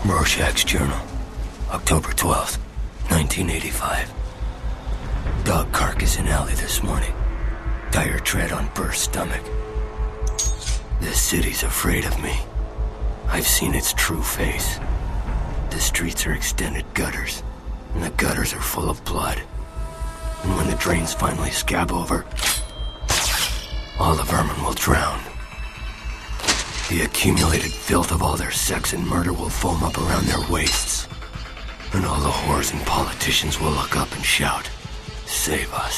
Rorschach's Journal, October 12th, 1985. Dog carcass in alley this morning. Tire tread on burst stomach. This city's afraid of me. I've seen its true face. The streets are extended gutters, and the gutters are full of blood. And when the drains finally scab over, all the vermin will drown. The accumulated filth of all their sex and murder will foam up around their waists. And all the whores and politicians will look up and shout, "Save us."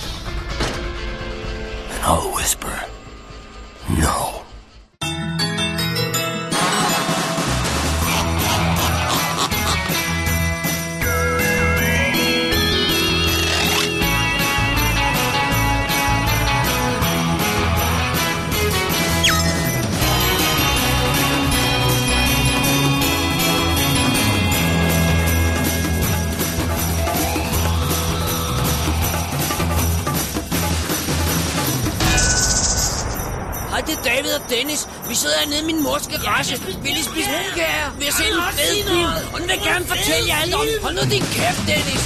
And I'll whisper, "No." Det er David og Dennis. Vi sidder hernede i min mors garage. Vil I spise rundkager? Vi har set en fed film, og den vil gerne fortælle jer alt om. Hold nu din kæft, Dennis.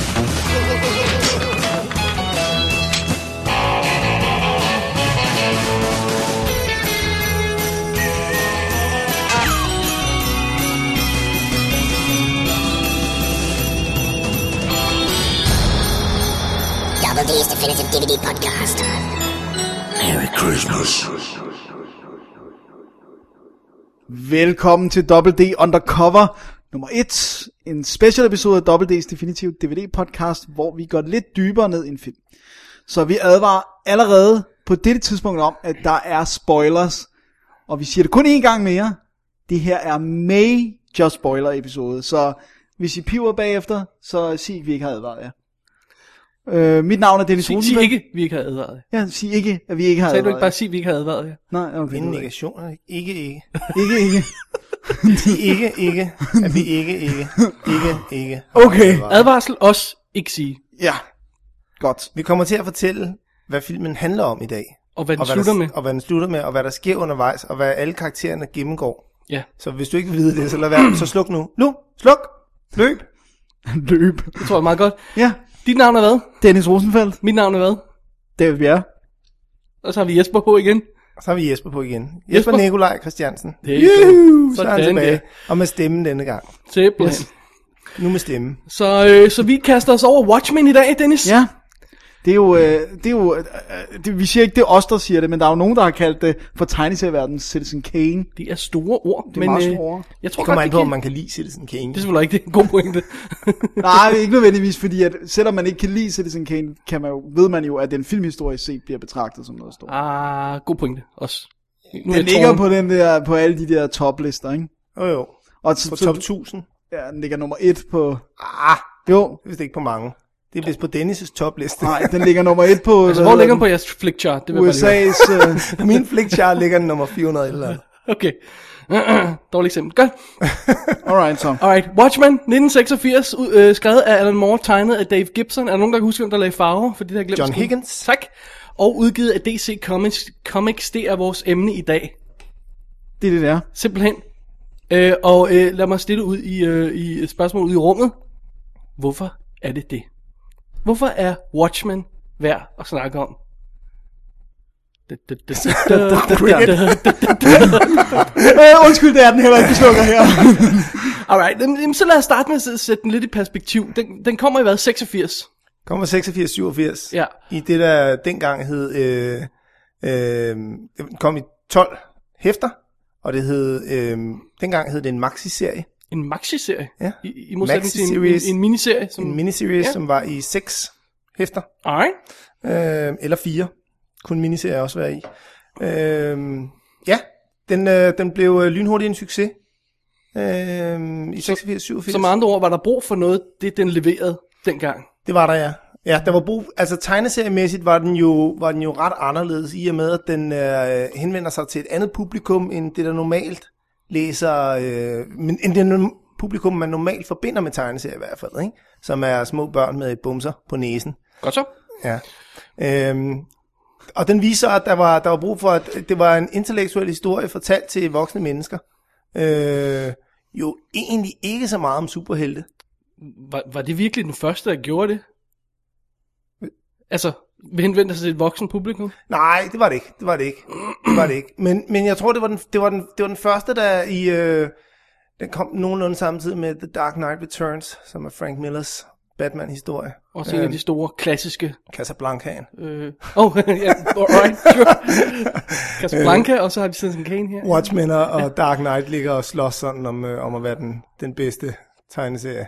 Double D's Definitive DVD Podcast. Merry Christmas. Velkommen til Double D Undercover nummer 1, en special episode af Double D's Definitive DVD Podcast, hvor vi går lidt dybere ned i en film. Så vi advarer allerede på dette tidspunkt om, at der er spoilers, og vi siger det kun én gang mere. Det her er major spoiler episode, så hvis I piver bagefter, så sig ikke, vi ikke har advaret jer. Mit navn er Dennis Rosenfeldt. Sig ikke, vi ikke har advaret. Ja, sig ikke, at vi ikke har advaret. Sagde du ikke bare sig, vi ikke har advaret? Ja. Nej, okay. Inden negationer, ikke. Ikke. Ikke. At vi ikke. Okay. Advarsel, os, ikke sige. Ja, godt. Vi kommer til at fortælle, hvad filmen handler om i dag. Og hvad den slutter med. Og hvad den slutter med, og hvad der sker undervejs, og hvad alle karaktererne gennemgår. Ja. Så hvis du ikke vil vide det, så lad være. Så sluk nu. Sluk! Løb! Løb. Det tror jeg meget godt. Ja. Dit navn er hvad? Dennis Rosenfeldt. Mit navn er hvad? David Bjerre. Og så har vi Jesper på igen. Og så har vi Jesper på igen. Jesper Nikolaj Christiansen. Så er han tilbage. Og med stemmen denne gang. Simpelthen. Yes. Nu med stemme. Så vi kaster os over Watchmen i dag, Dennis. Ja. Det er jo vi siger ikke, det er os, der siger det, men der er jo nogen, der har kaldt det for tegneserieverdens Citizen Kane. Det er store ord. Det er meget store ord. Jeg tror det kommer godt, an på, om man kan lide Citizen Kane. Det er selvfølgelig ikke, det er en god pointe. Nej, det er ikke nødvendigvis, fordi at selvom man ikke kan lide Citizen Kane, ved man jo, at den filmhistorisk set bliver betragtet som noget stort. God pointe også. Den ligger på alle de der toplister, ikke? Jo. Og på top 1000. Ja, den ligger nummer 1 på... Jo. Det er vist ikke på mange. Det er vist på Dennis' topliste. Nej, den ligger nummer 1 på... Altså, hvor ligger den på jeres flickchart? USA's... Min flickchart ligger den nummer 411. Okay. Dårligt eksempel. Godt. Alright, Watchmen, 1986, skrevet af Alan Moore, tegnet af Dave Gibson. Er der nogen, der kan huske, hvem der lagde farver? For det der glemt. John Higgins. Tak. Og udgivet af DC Comics. Det er vores emne i dag. Det er det der. Simpelthen. Og lad mig stille ud i spørgsmål ud i rummet. Hvorfor er det det? Hvorfor er Watchmen værd at snakke om? Undskyld, det er den heller ikke, vi slukker her. Alright, så lad os starte med at sætte den lidt i perspektiv. Den kommer i hvad? 86? Kommer 86-87. Ja. I det der dengang hed... kom i 12 hæfter, og det hed... dengang hed det en maxi-serie. En maxi-serie? Ja. I modsætning til en miniserie? En miniserie, som var i 6 hæfter. Alright. Eller 4. Kunne miniserie også være i. Ja, den blev lynhurtigt en succes. I 86-87. Så med andre ord, var der brug for noget, det den leverede dengang? Det var der, ja. Ja, der var brug, altså tegneseriemæssigt var den jo ret anderledes, i og med, at den henvender sig til et andet publikum, end det der normalt læser, end det publikum, man normalt forbinder med tegneserier i hvert fald, ikke? Som er små børn med et bumser på næsen. Godt så. Ja. Og den viser, at der var brug for, at det var en intellektuel historie fortalt til voksne mennesker. jo egentlig ikke så meget om superhelte. Var det virkelig den første, der gjorde det? Altså, henvendte sig til et voksen publikum? Nej, det var det ikke. Men jeg tror, det var den første, der i... den kom nogenlunde samtidig med The Dark Knight Returns, som er Frank Millers Batman-historie. Også en af de store, klassiske... Casablancaen. Alright, sure. Casablanca, og så har vi Citizen Kane her. Watchmen og Dark Knight ligger og slås sådan om at være den bedste tegneserie.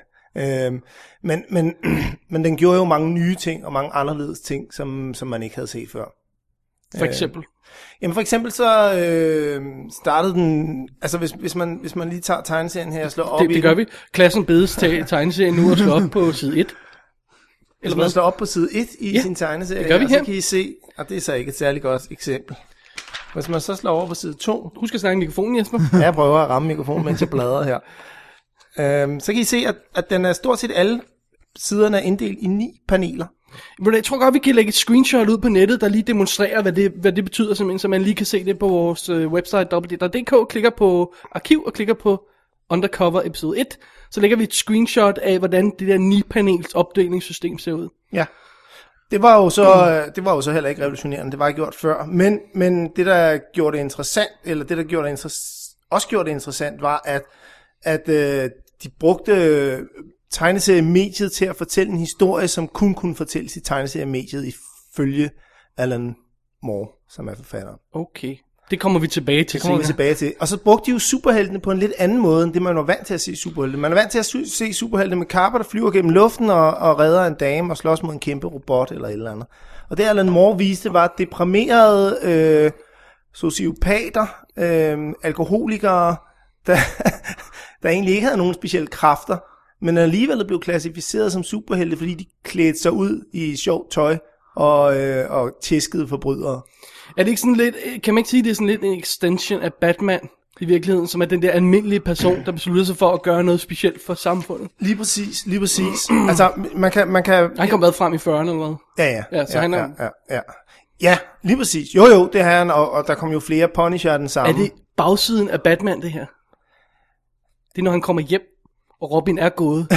Men den gjorde jo mange nye ting og mange anderledes ting, som man ikke havde set før. For eksempel? Jamen for eksempel så startede den, altså hvis man lige tager tegneserien her og slår op det gør vi. Klassen bedes tegneserien nu og slå op på side 1. Hvis man slår op på side 1 i sin tegneserie, det gør vi og her. så kan I se, og det er så ikke et særligt godt eksempel. Hvis man så slår over på side 2. Husk at snakke mikrofonen, Jesper. Jeg prøver at ramme mikrofonen, mens jeg bladrer her. Så kan I se, at den er stort set alle siderne er inddelt i 9 paneler. Jeg tror godt, vi kan lægge et screenshot ud på nettet, der lige demonstrerer, hvad det betyder, simpelthen, så man lige kan se det på vores website www.dk, klikker på arkiv og klikker på Undercover episode 1. Så lægger vi et screenshot af, hvordan det der 9-panels opdelingssystem ser ud. Ja, det var jo så heller ikke revolutionerende, det var ikke gjort før. Men det, der gjorde det interessant, eller det, der gjorde det også gjorde det interessant, var, at de brugte tegneseriemediet til at fortælle en historie, som kun kunne fortælles i tegneseriemediet ifølge Alan Moore, som er forfatteren. Okay, det kommer vi tilbage til. Og så brugte de jo superheltene på en lidt anden måde, end det man var vant til at se superhelte. Man er vant til at se superhelte med kapper, der flyver gennem luften og redder en dame og slås mod en kæmpe robot eller et eller andet. Og det Alan Moore viste var deprimerede sociopater, alkoholikere, der egentlig ikke havde nogen specielle kræfter, men alligevel blev klassificeret som superhelte, fordi de klædte sig ud i sjovt tøj og tæskede forbrydere. Er det ikke sådan lidt, kan man ikke sige, det er sådan lidt en extension af Batman i virkeligheden, som er den der almindelige person, der beslutter sig for at gøre noget specielt for samfundet? Lige præcis. Altså, man kan... Han kom frem i 40'erne eller hvad? Ja. Så han er... Ja, lige præcis. Jo, det har han, og der kom jo flere Punisher af den samme. Er det bagsiden af Batman, det her? Det er, når han kommer hjem, og Robin er gået.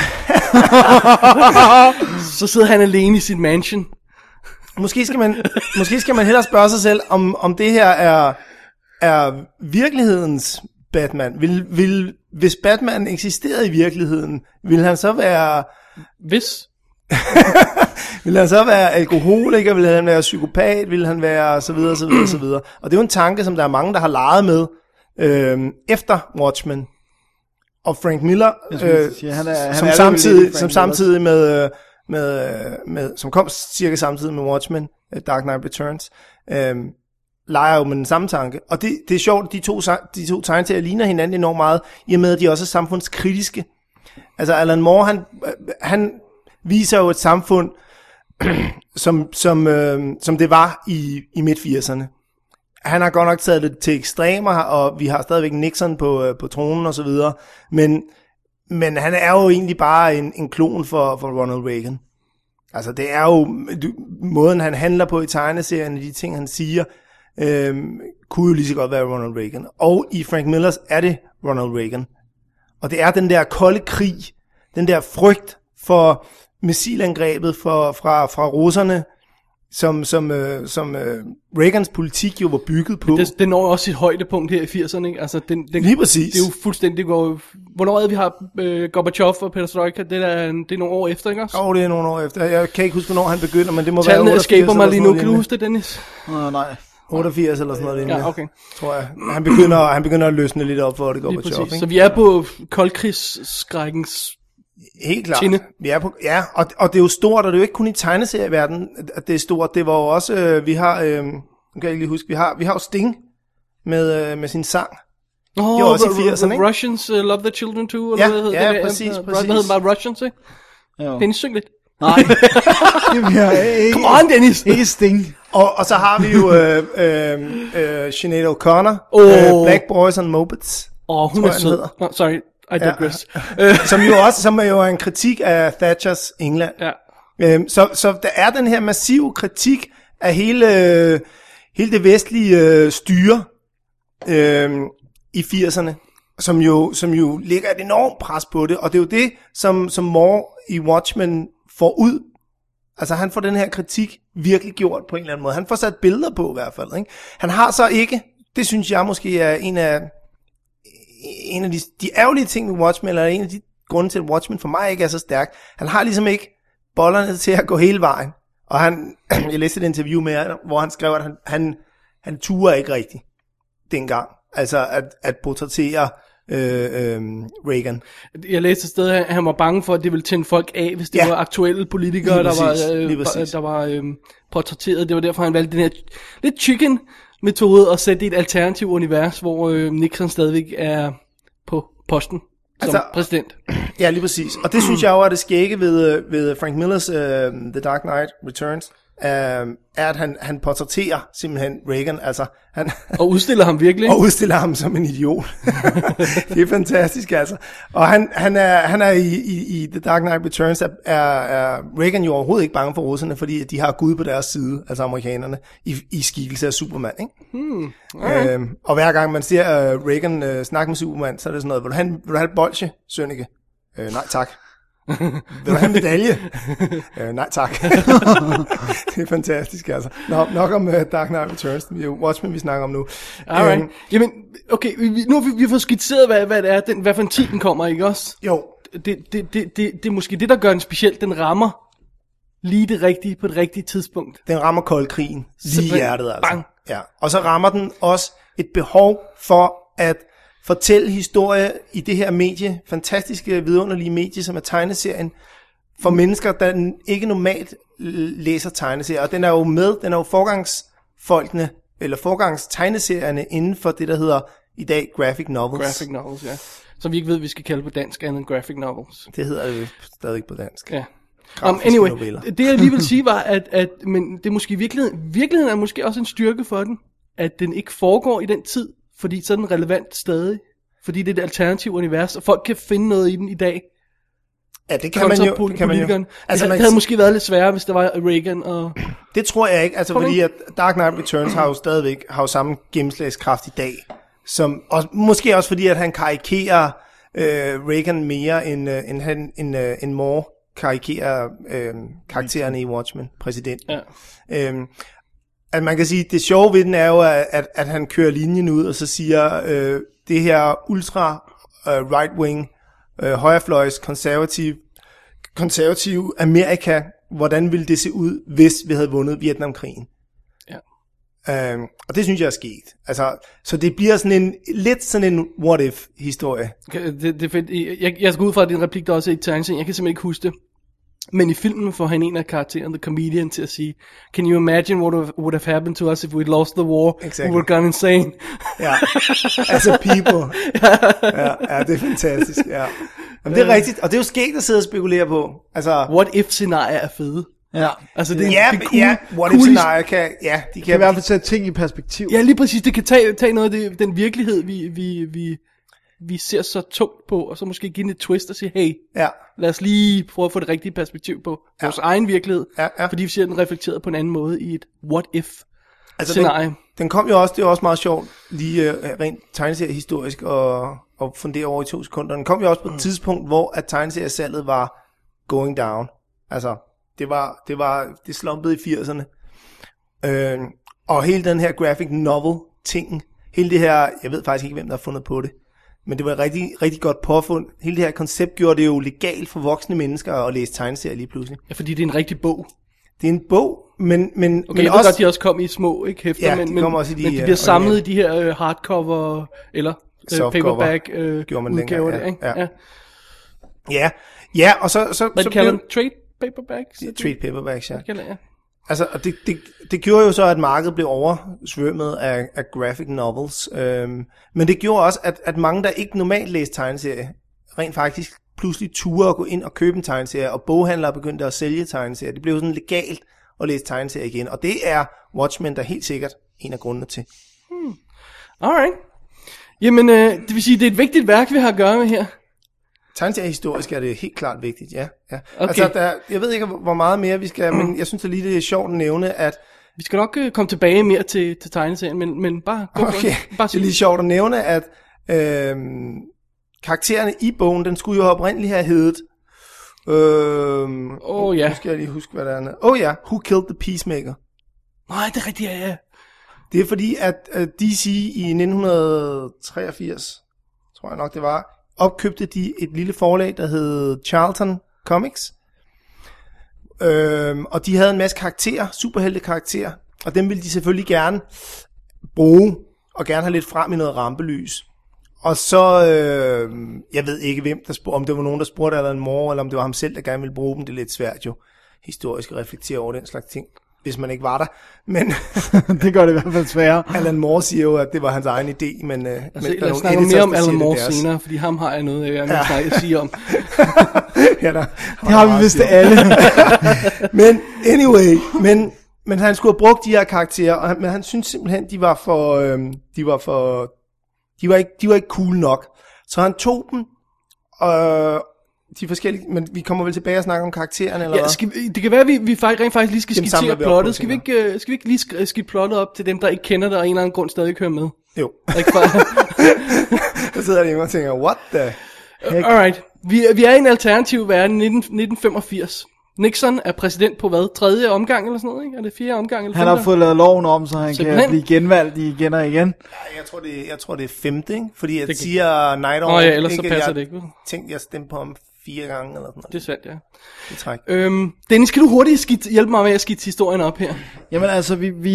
Så sidder han alene i sin mansion. Måske skal man hellere spørge sig selv, om det her er virkelighedens Batman. Hvis Batman eksisterede i virkeligheden, ville han så være... Vil han så være alkoholiker? Vil han være psykopat? Vil han være så videre, så videre, så videre? Og det er jo en tanke, som der er mange, der har leget med efter Watchmen. Og Frank Miller, som samtidig med som kom cirka samtidig med Watchmen, Dark Knight Returns, leger jo med den samme tanke. Og det er sjovt, de to tegneserier ligner hinanden enormt meget, i og med, at de også er samfundskritiske. Altså Alan Moore, han viser jo et samfund, som det var i midt-80'erne. Han har godt nok taget det til ekstremer, og vi har stadigvæk Nixon på tronen og så videre, men han er jo egentlig bare en klon for Ronald Reagan. Altså det er jo måden han handler på i tegneserien, de ting han siger, kunne jo lige så godt være Ronald Reagan. Og i Frank Millers er det Ronald Reagan. Og det er den der kolde krig, den der frygt for missilangrebet fra russerne, som Reagans politik jo var bygget på. Den når også sit højdepunkt her i 80'erne, ikke? Altså lige præcis. Det er jo fuldstændig hvornår er det, vi har Gorbachev og Perestroika? Det er nogle år efter, ikke også? Det er nogle år efter. Jeg kan ikke huske, hvornår han begynder, men det må Tallene være 88 escaper mig lige nu. Kan du huske det, Dennis? Nej. 88 eller sådan noget lignende. Ja, okay. Tror jeg. Han begynder at løsne lidt op for det Gorbachev, ikke? Så vi er på koldkrigsskrækkens helt klart. Tine. Vi er på, ja, og det er jo stort, og det er jo ikke kun i tegneserieverdenen, at det er stort. Det var jo også, vi har, nu kan jeg ikke lige huske, vi har jo Sting med sin sang. Det var også i 80'erne, ikke? Russians Love the Children Too, eller hvad hedder det? Præcis. Hvad hedder det? Russians, ikke? Dennis, syng lidt. Nej. Come on, Dennis. Ikke Sting. Og så har vi jo Sinead O'Connor, Black Boys on Mopeds. Hun er sød. No, sorry, I digress. Som jo er en kritik af Thatchers England. Ja. Så der er den her massive kritik af hele det vestlige styre i 80'erne. som jo lægger et enormt pres på det, og det er jo det, som Moore i Watchmen får ud. Altså han får den her kritik virkelig gjort på en eller anden måde. Han får sat billeder på i hvert fald. Ikke? Han har så ikke, det synes jeg måske er en af de ærgerlige ting ved Watchmen, eller en af de grunde til, at Watchmen for mig ikke er så stærk. Han har ligesom ikke bollerne til at gå hele vejen. Og jeg læste et interview med ham, hvor han skrev, at han turer ikke rigtigt dengang. Altså at portrættere Reagan. Jeg læste et sted, at han var bange for, at det ville tænde folk af, hvis det var aktuelle politikere, der var portrætteret. Det var derfor, han valgte den her lidt chicken metode at sætte i et alternativt univers, hvor Nixon stadigvæk er på posten som præsident. Ja, lige præcis. Og det synes jeg jo er det skægge ved Frank Millers The Dark Knight Returns, er, at han portrætterer simpelthen Reagan, altså og udstiller ham virkelig. Og udstiller ham som en idiot. Det er fantastisk, altså. Og han er i The Dark Knight Returns, er Reagan jo overhovedet ikke bange for russerne, fordi de har Gud på deres side, altså amerikanerne, i skikkelse af Superman, ikke? Okay. Og hver gang man ser Reagan snakke med Superman, så er det sådan noget, vil du have et bolsje, Sønneke? Nej tak. Vil du have en medalje? Nej tak. Det er fantastisk, altså. Nok om Dark Knight Returns. Det er jo Watchmen, vi snakker om nu. Alright. Jamen, okay, nu har vi fået skitseret, hvad det er, hvad for en tid den kommer, ikke også? Jo. Det er måske det, der gør den specielt. Den rammer lige det rigtige på det rigtige tidspunkt. Den rammer koldkrigen lige i hjertet, altså. Bang. Ja. Og så rammer den også et behov for at fortælle historie i det her medie, fantastiske, vidunderlige medie, som er tegneserien, for mennesker, der ikke normalt læser tegneserier. Og den er jo forgangsfolkene, eller forgangstegneserierne inden for det, der hedder i dag graphic novels. Graphic novels, ja. Som vi ikke ved, vi skal kalde på dansk, andet end graphic novels. Det hedder jo stadig på dansk. Ja. Anyway, det jeg lige vil sige var, at men det er måske virkeligheden er måske også en styrke for den, at den ikke foregår i den tid, fordi så er den relevant stadig. Fordi det er et alternativt univers, og folk kan finde noget i den i dag. Ja, det kan man jo. Altså, det havde måske været lidt sværere, hvis der var Reagan og... Det tror jeg ikke, altså fordi at Dark Knight Returns har jo samme gennemslagskraft i dag. Og måske også fordi, at han karikerer Reagan mere, end Moore karikerer karaktererne i Watchmen, præsident. Ja. At man kan sige, det sjove ved den er jo, at han kører linjen ud, og så siger, det her ultra right-wing, højrefløjs, konservativ Amerika, hvordan ville det se ud, hvis vi havde vundet Vietnamkrigen? Ja. Og det synes jeg er sket. Altså, så det bliver sådan en what-if-historie. Det er fedt. Jeg skal ud fra, at din replik der også er i tegneserien. Jeg kan simpelthen ikke huske det. Men i filmen får han en af karaktererne, the comedian, til at sige, can you imagine what would have happened to us if we lost the war? Exactly. We were gone insane. Ja, as a people. Ja, det er fantastisk, ja. Jamen, det er rigtigt, og det er jo skægt at sidde og spekulere på. Altså, what if scenarier er fede. Ja, altså det what if scenarier kan, de kan i hvert fald sætte ting i perspektiv. Ja, lige præcis, det kan tage noget af den virkelighed, vi ser så tungt på, og så måske give den et twist og sige, hey, lad os lige prøve at få det rigtige perspektiv på vores egen virkelighed, fordi vi ser den reflekteret på en anden måde i et what-if-scenarie. Den kom jo også, det er også meget sjovt, lige rent tegneseriehistorisk og fundere over i 2 sekunder. Den kom jo også på et tidspunkt, hvor at tegneseriesalget var going down. Altså, det slumpede i 80'erne. Og hele den her graphic novel-ting, hele det her, jeg ved faktisk ikke, hvem der har fundet på det, men det var et rigtig, rigtig godt påfund. Hele det her koncept gjorde det jo legalt for voksne mennesker at læse tegneserier lige pludselig. Ja, fordi det er en rigtig bog. Det er en bog, men okay, men jeg ved godt, de også kom i små, ikke, hæfter, også i men de bliver samlet i de her hardcover, eller paperback udgaver der, ikke? Ja, og så hvad kalder man trade paperbacks? Trade paperbacks, ja. Ja. Altså, og det gjorde jo så, at markedet blev oversvømmet af graphic novels. Men det gjorde også, at mange, der ikke normalt læste tegneserier, rent faktisk pludselig turde at gå ind og købe en tegneserie, og boghandlere begyndte at sælge tegneserier. Det blev sådan legalt at læse tegneserier igen, og det er Watchmen, der helt sikkert en af grundene til. Alright. Jamen, det vil sige, det er et vigtigt værk, vi har at gøre med her. Tegneseriehistorisk er det helt klart vigtigt, ja. Okay. Altså, jeg ved ikke, hvor meget mere vi skal, men jeg synes det lige, det er sjovt at nævne, at... Vi skal nok komme tilbage mere til tegneserien, men bare... Okay, det er lige sjovt at nævne, at Karaktererne i bogen, den skulle jo oprindeligt have heddet... ja. Nu skal jeg lige huske, hvad der er. Who Killed the Peacemaker? Nej, det er rigtigt, ja. Det er fordi, at DC i 1983, tror jeg nok det var, opkøbte de et lille forlag, der hed Charlton Comics. Og de havde en masse karakterer, superhelte karakterer, og dem ville de selvfølgelig gerne bruge, og gerne have lidt frem i noget rampelys. Og så, jeg ved ikke hvem, om det var nogen, der spurgte Alan Moore, eller om det var ham selv, der gerne ville bruge dem. Det er lidt svært jo, historisk at reflektere over den slags ting, hvis man ikke var der. Men det gør det i hvert fald sværere. Alan Moore siger jo, at det var hans egen idé, men lad os snakke mere om Alan Moore senere, fordi ham har jeg noget, jeg vil sige om. Det har vi vist alle. Men anyway, men han skulle have brugt de her karakterer, men han synes simpelthen, de var ikke cool nok. Så han tog dem, de forskellige, men vi kommer vel tilbage og snakke om karaktererne, eller hvad? Det kan være, at vi rent faktisk lige skal skitsere plottet. Skal vi ikke lige skitsere plottet op til dem, der ikke kender det, og en eller anden grund stadig kører med? Jo. Ikke bare... Der sidder de og tænker, what the heck? Alright, vi er i en alternativ verden, 1985. Nixon er præsident på hvad? 3. omgang eller sådan noget, ikke? Er det 4. omgang eller 5. Han har fået lavet loven om, så han kan blive genvalgt igen og igen. Ja, jeg tror det er 5, ikke? Fordi jeg siger Night Owl. Ja, ellers så passer det ikke, vel? Jeg tænkte, jeg stemte på ham 4 gange eller sådan noget. Det er sandt, ja. Det træk. Dennis, kan du hurtigt hjælpe mig med at skidse historien op her? Jamen altså,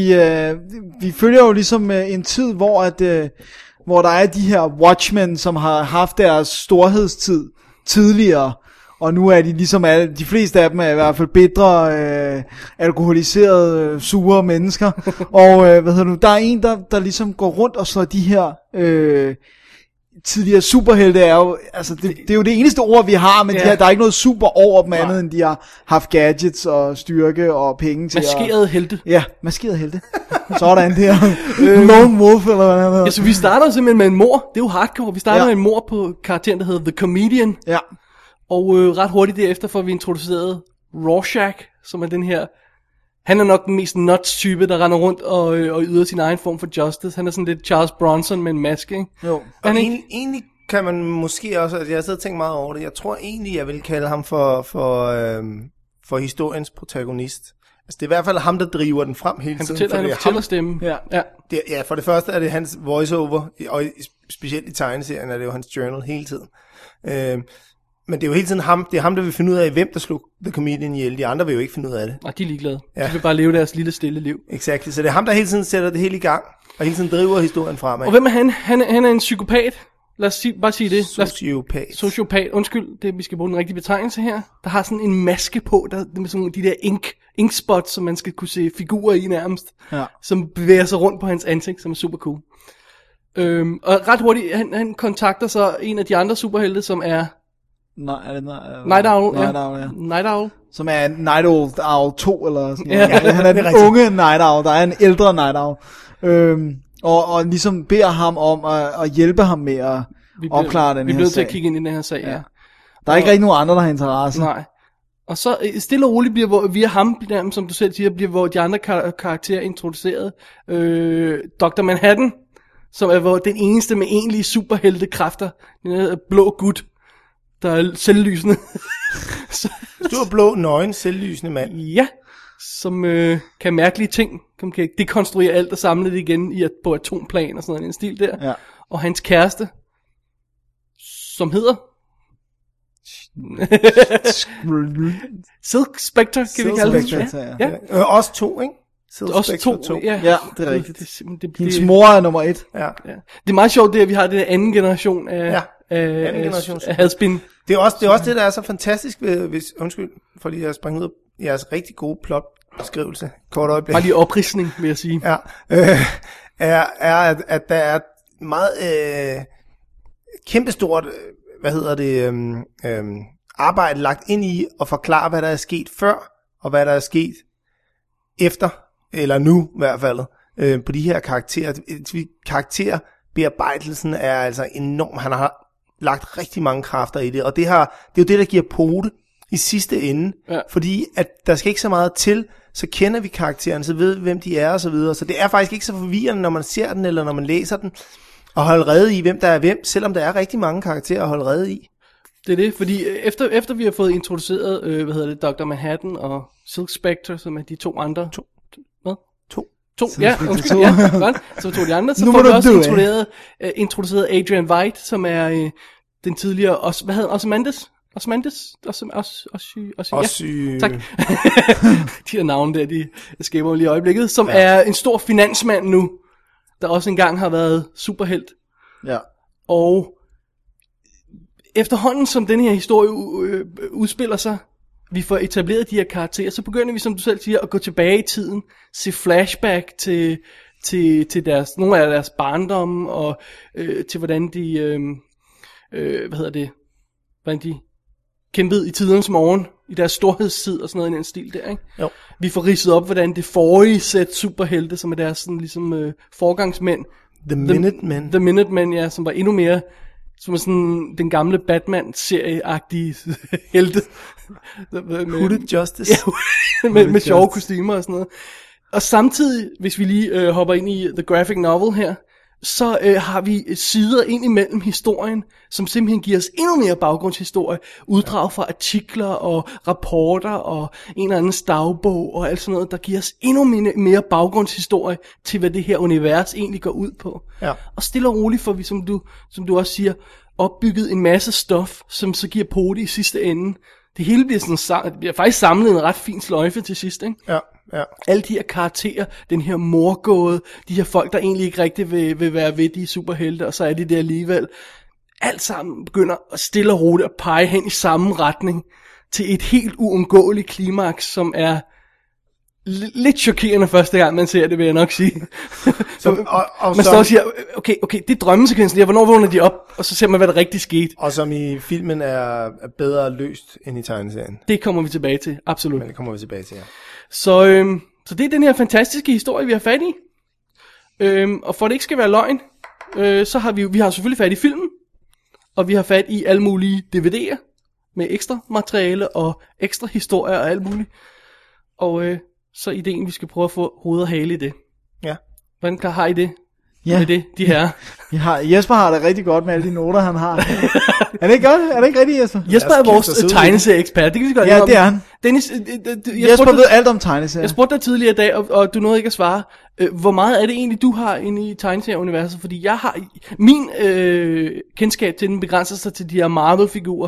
vi følger jo ligesom en tid, hvor der er de her Watchmen, som har haft deres storhedstid tidligere. Og nu er de ligesom de fleste af dem er i hvert fald bitre, alkoholiserede, sure mennesker. Og der er en, der ligesom går rundt og slår de her tidligere superhelte er jo, altså det er jo det eneste ord vi har, men der er ikke noget super over dem andet, end de har haft gadgets og styrke og penge til maskerede helte. Ja, maskerede helte. Sådan der. Lone Wolf eller hvad han hedder. Ja, så vi starter simpelthen med en mor. Det er jo hardcore. Vi starter med en mor på karakteren, der hedder The Comedian. Ja. Og ret hurtigt derefter får vi introduceret Rorschach, som er den her... Han er nok den mest nuts type, der render rundt og yder sin egen form for justice. Han er sådan lidt Charles Bronson med en maske, ikke? Jo. Og egentlig kan man måske også... Altså jeg har siddet og tænkt meget over det. Jeg tror egentlig, jeg vil kalde ham for historiens protagonist. Altså det er i hvert fald ham, der driver den frem hele tiden. Han fortæller stemmen. Ja, for det første er det hans voiceover, og specielt i tegneserien er det jo hans journal hele tiden. Men det er jo hele tiden ham, det er ham, der vil finde ud af, hvem der slog The Comedian ihjel. De andre vil jo ikke finde ud af det. Og de er ligeglade. Ja. De vil bare leve deres lille stille liv. Exakt. Så det er ham, der hele tiden sætter det hele i gang, og hele tiden driver historien fremad. Og hvem er han? Han er en psykopat. Lad os bare sige det. Sociopat. Undskyld, vi skal bruge den rigtige betegnelse her. Der har sådan en maske på, der med sådan de der inkspots, som man skal kunne se figurer i nærmest. Ja. Som bevæger sig rundt på hans ansigt, som er super cool. Og ret hurtigt, han kontakter så en af de andre superhelte, som er... Night Owl, ja. Night Owl. Som er Night Owl 2 eller sådan noget. Ja, han er den unge Night Owl, der er en ældre Night Owl. Og ligesom beder ham om at hjælpe ham med at opklare den her sag. Vi bliver til at kigge ind i den her sag, ja. Der er ikke rigtig nogen andre, der har interesse. Nej. Og så stille og roligt bliver via ham, som du selv siger, bliver hvor de andre karakterer introduceret. Dr. Manhattan, som er den eneste med egentlige superheltekræfter. Den blå gut, der er selvlysende. Stor blå, nøgen, selvlysende mand. Ja, som kan mærkelige ting, kan dekonstruere alt og samle det igen på atomplan og sådan noget, en stil der. Ja. Og hans kæreste, som hedder... Silk Spectre, kan vi kalde det. Ja. Os to, ikke? Også to. Ja, det er rigtigt. Hendes mor er nummer 1. Ja. Det er meget sjovt, at vi har den anden generation af hadspin. Det er også det, der er så fantastisk ved, undskyld, for lige at springe ud af jeres rigtig gode plotbeskrivelse. Kort øjeblik. Bare lige opridsning, vil jeg sige. Ja. At der er meget kæmpestort, arbejde lagt ind i at forklare, hvad der er sket før, og hvad der er sket efter, eller nu i hvert fald, på de her karakterer. Karakterbearbejdelsen er altså enorm. Han har lagt rigtig mange kræfter i det, og det er jo det, der giver pote i sidste ende, fordi at der skal ikke så meget til, så kender vi karaktererne, så ved vi, hvem de er og så videre, så det er faktisk ikke så forvirrende, når man ser den, eller når man læser den, Og holde rede i, hvem der er hvem, selvom der er rigtig mange karakterer at holde rede i. Det er det, fordi efter vi har fået introduceret, Dr. Manhattan og Silk Spectre, som er de to andre... Hvad? To, ja, undskyld, ja, godt. Så to de andre, så får vi også introduceret Adrian White, som er den tidligere, hvad hedder Ozymandias? Ja, tak. De her navne der, de skæber lige i øjeblikket, som er en stor finansmand nu, der også engang har været superhelt. Ja. Og efterhånden, som den her historie udspiller sig, vi får etableret de her karakterer, så begynder vi, som du selv siger, at gå tilbage i tiden, se flashback til nogle af deres barndomme, og til hvordan de, hvordan de kæmpede i tidernes morgen, i deres storhedstid og sådan noget i den stil der, ikke? Jo. Vi får ridset op, hvordan det forrige sæt superhelte, som er deres sådan ligesom forgangsmænd, The Minutemen, ja, som var endnu mere, som er sådan den gamle Batman-serie-agtige helte. Hooded Justice. Ja, med sjove kostymer og sådan noget. Og samtidig, hvis vi lige hopper ind i The Graphic Novel her, så har vi sider ind imellem historien, som simpelthen giver os endnu mere baggrundshistorie, uddrag fra artikler og rapporter og en eller anden dagbog og alt sådan noget, der giver os endnu mere baggrundshistorie til, hvad det her univers egentlig går ud på. Ja. Og stille og roligt får vi, som du også siger, opbygget en masse stof, som så giver pote i sidste ende. Det hele bliver faktisk samlet en ret fin sløjfe til sidst, ikke? Ja, ja. Alle de her karakterer, den her morgåde, de her folk, der egentlig ikke rigtig vil være ved de superhelte, og så er de der alligevel. Alt sammen begynder at stille og roligt at pege hen i samme retning til et helt uundgåeligt klimaks, som er lidt chokerende første gang, man ser det, vil jeg nok sige. Man står og siger, okay, det er drømmesekvensen der, hvornår vågner de op, og så ser man, hvad der rigtig skete. Og som i filmen er bedre løst end i tegneserien. Det kommer vi tilbage til, absolut. Men det kommer vi tilbage til, ja. Så det er den her fantastiske historie, vi har fat i. Og for det ikke skal være løgn, så har vi har selvfølgelig fat i filmen, og vi har fat i alle mulige DVD'er, med ekstra materiale og ekstra historier og alt muligt. Og så ideen, vi skal prøve at få hoved og hale i det. Ja. Hvordan har I det? Ja. Med det, de her? Jesper har det rigtig godt med alle de noter, han har. Er det ikke godt? Er det ikke rigtigt, Jesper? Jesper er vores tegneserie-ekspert. Det kan vi godt. Ja, det er han. Dennis, Jesper ved alt om tegneserier. Jeg spurgte dig tidligere i dag, og du nåede ikke at svare. Hvor meget er det egentlig, du har inde i tegneserieuniverset? Fordi jeg har min kendskab til den begrænser sig til de her Marvel-figurer.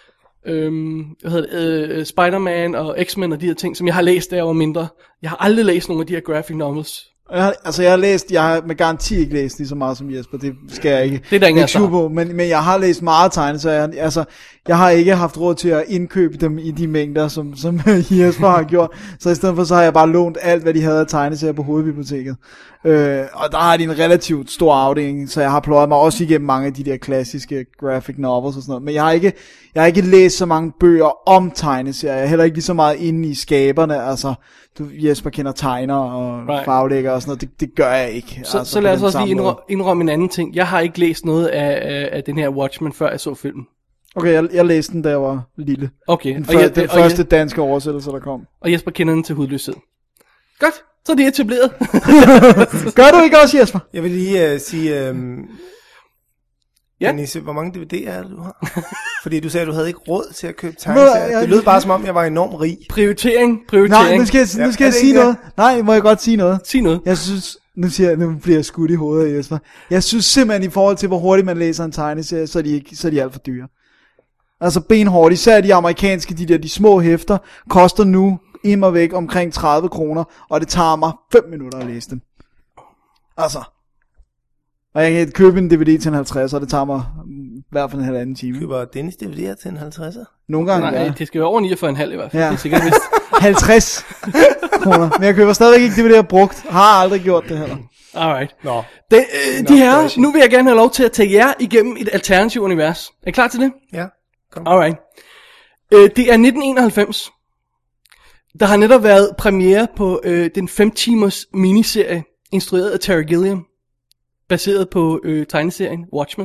Spider-Man og X-Men og de her ting, som jeg har læst, da jeg var mindre. Jeg har aldrig læst nogle af de her graphic novels. Jeg har med garanti ikke læst lige så meget som Jesper, det skal jeg ikke. Det er der ingen på, men jeg har læst meget tegneserier. Jeg har ikke haft råd til at indkøbe dem i de mængder, som Jesper har gjort. Så i stedet for, så har jeg bare lånt alt, hvad de havde af tegneserier på hovedbiblioteket. Og der har de en relativt stor afdeling, så jeg har pløjet mig også igennem mange af de der klassiske graphic novels og sådan noget. Men jeg har ikke læst så mange bøger om tegneserier. Jeg er heller ikke lige så meget inde i skaberne. Altså, Jesper kender tegner og farvelægger og sådan noget. Det gør jeg ikke. Så lad os også lige indrømme en anden ting. Jeg har ikke læst noget af den her Watchmen, før jeg så filmen. Okay, jeg læste den, da jeg var lille. Okay. Den første danske oversættelse, der kom. Og Jesper kender den til hudløshed. Godt, så er det etableret. Gør du ikke også, Jesper? Jeg vil lige sige... Dennis, hvor mange DVD'er er det, du har? Fordi du sagde, at du havde ikke råd til at købe tegneserier. Det lød bare som om, jeg var enormt rig. Prioritering. Nej, nu skal jeg sige noget. Nej, må jeg godt sige noget? Sig noget. Jeg synes, nu bliver jeg skudt i hovedet af Jesper. Jeg synes simpelthen, i forhold til, hvor hurtigt man læser en tegneserie, så er de alt for dyre. Altså benhårdt, især de amerikanske, de små hæfter, koster nu immer væk omkring 30 kroner, og det tager mig 5 minutter at læse dem. Altså. Og jeg kan købe en DVD til en 50'er, og det tager mig i hvert fald en halvanden time. Køber Dennis DVD'er til en 50'er? Nogle gange, nej, ja. Det skal være over 49,5 i hvert fald. Ja. Det er sikkert vist. 50 kroner. Men jeg køber stadigvæk ikke DVD'er brugt. Har aldrig gjort det heller. Alright. Nå. De her, nu vil jeg gerne have lov til at tage jer igennem et alternativt univers. Er I klar til det? Ja, kom. Alright. Det er 1991. Der har netop været premiere på den 5-timers miniserie, instrueret af Terry Gilliam, baseret på tegneserien Watchmen.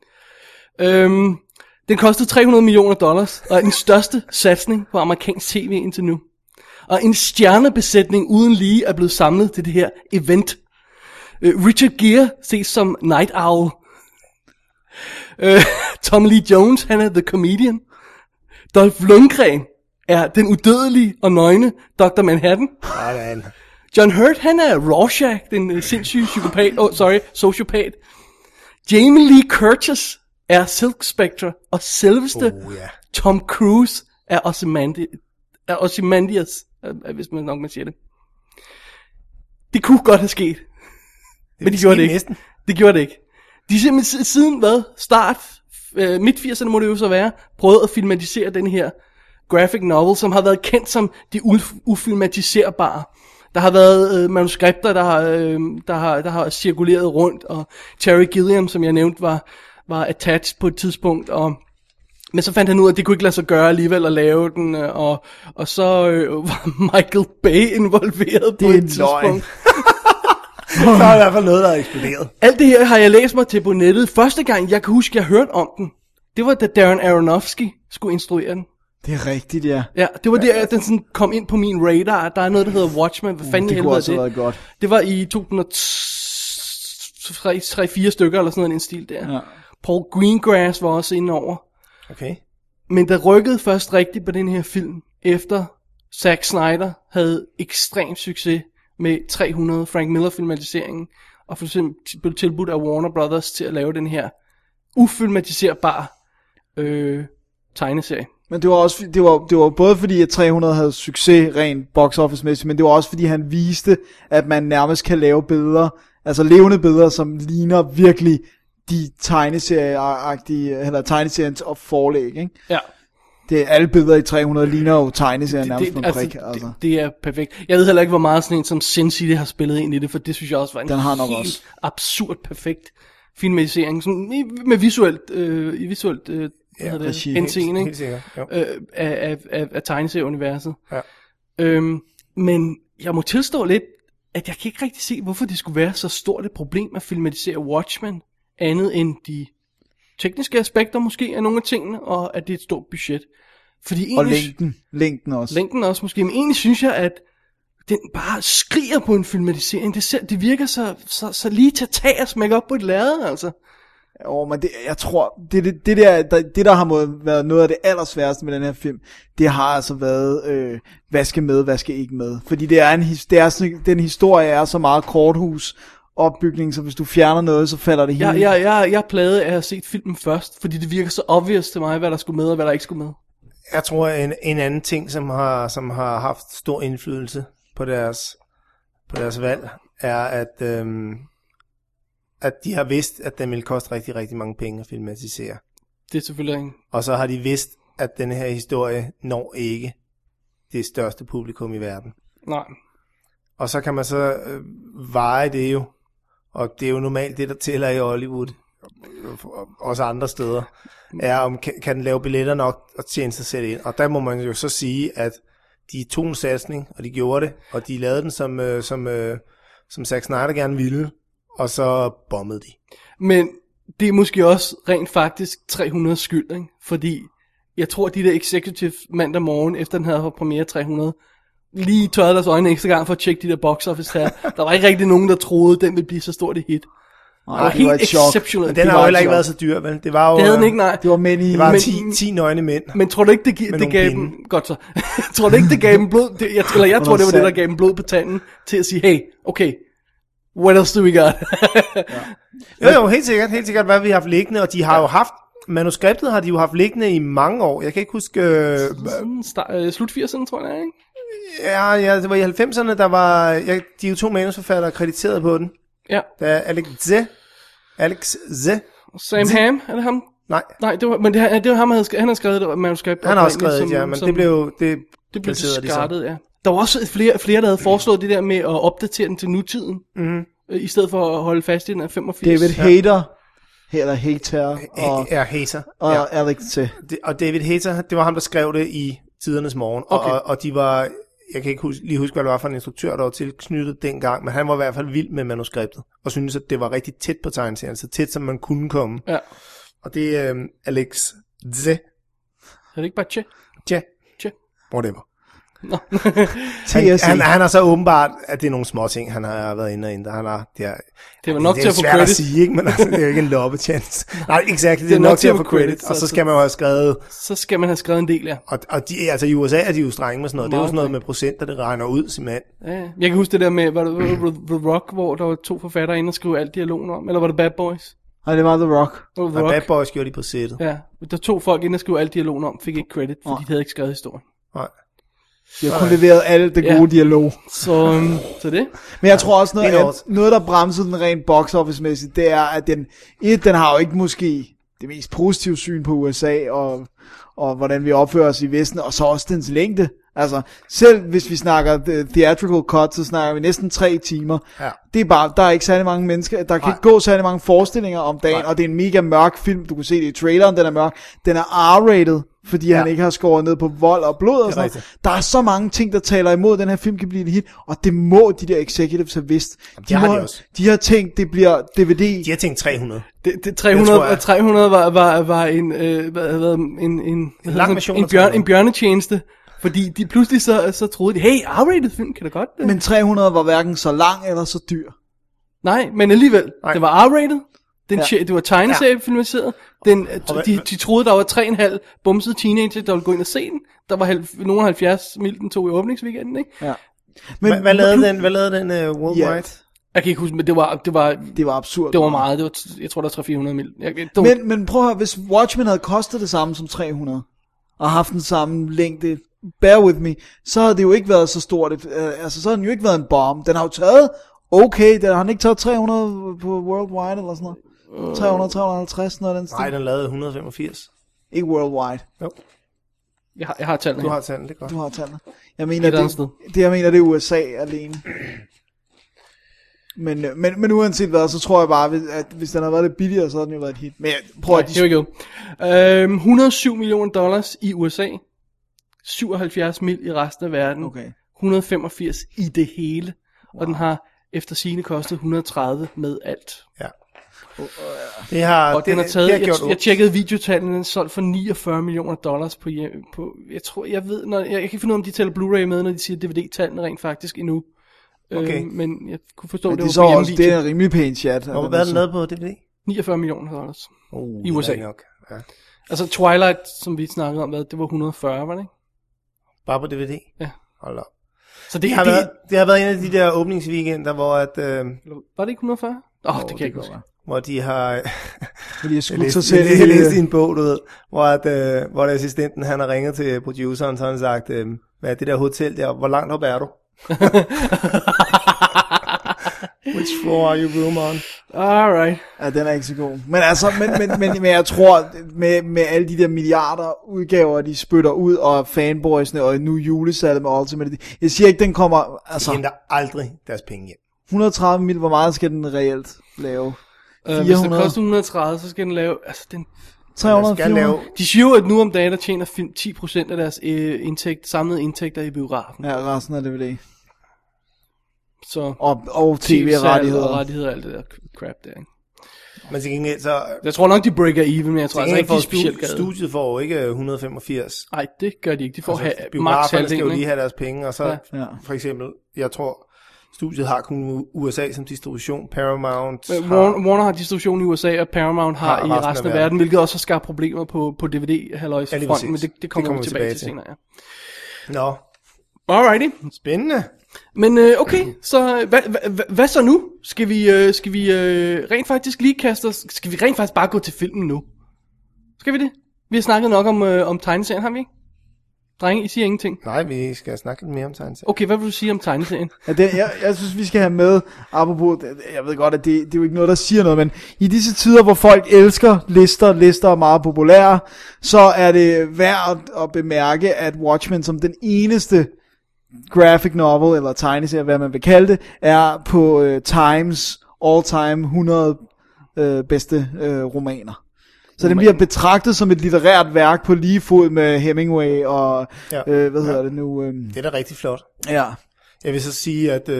Den kostede $300 million, og er den største satsning på amerikansk tv indtil nu. Og en stjernebesætning uden lige er blevet samlet til det her event. Richard Gere ses som Night Owl, Tom Lee Jones, han er The Comedian. Dolph Lundgren er den udødelige og nøgne Dr. Manhattan. Sådan. John Hurt, han er Rorschach, den sindssyge sociopat. Jamie Lee Curtis er Silk Spectre, og selveste Tom Cruise er Ozymandias, hvis man nok man siger det. Det kunne godt have sket, men de gjorde det ikke. Næsten. Det gjorde det ikke. De simpelthen siden, start, midt 80'erne må det jo så være, prøvede at filmatisere den her graphic novel, som har været kendt som de ufilmatiserbare. Der har været manuskripter, der har cirkuleret rundt, og Terry Gilliam, som jeg nævnte, var attached på et tidspunkt, men så fandt han ud af, at det kunne ikke lade sig gøre alligevel at lave den, og så var Michael Bay involveret på et tidspunkt. Der er i hvert fald noget, der er eksploderet. Alt det her har jeg læst mig til på nettet. Første gang, jeg kan huske, jeg hørte om den, det var da Darren Aronofsky skulle instruere den. Det er rigtigt, ja. Ja, det var der, at den sådan kom ind på min radar. Der er noget, der hedder Watchmen. Hvad fanden i helvede det? Det kunne også have været godt. Det var i 2003-4 stykker, eller sådan noget, en stil der. Ja. Paul Greengrass var også inde over. Okay. Men der rykkede først rigtigt på den her film, efter Zack Snyder havde ekstrem succes med 300 Frank Miller-filmatiseringen, og for eksempel blev tilbudt af Warner Brothers til at lave den her ufilmatiserbare tegneserie. Men det var også det var både fordi at 300 havde succes rent box office mæssigt, men det var også fordi han viste at man nærmest kan lave billeder, altså levende billeder som ligner virkelig de tegneserieagtige eller tegneseriens forlæg, ikke? Ja. Det er alle billeder i 300 ligner jo tegneserien nærmest på en prik. Altså. Det er perfekt. Jeg ved heller ikke hvor meget sådan en som Sin City har spillet ind i det, for det synes jeg også var en helt også absurd perfekt filmatisering med visuelt indseende, af tegneserieuniverset. Ja. Men jeg må tilstå lidt, at jeg kan ikke rigtig se, hvorfor det skulle være så stort et problem at filmatisere Watchmen, andet end de tekniske aspekter måske af nogle af tingene, og at det er et stort budget. Fordi og længden også. Længden også måske, men egentlig synes jeg, at den bare skriger på en filmatisering. Det virker så lige til at tage og smække op på et lærred, altså. Men jeg tror, det der har været noget af det allersværeste med den her film, det har altså været, hvad skal med, hvad skal ikke med. Fordi den historie er så meget korthus opbygning, så hvis du fjerner noget, så falder det hele. Jeg er plaget af at have set filmen først, fordi det virker så obvious til mig, hvad der skulle med og hvad der ikke skulle med. Jeg tror, en anden ting, som har haft stor indflydelse på deres valg, er, at de har vidst, at den ville koste rigtig, rigtig mange penge at filmatisere. Det er selvfølgelig ikke. Og så har de vidst, at denne her historie når ikke det største publikum i verden. Nej. Og så kan man så veje det jo, og det er jo normalt det, der tæller i Hollywood, også andre steder, er om kan den lave billetter nok og tjene sig selv ind. Og der må man jo så sige, at de tog en satsning, og de gjorde det, og de lavede den som Zack Snyder gerne ville, og så bombede de. Men det er måske også rent faktisk 300 skyld, ikke? Fordi jeg tror, at de der executive mandag morgen, efter den havde premiere 300, lige tørrede deres øjne ekstra gang for at tjekke de der box office her. Der var ikke rigtig nogen, der troede, den ville blive så stort et hit. Nej, det var helt exceptionelt. Den har jo heller ikke været så dyr, vel? Det var jo... Det havde den ikke, nej. Det var mænd i... Det var 10 nøgne mænd. Men tror du ikke, det gav dem... Godt så. Tror du ikke, det gav dem blod... Jeg tror, det var det, der gav dem blod på tanden til at sige, hey, okay, what else do we got? Jo, helt sikkert, hvad vi har haft liggende, og de har jo haft... Manuskriptet har de jo haft liggende i mange år. Jeg kan ikke huske... Slut 80'erne, tror jeg, ikke? Ja, det var i 90'erne, der var... de er jo 2 manusforfattere krediteret på den. Ja. Der er Alex Z. Sam Ham, er det ham? Nej, det var ham, han har skrevet det manuskript. Han har også skrevet det, ja, men det blev diskartet, ja. Der var også flere, der havde foreslået det der med at opdatere den til nutiden, i stedet for at holde fast i den af 85. David Hayter, eller Hayter, og Alex Z. Og David Hayter, det var ham, der skrev det i Tidernes Morgen, okay. og de var... Jeg kan ikke lige huske, hvad det var for en instruktør, der var tilknyttet dengang, men han var i hvert fald vild med manuskriptet, og syntes, at det var rigtig tæt på tegneserien, så tæt, som man kunne komme. Ja. Og det er Alex Z. Er det ikke bare Che? Whatever. Han har så åbenbart, at det er nogle små ting, han har været inde og ændre. Det var nok til at få credit. credit. At sige, ikke? Men altså, det er jo ikke en loppetjens. Nej, exakt, det er nok til at få credit. Og så skal man jo have skrevet... Så skal man have skrevet en del, ja. Og altså i USA er de jo strenge med sådan noget. Det er jo sådan noget med procenter, det regner ud, simpelthen. Ja. Jeg kan huske det der med, var det The Rock, hvor der var 2 forfattere inde og skrev alt dialogen om, eller var det Bad Boys? Nej, det var The Rock. Og Bad Boys gjorde de på sættet. Ja, der 2 folk inde og skrev alt dialogen om, fik ikke credit, fordi de havde ikke skrevet historien. Nej. De har kun leveret alt det gode dialog. Så det. Men jeg tror også, noget der bremsede den rent box office-mæssigt, det er, at den har jo ikke måske det mest positive syn på USA, og hvordan vi opfører os i Vesten, og så også dens længde. Altså, selv hvis vi snakker theatrical cut, så snakker vi næsten 3 timer. Ja. Det er bare, der er ikke særlig mange mennesker, der kan ikke gå særlig mange forestillinger om dagen, og det er en mega mørk film. Du kan se det i traileren, den er mørk. Den er R-rated, fordi han ikke har skåret ned på vold og blod og sådan noget. Der er så mange ting, der taler imod, den her film kan blive et hit, og det må de der executives have vidst. De har tænkt, det bliver DVD. De har tænkt 300. 300 var en bjørnetjeneste. Fordi de pludselig så troede de, hey, R-rated film, kan det godt det? Men 300 var hverken så lang eller så dyr. Nej, men alligevel, det var R-rated. Det var tegneseriefilmatiseret. De troede, der var 3,5 bumsede teenager, der ville gå ind og se den. Der var nogen 70 mil, den tog i åbningsweekenden, ikke? Ja. Men hvad lavede den worldwide? Yeah. Jeg kan ikke huske, men det var absurd. Det var meget. Jeg tror, der var 300-400 mil. Men prøv at høre, hvis Watchmen havde kostet det samme som 300, og haft den samme længde, bear with me, så havde det jo ikke været så stort. Så havde den jo ikke været en bomb. Den har jo taget, har den ikke taget 300 på worldwide eller sådan noget? 300, 350, noget af den stil. Nej, den lavede 185. Ikke worldwide. Jo. Jeg har tallene. Du har tallene, det er godt. Du har tallene. Jeg mener, det er USA alene. Men uanset hvad, så tror jeg bare, at hvis den havde været lidt billigere, så havde den jo været et hit. Men prøv at... Here we go. 107 millioner dollars i USA. 77 mil i resten af verden. Okay. 185 i det hele. Wow. Og den har efter sigende kostet 130 med alt. Ja. Jeg tjekkede videotallene, den solgt for 49 millioner dollars på jeg kan ikke finde ud af, om de tæller Blu-ray med, når de siger DVD-tallene rent faktisk endnu. Okay. Men jeg kunne forstå, det var på hjemmevideo. Det er en rimelig pæn chat. Og hvad er den lavet på DVD? 49 millioner dollars i USA. Ja. Altså Twilight, som vi snakkede om, det var 140, var det ikke? Bare på DVD? Ja. Hold op. Så det har været en af de der åbningsweekender, hvor at... Var det ikke 140? Det kan jeg ikke huske. Hvor de har... jeg læst i en bog, du ved, hvor assistenten, han har ringet til produceren, så han har sagt, hvad er det der hotel der, hvor langt op er du? Which floor are you room on? Alright. Ja, den er ikke så god. Men altså, men jeg tror, med alle de der milliarder udgaver, de spytter ud, og fanboysene, og nu julesalget med Ultimate, jeg siger ikke, den kommer... Altså, de henter aldrig deres penge hjem. 130 mil, hvor meget skal den reelt lave? 400? Hvis det koster 130, så skal den lave... Altså, den... 300, 400. De siger jo, at nu om dagen, der tjener 10% af deres samlede indtægter i biografen. Ja, resten af DVD. Så, og tv-rettigheder. Og rettigheder og alt det der crap der, ikke? Men til gengæld så... Jeg tror nok, de breaker even, men jeg tror altså ikke, de specielt gade. Studiet får ikke 185. Nej, det gør de ikke. De får biograferne skal jo lige have deres penge, og så for eksempel, jeg tror... Studiet har kun USA som distribution, Paramount Warner har distribution i USA, og Paramount har i resten af verden, hvilket også har skabt problemer på DVD-halløjsfronten, men det kommer vi tilbage til senere. Ja. Nå. Alrighty. Spændende. Men okay, så hvad så nu? Skal vi rent faktisk lige kaste os, skal vi rent faktisk bare gå til filmen nu? Skal vi det? Vi har snakket nok om tegneserien, har vi ikke? Drenge, I siger ingenting. Nej, vi skal snakke lidt mere om tegneserien. Okay, hvad vil du sige om tegneserien? Jeg synes, vi skal have med, apropos, jeg ved godt, at det er jo ikke noget, der siger noget, men i disse tider, hvor folk elsker lister er meget populære, så er det værd at bemærke, at Watchmen som den eneste graphic novel, eller tegneserie, hvad man vil kalde det, er på Times all-time 100 bedste romaner. Så den bliver betragtet som et litterært værk på lige fod med Hemingway og, hvad hedder det nu? Det er da rigtig flot. Ja. Jeg vil så sige, at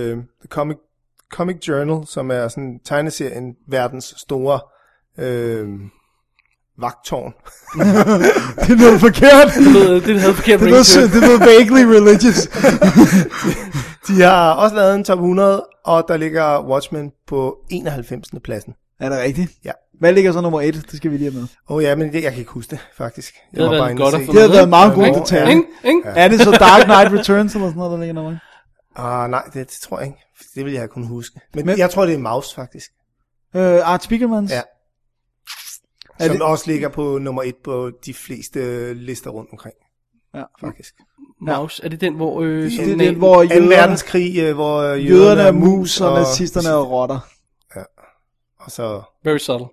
Comic Journal, som er sådan tegneserien verdens store vagtårn. Det er noget forkert. Det havde forkert Det er noget vaguely religious. De har også lavet en top 100, og der ligger Watchmen på 91. pladsen. Er det rigtigt? Ja. Hvad ligger så nummer 1? Det skal vi lige have med. Ja, men jeg kan ikke huske det, faktisk. Det havde været godt at få Det havde været meget med. godt at tage. Ikke? Er det så Dark Knight Returns eller sådan noget, der ligger nummer 1? Nej, det tror jeg ikke. Det vil jeg kunne huske. Men jeg tror, det er Mouse, faktisk. Art Spiegelmans? Ja. Som også ligger på nummer 1 på de fleste lister rundt omkring. Ja. Faktisk. Mouse, er det den, hvor... Det er den, hvor 2. verdenskrig, hvor jøderne er mus, og nazisterne er rotter. Ja. Og så... Very subtle.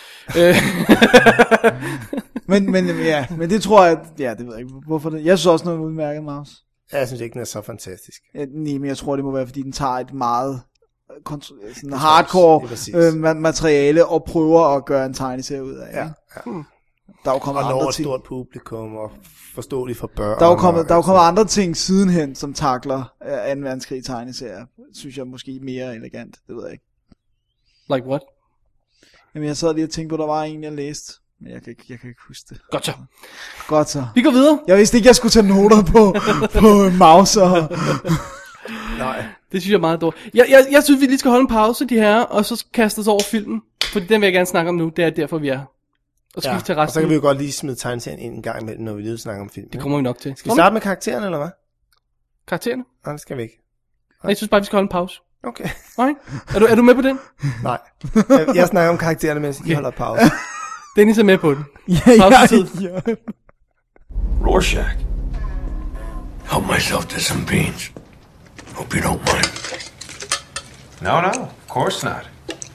men det tror jeg, det ved jeg ikke, hvorfor det. Jeg synes også, noget udmærket Mouse. Jeg synes ikke, den er så fantastisk. Nej, men jeg tror, det må være, fordi den tager et meget sådan hardcore materiale og prøver at gøre en tegneserie ud af. Ja. Der er jo kommet andre ting. Et stort publikum og forståeligt for børn. Der er jo kommet andre ting sidenhen, som takler 2. verdenskrig tegneserier. Synes jeg måske mere elegant, det ved jeg ikke. Like what? Jamen jeg sad lige og tænkte på, der var en, jeg læste. Men jeg kan ikke huske det. Godt så. Så. Vi går videre. Jeg vidste ikke, jeg skulle tage noter på mouse og... Nej. Det synes jeg er meget dårligt. Jeg synes, vi lige skal holde en pause, de her, og så kaste os over filmen. Fordi den vil jeg gerne snakke om nu. Det er derfor, vi er. Og skal vi til resten. Og så kan vi jo godt lige smide tegneserien ind en gang imellem, når vi lige snakker om film. Det kommer vi nok til. Skal vi starte med karaktererne, eller hvad? Karaktererne? Nej, det skal vi ikke. Nej, jeg synes bare, vi skal holde en pause. Okay. Nej. Er du med på den? Nej. Jeg snakker om karaktererne, mens I holder pause. Dennis er med på den. Ja. Rorschach. Help myself to some beans. Hope you don't mind. No, of course not.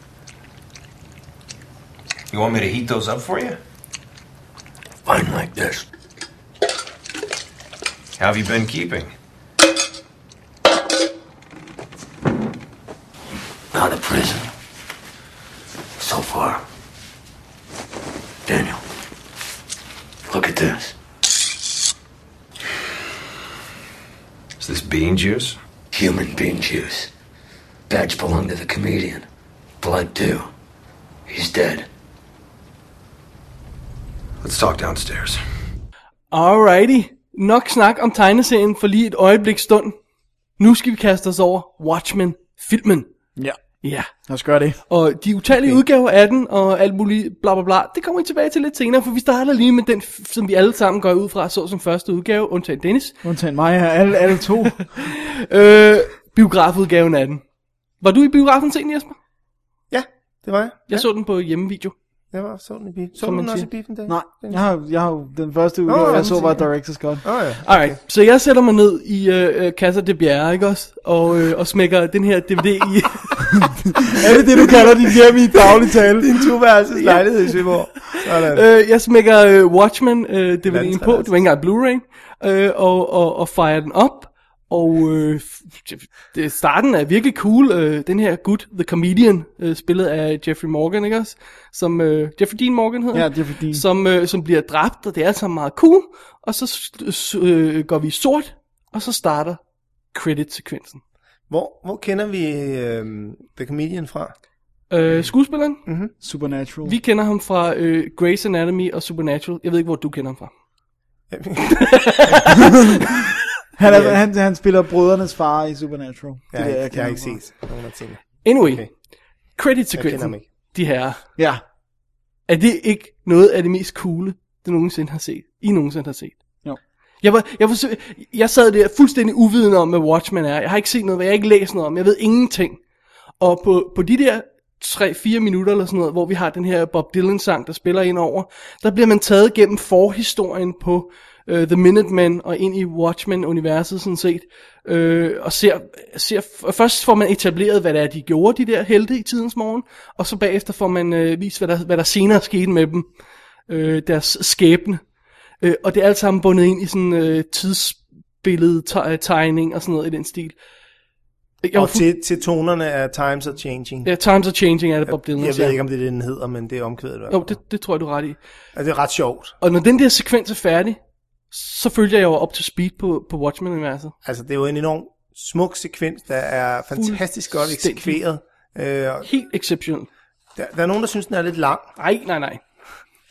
You want me to heat those up for you? Fine like this. How have you been keeping? Out of prison. So far. Daniel, look at this. Is this bean juice? Human bean juice. Badge belonged to the comedian. Blood too. He's dead. Let's talk downstairs. Alrighty. Nok snak om tegneserien for lige et øjeblik stund. Nu skal vi kaste os over Watchmen-filmen. Ja. Ja. Lad os gøre det. Og de utallige udgaver af den, og alt muligt bla bla bla, det kommer vi tilbage til lidt senere, for vi starter lige med den, som vi alle sammen går ud fra, så som første udgave, undtagen Dennis. Undtagen mig her, alle to. Biografudgaven af den. Var du i biografen sen, Jesper? Ja, det var jeg. Jeg så den på hjemmevideo. Jeg var så den i biffen. Så Som du man den også siger. i biffen, Dan? Nej, jeg har jo den første udgave, jeg så var Director's Cut. Ja. Alright, så jeg sætter mig ned i Casa de Bjerre, ikke også? Og smækker den her DVD i. Er det du kalder din hjem i daglig tale? Din toværelses lejlighed i Søborg. Sådan. Jeg smækker Watchmen DVD'en på, det var ikke engang Blu-ray, og fejrer den op. Og starten er virkelig cool. Den her gut, The Comedian, spillet af Jeffrey Morgan, ikke også? Som, Jeffrey Dean Morgan hedder Ja, Jeffrey Dean. som bliver dræbt, og det er altså meget cool. Og så går vi sort, og så starter credit-sekvensen. Hvor kender vi The Comedian fra? Skuespilleren? Mm-hmm. Supernatural. Vi kender ham fra Grey's Anatomy og Supernatural. Jeg ved ikke, hvor du kender ham fra. Han spiller brødrenes far i Supernatural. Jeg har ikke set nogen af tingene. Anyway, Okay. credit-sekvensen, de her. Ja. Er det ikke noget af det mest coole, I nogensinde har set? Jo. Jeg sad der fuldstændig uvidende om, hvad Watchmen er. Jeg har ikke set noget, jeg har ikke læst noget om. Jeg ved ingenting. Og på de der 3-4 minutter eller sådan noget, hvor vi har den her Bob Dylan sang, der spiller ind over, der bliver man taget gennem forhistorien på The Minutemen og ind i Watchmen-universet sådan set, og ser først får man etableret, hvad det er, de gjorde, de der helte i tidens morgen, og så bagefter får man vist, hvad der senere skete med dem, deres skæbne, og det er alt sammen bundet ind i sådan tidsbillede-tegning og sådan noget i den stil. Og til tonerne af Times Are Changing. Ja, Times Are Changing er det Bob Dylan. Jeg ved ikke, om det er det, den hedder, men det er omkvædet. Jo, det tror jeg, du er ret i. Altså, det er ret sjovt. Og når den der sekvens er færdig, så følger jeg jo op til speed på Watchmen-universet. Altså, det er jo en enorm smuk sekvens, der er fantastisk godt eksekveret. Helt exceptionelt. Der er nogen, der synes, den er lidt lang. Nej.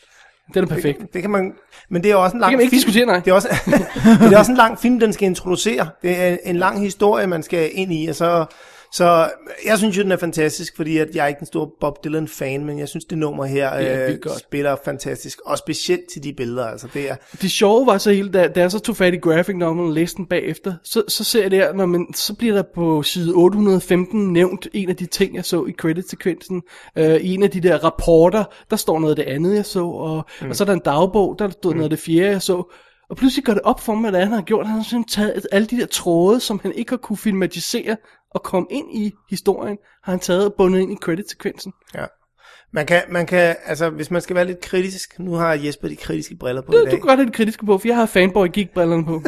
Den er perfekt. Det kan man, men det er også en lang kan man ikke film. diskutere, nej. Det er også, men det er også en lang film, den skal introducere. Det er en lang historie, man skal ind i, og så jeg synes jo, den er fantastisk, fordi at jeg er ikke en stor Bob Dylan-fan, men jeg synes, det nummer her spiller fantastisk, og specielt til de billeder. Altså, det sjove var så helt, da jeg så tog fat i graphic novel og læste den bagefter, så ser jeg der, så bliver der på side 815 nævnt en af de ting, jeg så i credit-sekvensen. I en af de der rapporter, der står noget af det andet, jeg så, og så er der en dagbog, der stod noget af det fjerde, jeg så. Og pludselig går det op for mig, hvad han har gjort. Han har simpelthen taget alle de der tråde, som han ikke har kunne filmatisere og komme ind i historien, har han taget og bundet ind i credit-sekvensen. Ja. Man kan, altså hvis man skal være lidt kritisk, nu har Jesper de kritiske briller på i dag. Du gør det kritiske på, for jeg har fanboy geek-brillerne på.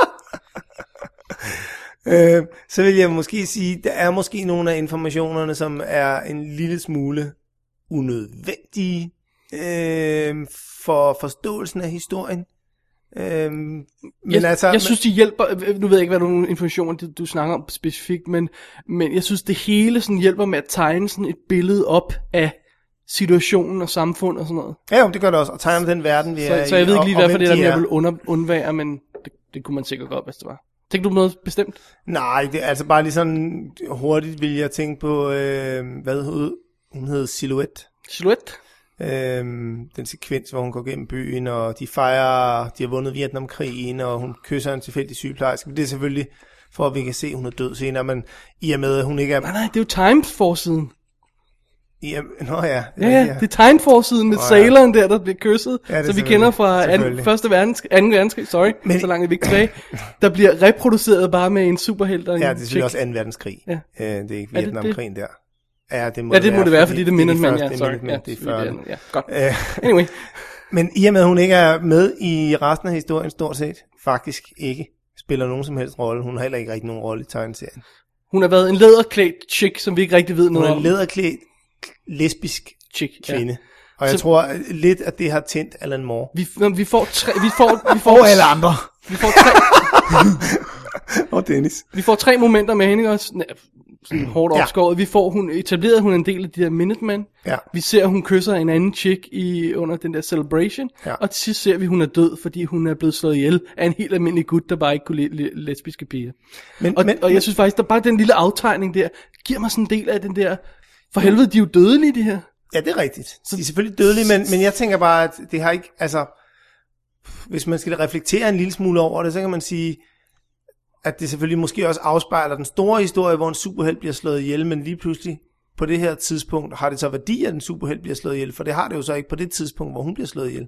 Så vil jeg måske sige, der er måske nogle af informationerne, som er en lille smule unødvendige for forståelsen af historien. Jeg synes de hjælper. Nu ved jeg ikke hvad nogle informationer du snakker om specifikt, men jeg synes det hele sådan hjælper med at tegne sådan et billede op af situationen og samfund og sådan noget. Ja, det gør det også, og tegne den verden vi er i. Så jeg ved ikke lige hvorfor det der jeg vil undvære, men det kunne man sikkert godt, hvis det var. Tænker du på noget bestemt? Nej, det er altså bare lige sådan hurtigt vil jeg tænke på hvad hun hed Silhouette. Den sekvens, hvor hun går gennem byen, og de fejrer, de har vundet Vietnamkrigen, og hun kysser en tilfældig sygeplejerske. Det er selvfølgelig for, at vi kan se, at hun er død senere, men i og med, at hun ikke er... Nej, det er jo Times-forsiden. Ja. Det er Times-forsiden med saileren der bliver kysset, så vi kender fra 2. verdenskrig, så langt er vi ikke tilbage, der bliver reproduceret bare med en superhelt og en det er selvfølgelig også 2. verdenskrig. Ja. Det er ikke Vietnamkrigen der. Ja, det må det være, fordi det er Minutemen, det er 40. Ja, godt. Anyway. Men i og med, at hun ikke er med i resten af historien, stort set, faktisk ikke spiller nogen som helst rolle. Hun har heller ikke rigtig nogen rolle i tegneserien. Hun har været en læderklædt chick, som vi ikke rigtig ved noget om. Hun er en læderklædt, lesbisk kvinde. Ja. Og jeg tror lidt, at det har tændt Alan Moore. Vi får og alle andre. Vi får 3... og Dennis. Vi får 3 momenter med hende også. Sådan hårdt opskåret. Hun etablerede hun en del af de der Minutemen. Ja. Vi ser, hun kysser en anden chick under den der celebration. Ja. Og til sidst ser vi, hun er død, fordi hun er blevet slået ihjel af en helt almindelig gut, der bare ikke kunne lide lesbiske piger. Og jeg synes faktisk, der bare den lille aftegning der, giver mig sådan en del af den der, for helvede, de er jo dødelige, de her. Ja, det er rigtigt. Så de er selvfølgelig dødelige, men jeg tænker bare, at det har ikke, altså, hvis man skal reflektere en lille smule over det, så kan man sige, at det selvfølgelig måske også afspejler den store historie, hvor en superhelt bliver slået ihjel, men lige pludselig på det her tidspunkt har det så værdi, at en superhelt bliver slået ihjel, for det har det jo så ikke på det tidspunkt, hvor hun bliver slået ihjel.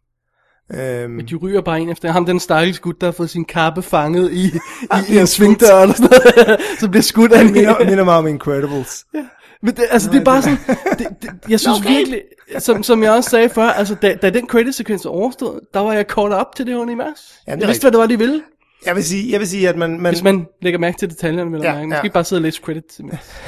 Men de ryger bare ind efter ham, den stakkels gut, der har fået sin kappe fanget i en svingdør eller sådan noget, så bliver skudt af minder mig om Incredibles. Ja. Men det er bare sådan, jeg synes virkelig, som jeg også sagde før, altså da den credit-sekvens overstod, der var jeg caught up til det univers. Jeg vidste, hvad det var, de ville. Jeg vil sige, at man... Hvis man lægger mærke til detaljerne, vil jeg mærke. Måske bare sidde og læse credits.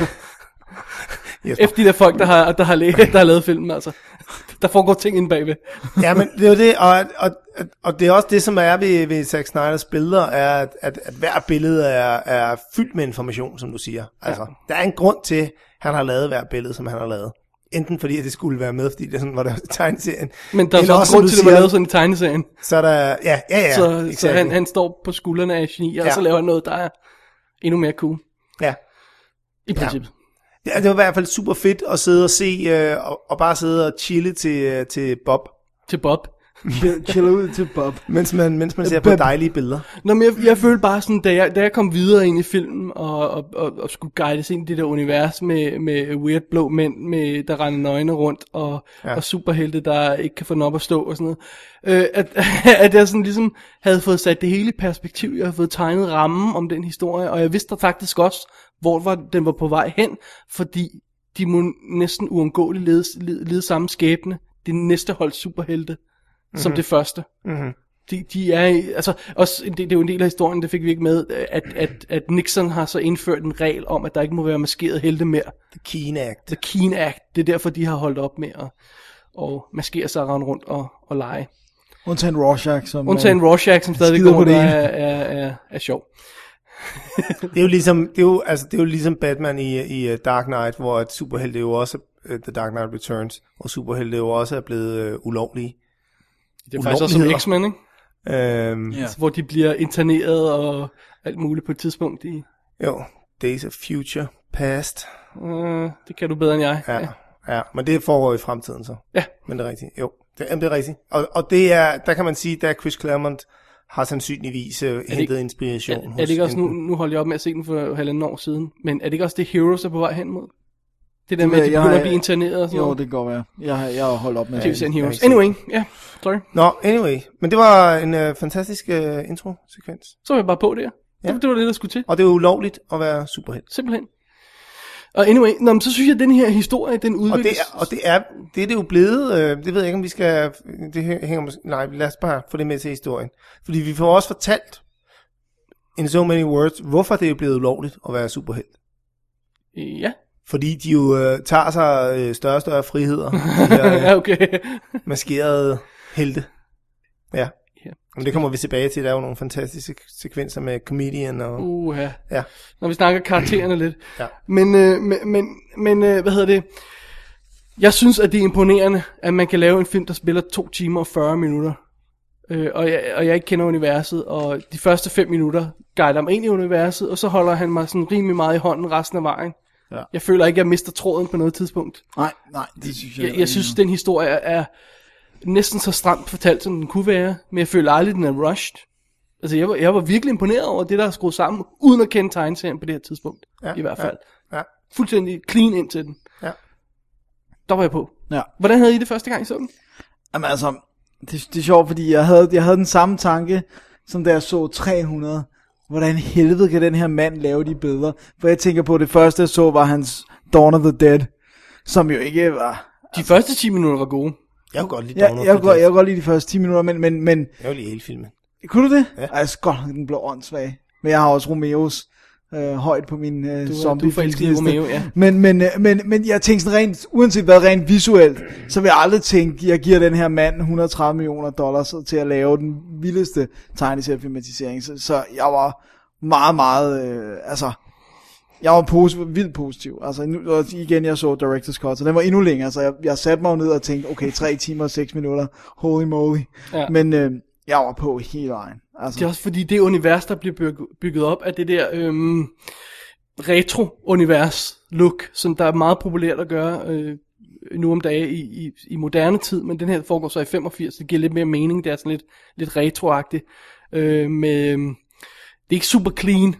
Efter de der folk, der har lavet filmen, altså. Der foregår ting inde bagved. Ja, men det er jo det, og det er også det, som er ved Zack Snyders billeder, er, at hver billede er fyldt med information, som du siger. Altså, der er en grund til, at han har lavet hver billede, som han har lavet. Enten fordi, at det skulle være med, fordi det sådan, var der i tegneserien. Men der er også en grund til, at det var lavet sådan i tegneserien. Så er der, Så han står på skuldrene af genier, og så laver han noget, der er endnu mere cool. Ja. I princippet. Ja, det var i hvert fald super fedt at sidde og se, og bare sidde og chille til Bob. Til Bob. Chille ud til Bob. Mens man ser på dejlige billeder. Nå, men jeg følte bare sådan, da jeg kom videre ind i filmen, og skulle guides ind i det der univers med weird blå mænd, der render nøgne rundt, og superhelte, der ikke kan få den op at stå og sådan noget, at jeg sådan ligesom havde fået sat det hele i perspektiv, jeg havde fået tegnet rammen om den historie, og jeg vidste faktisk også, hvor den var på vej hen, fordi de må næsten uundgåeligt lede samme skæbne, det næste hold superhelte, som det første. Mm-hmm. De er, altså, også, det er jo en del af historien, det fik vi ikke med, at Nixon har så indført en regel om, at der ikke må være maskeret helte mere. The Keene Act. The Keene Act. Det er derfor, de har holdt op med at maskere sig rundt og lege. Undtagen Rorschach, som stadig går, der er sjov. Det er jo ligesom Batman i Dark Knight, hvor et superhelte jo også The Dark Knight Returns, og superhelte jo også er blevet ulovlige. Det er faktisk også som ulovligheder. X-Men, ikke? Ja. Altså, hvor de bliver interneret og alt muligt på et tidspunkt. Jo, Days of Future Past. Det kan du bedre end jeg. Ja, men det foregår i fremtiden så. Ja. Men det er rigtigt. Jo, det er rigtigt. Og det er, der kan man sige, der Chris Claremont har sandsynligvis hentet inspiration. Er det ikke også, nu holdt jeg op med at se den for 1,5 år siden, men er det ikke også det Heroes er på vej hen mod? Det der med, at de begynder at blive interneret og sådan Jo, noget? det kan godt være. Jeg har holdt op med TV-serien Heroes. Anyway, sorry. Anyway. Men det var en fantastisk intro-sekvens. Så var jeg bare på det her. Ja. Det var det, der skulle til. Og det er ulovligt at være superhelt. Simpelthen. Og anyway, så synes jeg, at den her historie, den udvikles... Og det er det jo blevet, det ved jeg ikke, om vi skal, det hænger måske, nej, lad os bare få det med til historien. Fordi vi får også fortalt, in so many words, hvorfor det er blevet ulovligt at være superhelt. Ja. Fordi de jo tager sig større og større friheder, de her Ja, okay. maskerede helte. Ja. Ja. Men det kommer vi tilbage til, der er jo nogle fantastiske sekvenser med comedian og... Ja. Når vi snakker karaktererne lidt. Ja. Men hvad hedder det? Jeg synes, at det er imponerende, at man kan lave en film, der spiller 2 timer og 40 minutter. Og jeg ikke kender universet, og de første 5 minutter guider mig ind i universet, og så holder han mig sådan rimelig meget i hånden resten af vejen. Ja. Jeg føler ikke, at jeg mister tråden på noget tidspunkt. Nej, det synes jeg. Jeg synes, den historie er næsten så stramt fortalt, som den kunne være, men jeg føler aldrig, den er rushed. Altså, jeg var virkelig imponeret over det, der er skruet sammen, uden at kende tegneserien på det her tidspunkt, i hvert fald. Ja. Fuldstændig clean ind til den. Ja. Der var jeg på. Ja. Hvordan havde I det første gang, I så den? Jamen altså, det er sjovt, fordi jeg havde den samme tanke, som da jeg så 300. Hvordan helvede kan den her mand lave de billeder? For jeg tænker på, det første jeg så var hans Dawn of the Dead, som jo ikke var... De første 10 minutter var gode. Jeg kunne godt lide Jeg Dawn of the Dead. kunne godt lide de første 10 minutter, men Jeg kunne lide hele filmen. kunne du det? Ja. Ej, jeg synes godt, den blev åndssvag. Men jeg har også Romeos højt på min zombie. Du er forelsket i Romeo, ja. Men jeg tænkte sådan rent, uanset hvad rent visuelt, så vil jeg aldrig tænke, jeg giver den her mand $130 millioner til at lave den vildeste tegneseriefilmatisering. Så jeg var meget, jeg var vildt positiv. Altså og igen, jeg så Director's Cut, så den var endnu længere, så jeg satte mig ned og tænkte, okay, 3 timer og 6 minutter, holy moly. Ja. Men jeg var på hele vejen. Altså. Det er også fordi, det univers, der bliver bygget op af det der retro-univers-look, som der er meget populært at gøre nu om dagen i moderne tid, men den her foregår så i 85, det giver lidt mere mening, det er sådan lidt retroagtigt. Det er ikke super clean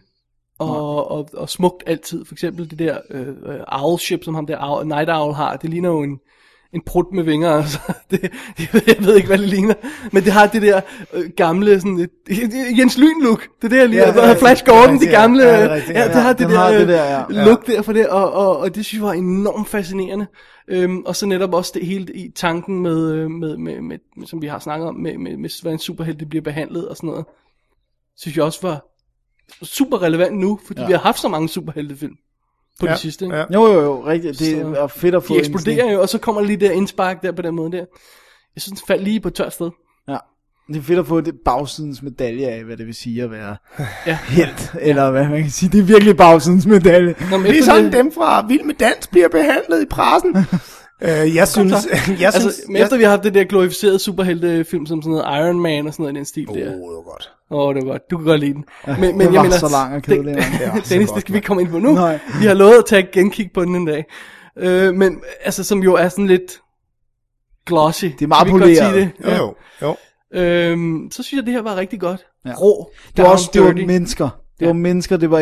og smukt altid. For eksempel det der owlship, som ham der Night Owl har, det ligner jo en prut med vinger, altså. Jeg ved ikke, hvad det ligner. Men det har det der gamle, sådan Jens Lyn-look. Det der lige, Flash Gordon, de gamle. Det har det der look der for det, og det synes jeg var enormt fascinerende. Og så netop også det hele i tanken med som vi har snakket om, med hvordan superhelte bliver behandlet og sådan noget. Synes jeg også var super relevant nu, fordi vi har haft så mange superheltefilm på det sidste. Ikke? Ja. Jo, rigtigt. Det er fedt at få. De eksploderer jo, og så kommer lige der indspark der på den måde der. Jeg synes, den faldt lige på et tørt sted. Ja. Det er fedt at få det bagsidens medalje af, hvad det vil sige at være helt, eller hvad man kan sige. Det er virkelig bagsidens medalje. Det er sådan, dem fra Vild med Dans bliver behandlet i pressen. Jeg synes... Efter vi har haft det der glorificerede superheltefilm, som sådan noget Iron Man og sådan noget i den stil der. Det var godt. Det var godt. Du kan godt lide den. Men det jeg var mener, så lang og kedelig. Dennis, det skal vi ikke komme ind på nu. Nej. Vi har lovet at tage et genkig på den en dag. Men altså, som jo er sådan lidt glossy. Det er meget poleret. Det. Ja. Jo. Så synes jeg, det her var rigtig godt. Ja. Rå. Det var mennesker. Det var mennesker, det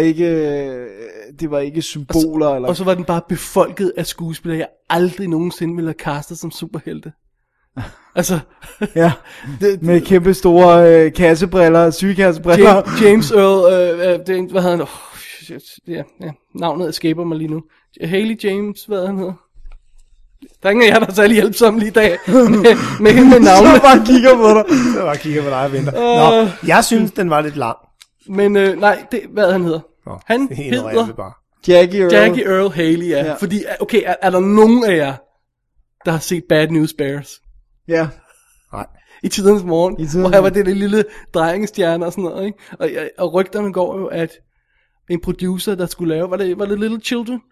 var ikke symboler. Og så var den bare befolket af skuespillere, jeg aldrig nogensinde ville have castet som superhelte. Altså. Ja, med kæmpe store kassebriller, sygekassebriller. James Earl, hvad hedder han? Navnet escaper mig lige nu. Haley James, hvad han hedder? Der er ingen af jer, der er særlig hjælpsomme lige i dag med navnet. Så bare kigger på dig. Så bare kigger på dig og venter. Nå, jeg synes, den var lidt lang. Men nej, hvad han hedder? Han hedder Jackie Earl Haley, ja. Fordi, okay, er der nogen af jer, der har set Bad News Bears? Ja. Nej. I tidernes morgen, hvor her var det lille drengestjerne og sådan noget, ikke? Og rygterne går jo, at en producer, der skulle lave, var det Little Children?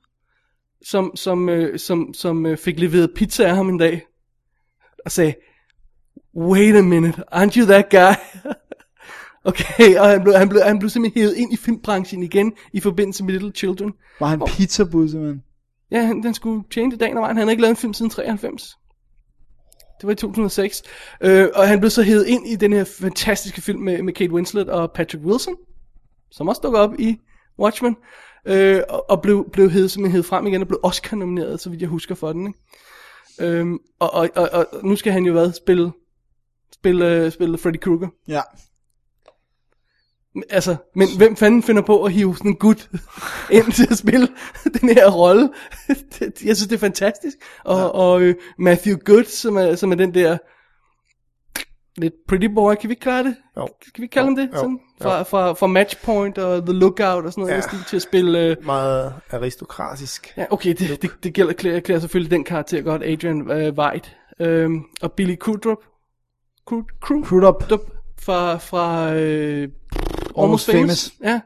Som fik leveret pizza af ham en dag, og sagde, wait a minute, aren't you that guy? Okay, og han blev simpelthen hævet ind i filmbranchen igen, i forbindelse med Little Children. Var han pizzabud, simpelthen? Ja, den skulle tjene til dagen og vejen. Han havde ikke lavet en film siden 93. Det var i 2006. Og han blev så hævet ind i den her fantastiske film med Kate Winslet og Patrick Wilson, som også dukker op i Watchmen, og blev hævet frem igen og blev Oscar-nomineret, så vidt jeg husker for den. Ikke? Og nu skal han jo spille Freddy Krueger. Ja. Altså, men hvem fanden finder på at hive sådan en gut ind til at spille den her rolle? Jeg synes, det er fantastisk. Og Matthew Good, som er den der lidt pretty boy, kan vi ikke klare det? Jo. Kan vi ikke kalde ham det? Sådan? Fra Matchpoint og The Lookout og sådan noget, stil til at spille... Meget aristokratisk. Ja, okay, det gælder klæder selvfølgelig den karakter godt, Adrian White. Og Billy Crudup. Crudup. Fra Almost Famous. Ja.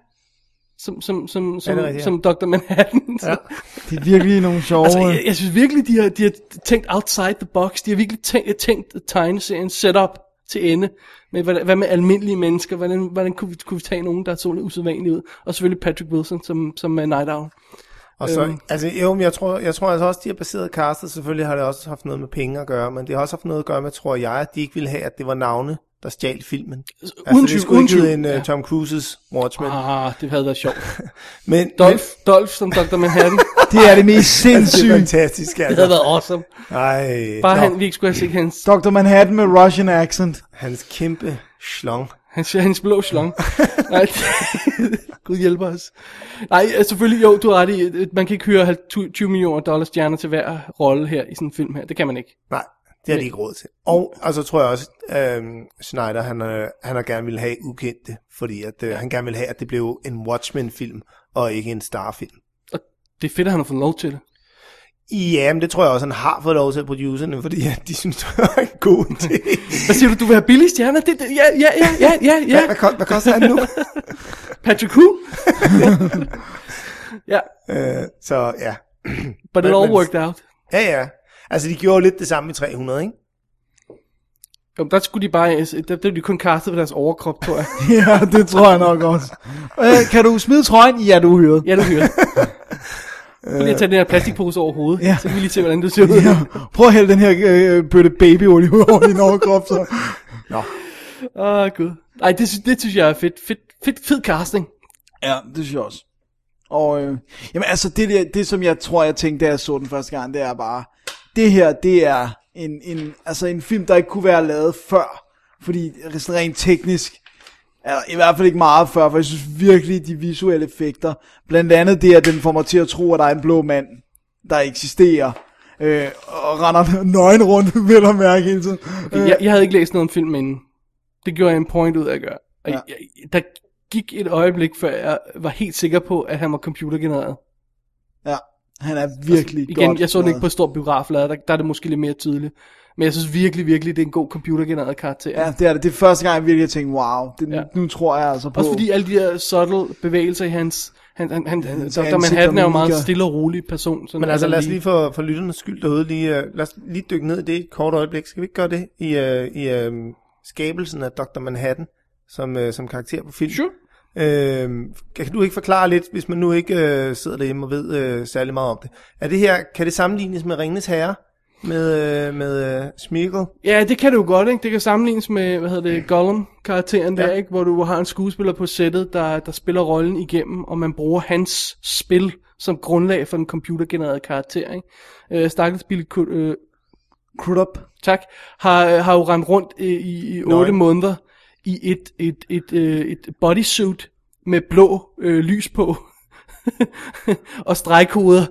Som Dr. Manhattan. Ja. Det er virkelig nogle sjove... Altså, jeg synes virkelig, de har tænkt outside the box. De har virkelig tænkt tegneserien setup til ende. Men hvad med almindelige mennesker? Hvordan kunne vi tage nogen, der så lidt usædvanligt ud? Og selvfølgelig Patrick Wilson som Night Owl. Og så, jeg tror altså også, de har baseret castet. Selvfølgelig har det også haft noget med penge at gøre, men det har også haft noget at gøre med, tror jeg, at de ikke ville have, at det var navne, der stjal filmen. Altså, det skulle ikke hedde en Tom Cruises Watchmen. Det havde været sjovt. Men Dolph som Dr. Manhattan. Det er det mest sindssyge. Det er fantastisk, altså. Det havde været awesome. Ej. Bare vi ikke skulle have set hans... Dr. Manhattan med Russian accent. Hans kæmpe schlong. Hans blå schlong. Nej, Gud hjælper os. Nej, selvfølgelig, jo, du har ret i, man kan ikke hyre $20 million stjerner til hver rolle her i sådan en film her. Det kan man ikke. Nej, det har de ikke råd til. Og så tror jeg også, Snyder, han har gerne ville have ukendte, fordi at, han gerne ville have, at det blev en Watchmen-film, og ikke en Star-film. Og det er fedt, at han har fået lov til det. Ja, men det tror jeg også, han har fået lov til at producerne, fordi de synes, det var en god idé. Hvad siger du vil have billige stjerner? Ja. Hvad koster han nu? Patrick Who? Ja. Så ja. But it all worked out. Ja. Altså, de gjorde lidt det samme i 300, ikke? Jo, der skulle de bare, der blev de kun castet på deres overkrop, tror jeg. Ja, det tror jeg nok også. Kan du smide trøjen? Ja, du er hyret. Ja, du er hyret. Prøv lige at tage den her plastikpose over hovedet, ja. Så kan vi lige se, hvordan det ser ud. Ja. Prøv at hælde den her bøtte babyolie over din overkrop, så. Nå. Gud. Ej, det synes jeg er fedt. Fed casting. Ja, det synes jeg også. Og jamen altså, det som jeg tror, jeg tænkte, da jeg så den første gang, det er bare, det her, det er en film, der ikke kunne være lavet før, fordi rent teknisk, i hvert fald ikke meget før, for jeg synes virkelig, de visuelle effekter, blandt andet det, at den får mig til at tro, at der er en blå mand, der eksisterer, og render nøgen rundt, vil jeg mærke hele tiden. Okay, jeg havde ikke læst noget om filmen inden. Det gjorde jeg en point ud af at gøre. Og ja. Der gik et øjeblik, før jeg var helt sikker på, at han var computergenereret. Ja, han er virkelig altså, igen, godt. Jeg så den ikke på et stort biograflade, der er det måske lidt mere tydeligt. Men jeg synes virkelig, det er en god computergenereret karakter. Ja, det er det. Det er første gang, jeg virkelig tænkte, wow, nu tror jeg altså på. Også fordi alle de der subtle bevægelser i hans... Dr. Manhattan er jo en meget stille og rolig person. Men altså lad os lige for lytternes skyld derude, lad os lige dykke ned i det et kort øjeblik. Skal vi ikke gøre det i skabelsen af Dr. Manhattan som karakter på film? Sure. Kan du ikke forklare lidt, hvis man nu ikke sidder derhjemme og ved særlig meget om det? Kan det sammenlignes med Ringenes Herre? Med Smeagol? Ja, det kan det jo godt, ikke? Det kan sammenlignes med, Gollum-karakteren der, ikke? Hvor du har en skuespiller på sættet, der spiller rollen igennem, og man bruger hans spil som grundlag for den computergenererede karakter, ikke? Stakkels Billy Crudup. Tak. Har jo rendt rundt i 8 måneder i et bodysuit med blå lys på. og stregkoder.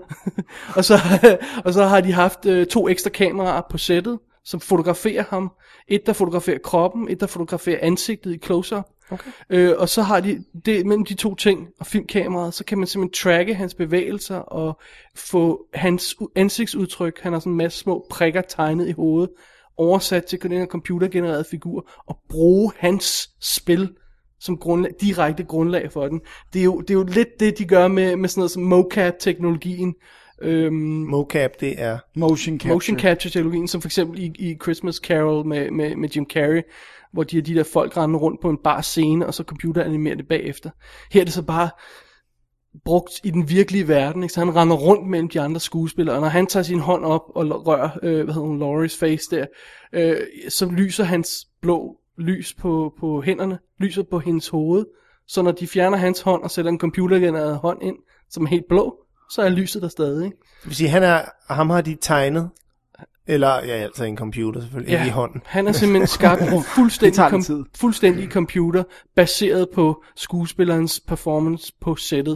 og så har de haft 2 ekstra kameraer på sættet, som fotograferer ham. Et, der fotograferer kroppen, et, der fotograferer ansigtet i close-up. Okay. Og så har de det mellem de 2 ting og filmkameraet, så kan man simpelthen tracke hans bevægelser og få hans ansigtsudtryk. Han har sådan en masse små prikker tegnet i hovedet, oversat til den her computergenererede figur, og bruge hans spil som direkte grundlag for den. Det er jo lidt det, de gør med sådan noget som mocap-teknologien, Mocap, det er... Motion capture-teknologien, som for eksempel i Christmas Carol med Jim Carrey, hvor de der folk render rundt på en bar scene, og så computeranimerer det bagefter. Her er det så bare brugt i den virkelige verden, ikke? Så han render rundt mellem de andre skuespillere, og når han tager sin hånd op og rører, Laurie's face der, så lyser hans blå lys på hænderne, lyser på hendes hoved, så når de fjerner hans hånd og sætter en computergenereret hånd ind, som er helt blå, så er lyset der stadig, ikke? Det vil sige, ham har de tegnet, eller altså en computer selvfølgelig, ikke i hånden. Han er simpelthen skabt fuldstændig computer, baseret på skuespillerens performance på sættet.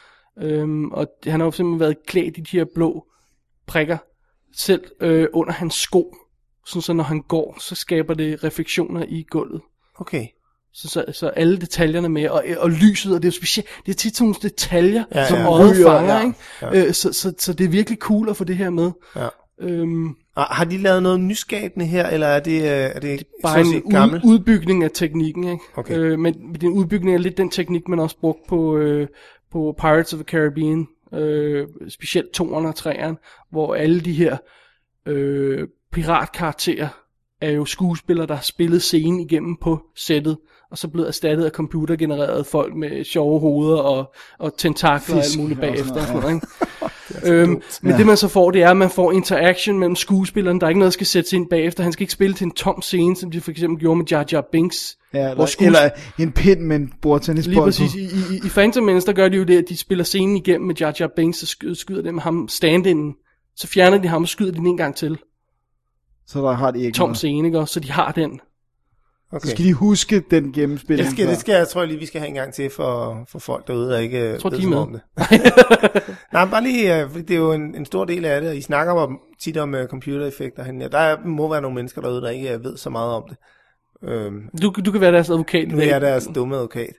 Og han har jo simpelthen været klædt i de her blå prikker, selv under hans sko, så når han går, så skaber det refleksioner i gulvet. Okay. Så alle detaljerne med, og lyset, og det er jo specielt, det er tit sådan nogle detaljer, som øjet fanger, ikke? Ja. Så det er virkelig cool at få det her med. Ja. Har de lavet noget nyskabende her, eller er det bare en udbygning af teknikken, ikke? Okay. Men det er en udbygning af lidt den teknik, man også brugt på Pirates of the Caribbean, specielt 2'eren og 3'eren, hvor alle de her piratkarakterer er jo skuespillere, der har spillet scenen igennem på sættet, og så blevet erstattet af computergenererede folk med sjove hoveder og tentakler og alt muligt bagefter. Og sådan noget, ikke? Men det man så får, det er, at man får interaction mellem skuespilleren. Der er ikke noget, der skal sættes ind bagefter. Han skal ikke spille til en tom scene, som de for eksempel gjorde med Jar Jar Binks. Ja, eller en pind med en bordtennisbold. Lige præcis. I Phantom Menace, der gør de jo det, at de spiller scenen igennem med Jar Jar Binks, og skyder dem ham stand-inden. Så fjerner de ham og skyder den en gang til. Så der har de ikke tom scene, ikke? Så de har den. Okay. Så skal de huske den gennemspilling. Det skal jeg tror lige, vi skal have en gang til for folk derude, der ikke ved så om det. Nej, bare lige, det er jo en stor del af det, og I snakker tit om computereffekter. Der må være nogle mennesker derude, der ikke ved så meget om det. Du kan være deres advokat. Nu er jeg deres dumme advokat.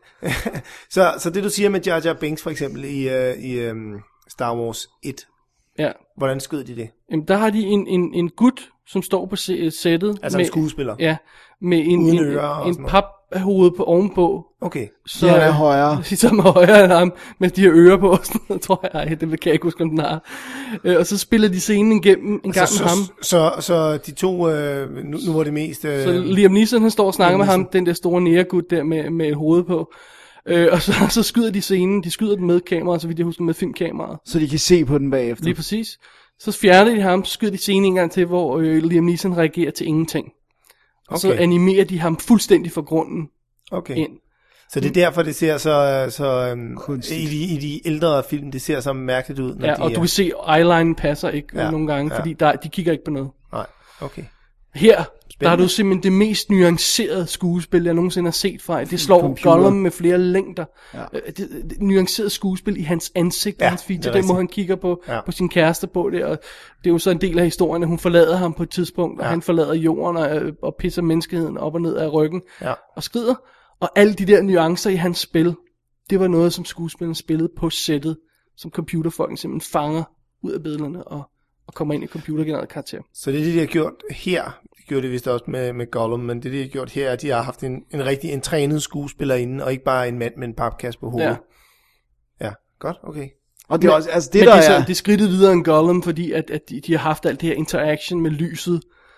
så det du siger med Jar Jar Binks for eksempel i Star Wars 1, ja. Hvordan skød de det? Jamen, der har de en gut, som står på sættet. Altså en skuespiller? Ja, med en paphoved på ovenpå. Okay. Så han er højere. Som er højere end ham, med de her ører på. Sådan noget, tror jeg. Det kan jeg ikke huske, om den har. Og så spiller de scenen igennem en gang med ham. Så de to, nu var det mest... Så Liam Neeson, han står og snakker med ham, den der store næregut der med et hoved på. Og så skyder de scenen, de skyder den med kameraet, så vidt jeg husker med filmkameraet. Så de kan se på den bagefter. Lige præcis. Så fjerner de ham, så skyder de scenen en gang til, hvor Liam Neeson reagerer til ingenting. Og så animerer de ham fuldstændig fra grunden ind. Så det er derfor, det ser så i de ældre film, det ser så mærkeligt ud. Når og du kan se, eyelinen passer ikke nogle gange, fordi de kigger ikke på noget. Nej, okay. Her, der er du simpelthen det mest nuancerede skuespil, jeg nogensinde har set fra. Det slår Gollum med flere længder. Ja. Det nuancerede skuespil i hans ansigt og hans feature, den måde han kigger på sin kæreste på det. Og det er jo så en del af historien, at hun forlader ham på et tidspunkt, og han forlader jorden og pisser menneskeheden op og ned af ryggen og skrider. Og alle de der nuancer i hans spil, det var noget, som skuespilleren spillede på sættet, som computerfolken simpelthen fanger ud af billederne og kommer ind i computergenereret karakter. Så det er det, de har gjort her. De gjorde det vist også med Gollum, men det de har gjort her, at de har haft en trænet skuespiller inde, og ikke bare en mand med en papkasse på hovedet. Ja, godt, okay. Og det er også, altså det er skridtet videre end Gollum, fordi at de har haft alt det her interaction med lyset.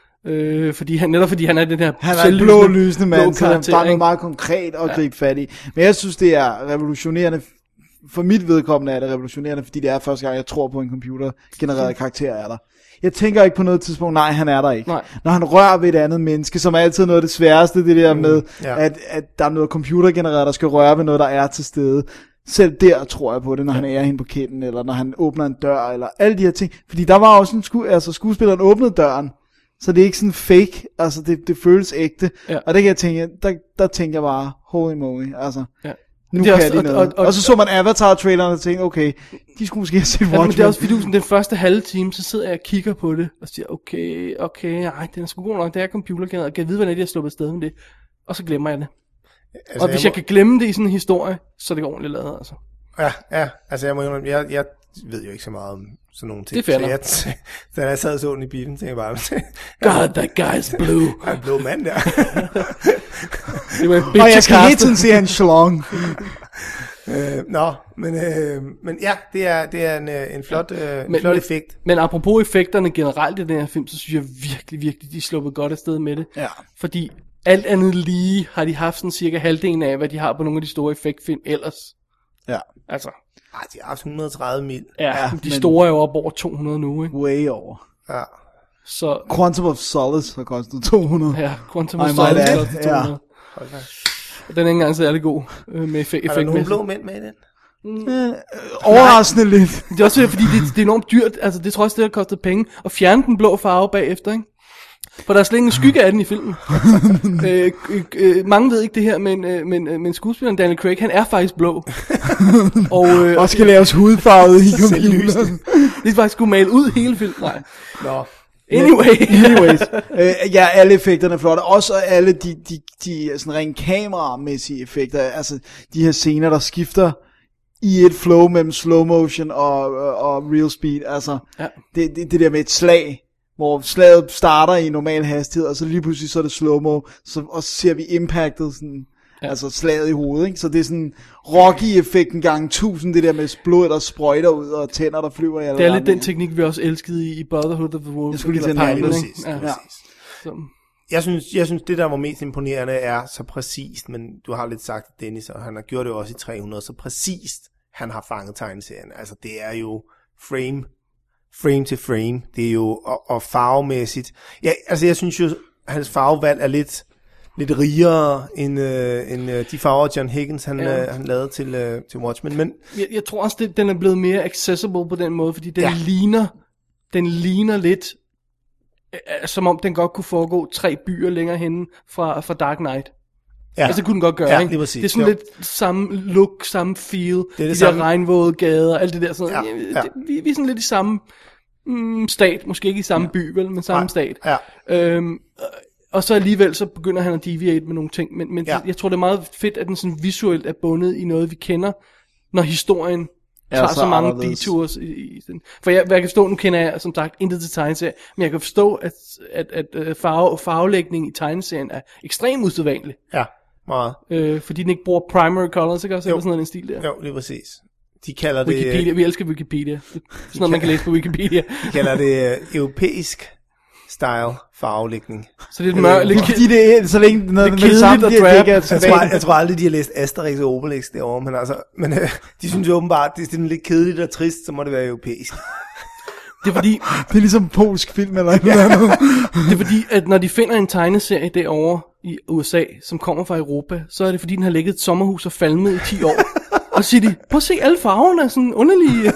Fordi han er den her blå lysende mand, så der er noget meget konkret at gribe fat i. Men jeg synes, det er revolutionerende. For mit vedkommende er det revolutionerende, fordi det er første gang, jeg tror på en computergenereret karakter er der. Jeg tænker ikke på noget tidspunkt, nej, han er der ikke. Nej. Når han rører ved et andet menneske, som er altid noget af det sværeste, det der med, at der er noget computergenereret, der skal røre ved noget, der er til stede. Selv der tror jeg på det, når han er hende på kinden, eller når han åbner en dør, eller alle de her ting. Fordi der var også skuespilleren åbnede døren, så det er ikke sådan fake, altså det føles ægte. Ja. Og der kan jeg tænke, der tænker jeg bare, holy moly, altså. Ja. Nu kan også, de noget. Og så man Avatar-traileren og tænkte, okay, de skulle måske have set Watchmen. Men det er også fordi, den første halve time, så sidder jeg og kigger på det, og siger, okay, ej, den er sgu god nok, det er computergenereret, kan jeg vide, hvordan de har sluppet afsted med det? Og så glemmer jeg det. Altså, og hvis jeg kan glemme det i sådan en historie, så er det ordentligt lavet, altså. Ja, altså jeg ved jo ikke så meget om sådan nogle ting. Det er så da jeg sad og så den i bilen, tænkte jeg bare, God, that guy's blue. Han er en blå mand der. Og jeg skal hele tiden se en schlong. Men ja, det er en flot, flot effekt. Men apropos effekterne generelt i den her film, så synes jeg virkelig, de er sluppet godt afsted med det. Ja. Fordi alt andet lige har de haft sådan cirka halvdelen af, hvad de har på nogle af de store effektfilm ellers. Ja. Altså. Ej, de har haft 130 mil. Ja, de store er jo op over 200 nu, ikke? Way over. Ja. Så, Quantum of Solace har kostet 200. ja, Quantum of I might Solace add, kostede 200. Den er ikke engang særlig god med effekt. Er der nogle blå mænd med i den? Overraskende lidt. Det er også fordi, det er enormt dyrt. Altså, det tror jeg også, det har kostet penge. At fjerne den blå farve bagefter, ikke? For der er slet ingen skygge af den i filmen. Mange ved ikke det her, men skuespilleren Daniel Craig, han er faktisk blå. Og skal laves hudfarvet i computeren. Det er faktisk skulle male ud hele filmen. Nej. Nå. Anyways. Ja, alle effekterne er flotte. Også alle de sådan rent kameramæssige effekter. Altså, de her scener, der skifter i et flow mellem slow motion og real speed. Altså, ja. det der med et slag, hvor slaget starter i normal hastighed, og så lige pludselig så er det slow-mo, og så ser vi impactet, sådan, altså slaget i hovedet, ikke? Så det er sådan Rocky-effekten gange 1000, det der med blod, der sprøjter ud, og tænder, der flyver i alle. Det er lidt den teknik, vi også elskede i Brotherhood of the Wolf. Jeg skulle lige tænke Jeg synes, det der var mest imponerende er så præcist, men du har lidt sagt Dennis, og han har gjort det også i 300, så præcist han har fanget tegneserien. Altså det er jo frame til frame, det er jo, og farvemæssigt. Ja, altså jeg synes jo, hans farvevalg er lidt rigere end de farver, John Higgins han lavede til Watchmen. Men jeg tror også, den er blevet mere accessible på den måde, fordi den ligner lidt, som om den godt kunne foregå 3 byer længere henne fra Dark Knight. Ja. Altså det kunne den godt gøre, ikke? Det er sådan lidt samme look, samme feel, de der regnvåde gader, alt det der sådan. Ja. Vi er sådan lidt i samme stat, måske ikke i samme by, vel, men samme stat. Ja. Og så alligevel så begynder han at deviate med nogle ting, men jeg tror det er meget fedt, at den sådan visuelt er bundet i noget vi kender, når historien tager så mange detours i den. For jeg kan forstå, nu kender jeg som sagt intet til tegneserien, men jeg kan forstå, at farvelægning i tegneserien er ekstremt usædvanlig. Ja, meget. Fordi den ikke bruger primary colors, ikke også? Eller sådan noget en stil der. Jo, det er præcis. De kalder det... Wikipedia, vi elsker Wikipedia. Sådan noget, man kan læse på Wikipedia. De kalder det europæisk style farvelægning. Så det er mørkt. Fordi det er så længe noget med det samme, jeg tror aldrig, de har læst Asterix og Obelix derovre, men de synes jo åbenbart, det er lidt kedeligt og trist, så må det være europæisk. Det er fordi... det er ligesom polsk film eller noget andet. Det er fordi, at når de finder en tegneserie derovre i USA, som kommer fra Europa, så er det fordi, den har ligget et sommerhus og falmet i 10 år. Og så siger de, prøv at se, alle farverne er sådan underlige...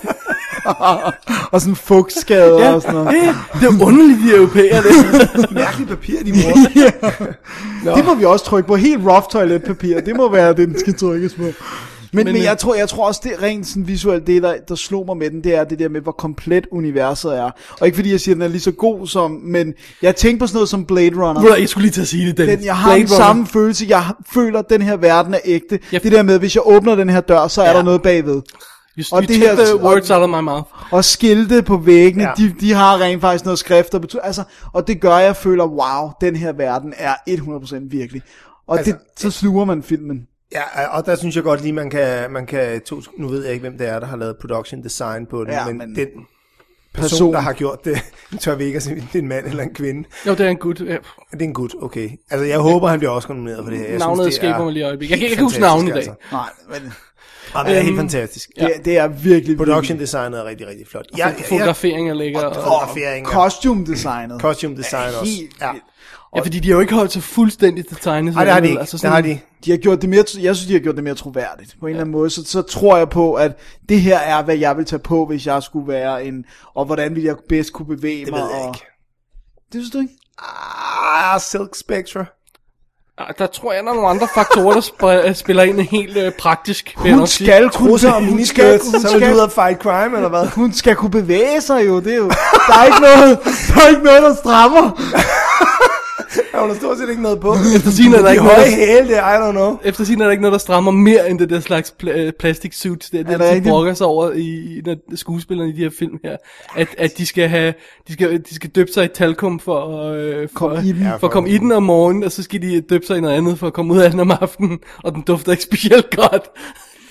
og sådan fugtskader og sådan noget. Det er underligt, de europæere. Mærkeligt papir, de bruger. Det må vi også trykke på. Helt rough toiletpapir. Det må være det, den skal trykkes på. Men jeg tror også, det er rent sådan visuelt, det der slog mig med den, det er det der med, hvor komplet universet er. Og ikke fordi jeg siger, at den er lige så god som, men jeg tænker på sådan noget som Blade Runner. Jeg skulle lige til at sige det, jeg har den samme følelse, jeg føler, at den her verden er ægte. Det der med, hvis jeg åbner den her dør, så er der noget bagved. Og det her the words out of my mouth. Og skilte på væggene, de har rent faktisk noget skrift, altså, og det gør, jeg føler, wow, den her verden er 100% virkelig. Og altså, så sluger man filmen. Ja, og der synes jeg godt lige, man kan nu ved jeg ikke, hvem det er, der har lavet production design på den, men den person, der har gjort det, tør vi ikke at sige, det er en mand eller en kvinde. Jo, det er en gut. Ja. Det er en gut, okay. Altså, jeg håber, han bliver også nomineret for det her. Jeg navnet synes, skæber mig lige øjeblik. Jeg kan ikke huske navnet i dag. Altså. Nej, men... det er helt fantastisk. Det er virkelig... Production designet er rigtig, rigtig flot. Fotografering er lækker. Og costume designet. Costume design også. Ja, fordi de har jo ikke holdt sig fuldstændig til tegnet. Nej, det har de ikke. Altså sådan, det har de. De har gjort det mere, jeg synes, de har gjort det mere troværdigt. På en eller anden måde, så tror jeg på, at det her er, hvad jeg vil tage på, hvis jeg skulle være en... Og hvordan ville jeg bedst kunne bevæge mig. Det ved jeg ikke. Det synes du ikke? Silk Spectre. Der tror jeg, der er nogle andre faktorer, der spiller ind helt praktisk. Hun skal kunne... Så vil du ud og fight crime, eller hvad? Hun skal kunne bevæge sig jo, det er jo... Der er ikke noget, der strammer. Ja, hun har stort set ikke noget på. Eftersigende er der ikke noget, hæle, I don't know. Eftersigende er der ikke noget, der strammer mere end det der slags plastic suits, det de brokker sig over i skuespillerne i de her film her, at de skal døbe sig i talkum for at komme i den om morgenen, og så skal de døbe sig i noget andet for at komme ud af den om aftenen, og den dufter ikke specielt godt.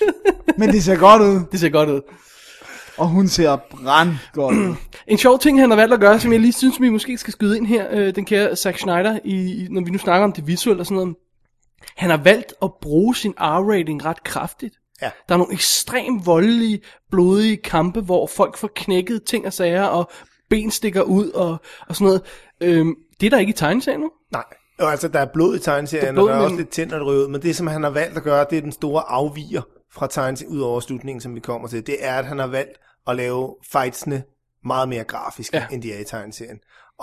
Men det ser godt ud. Det ser godt ud. Og hun ser brandgodt ud. En sjov ting, han har valgt at gøre, som jeg lige synes, vi måske skal skyde ind her, den kære Zack Snyder, når vi nu snakker om det visuelle og sådan noget. Han har valgt at bruge sin R-rating ret kraftigt. Ja. Der er nogle ekstremt voldelige, blodige kampe, hvor folk får knækket ting og sager, og ben stikker ud og sådan noget. Det er der ikke i tegneserien nu. Nej, og altså der er blod i tegneserien, og der er også lidt tænder røvet, men det som han har valgt at gøre, det er den store afviger fra tegneserien, ud over slutningen, som vi kommer til. Det er, at han har valgt at lave fightsene meget mere grafiske, end de er i tegneserien.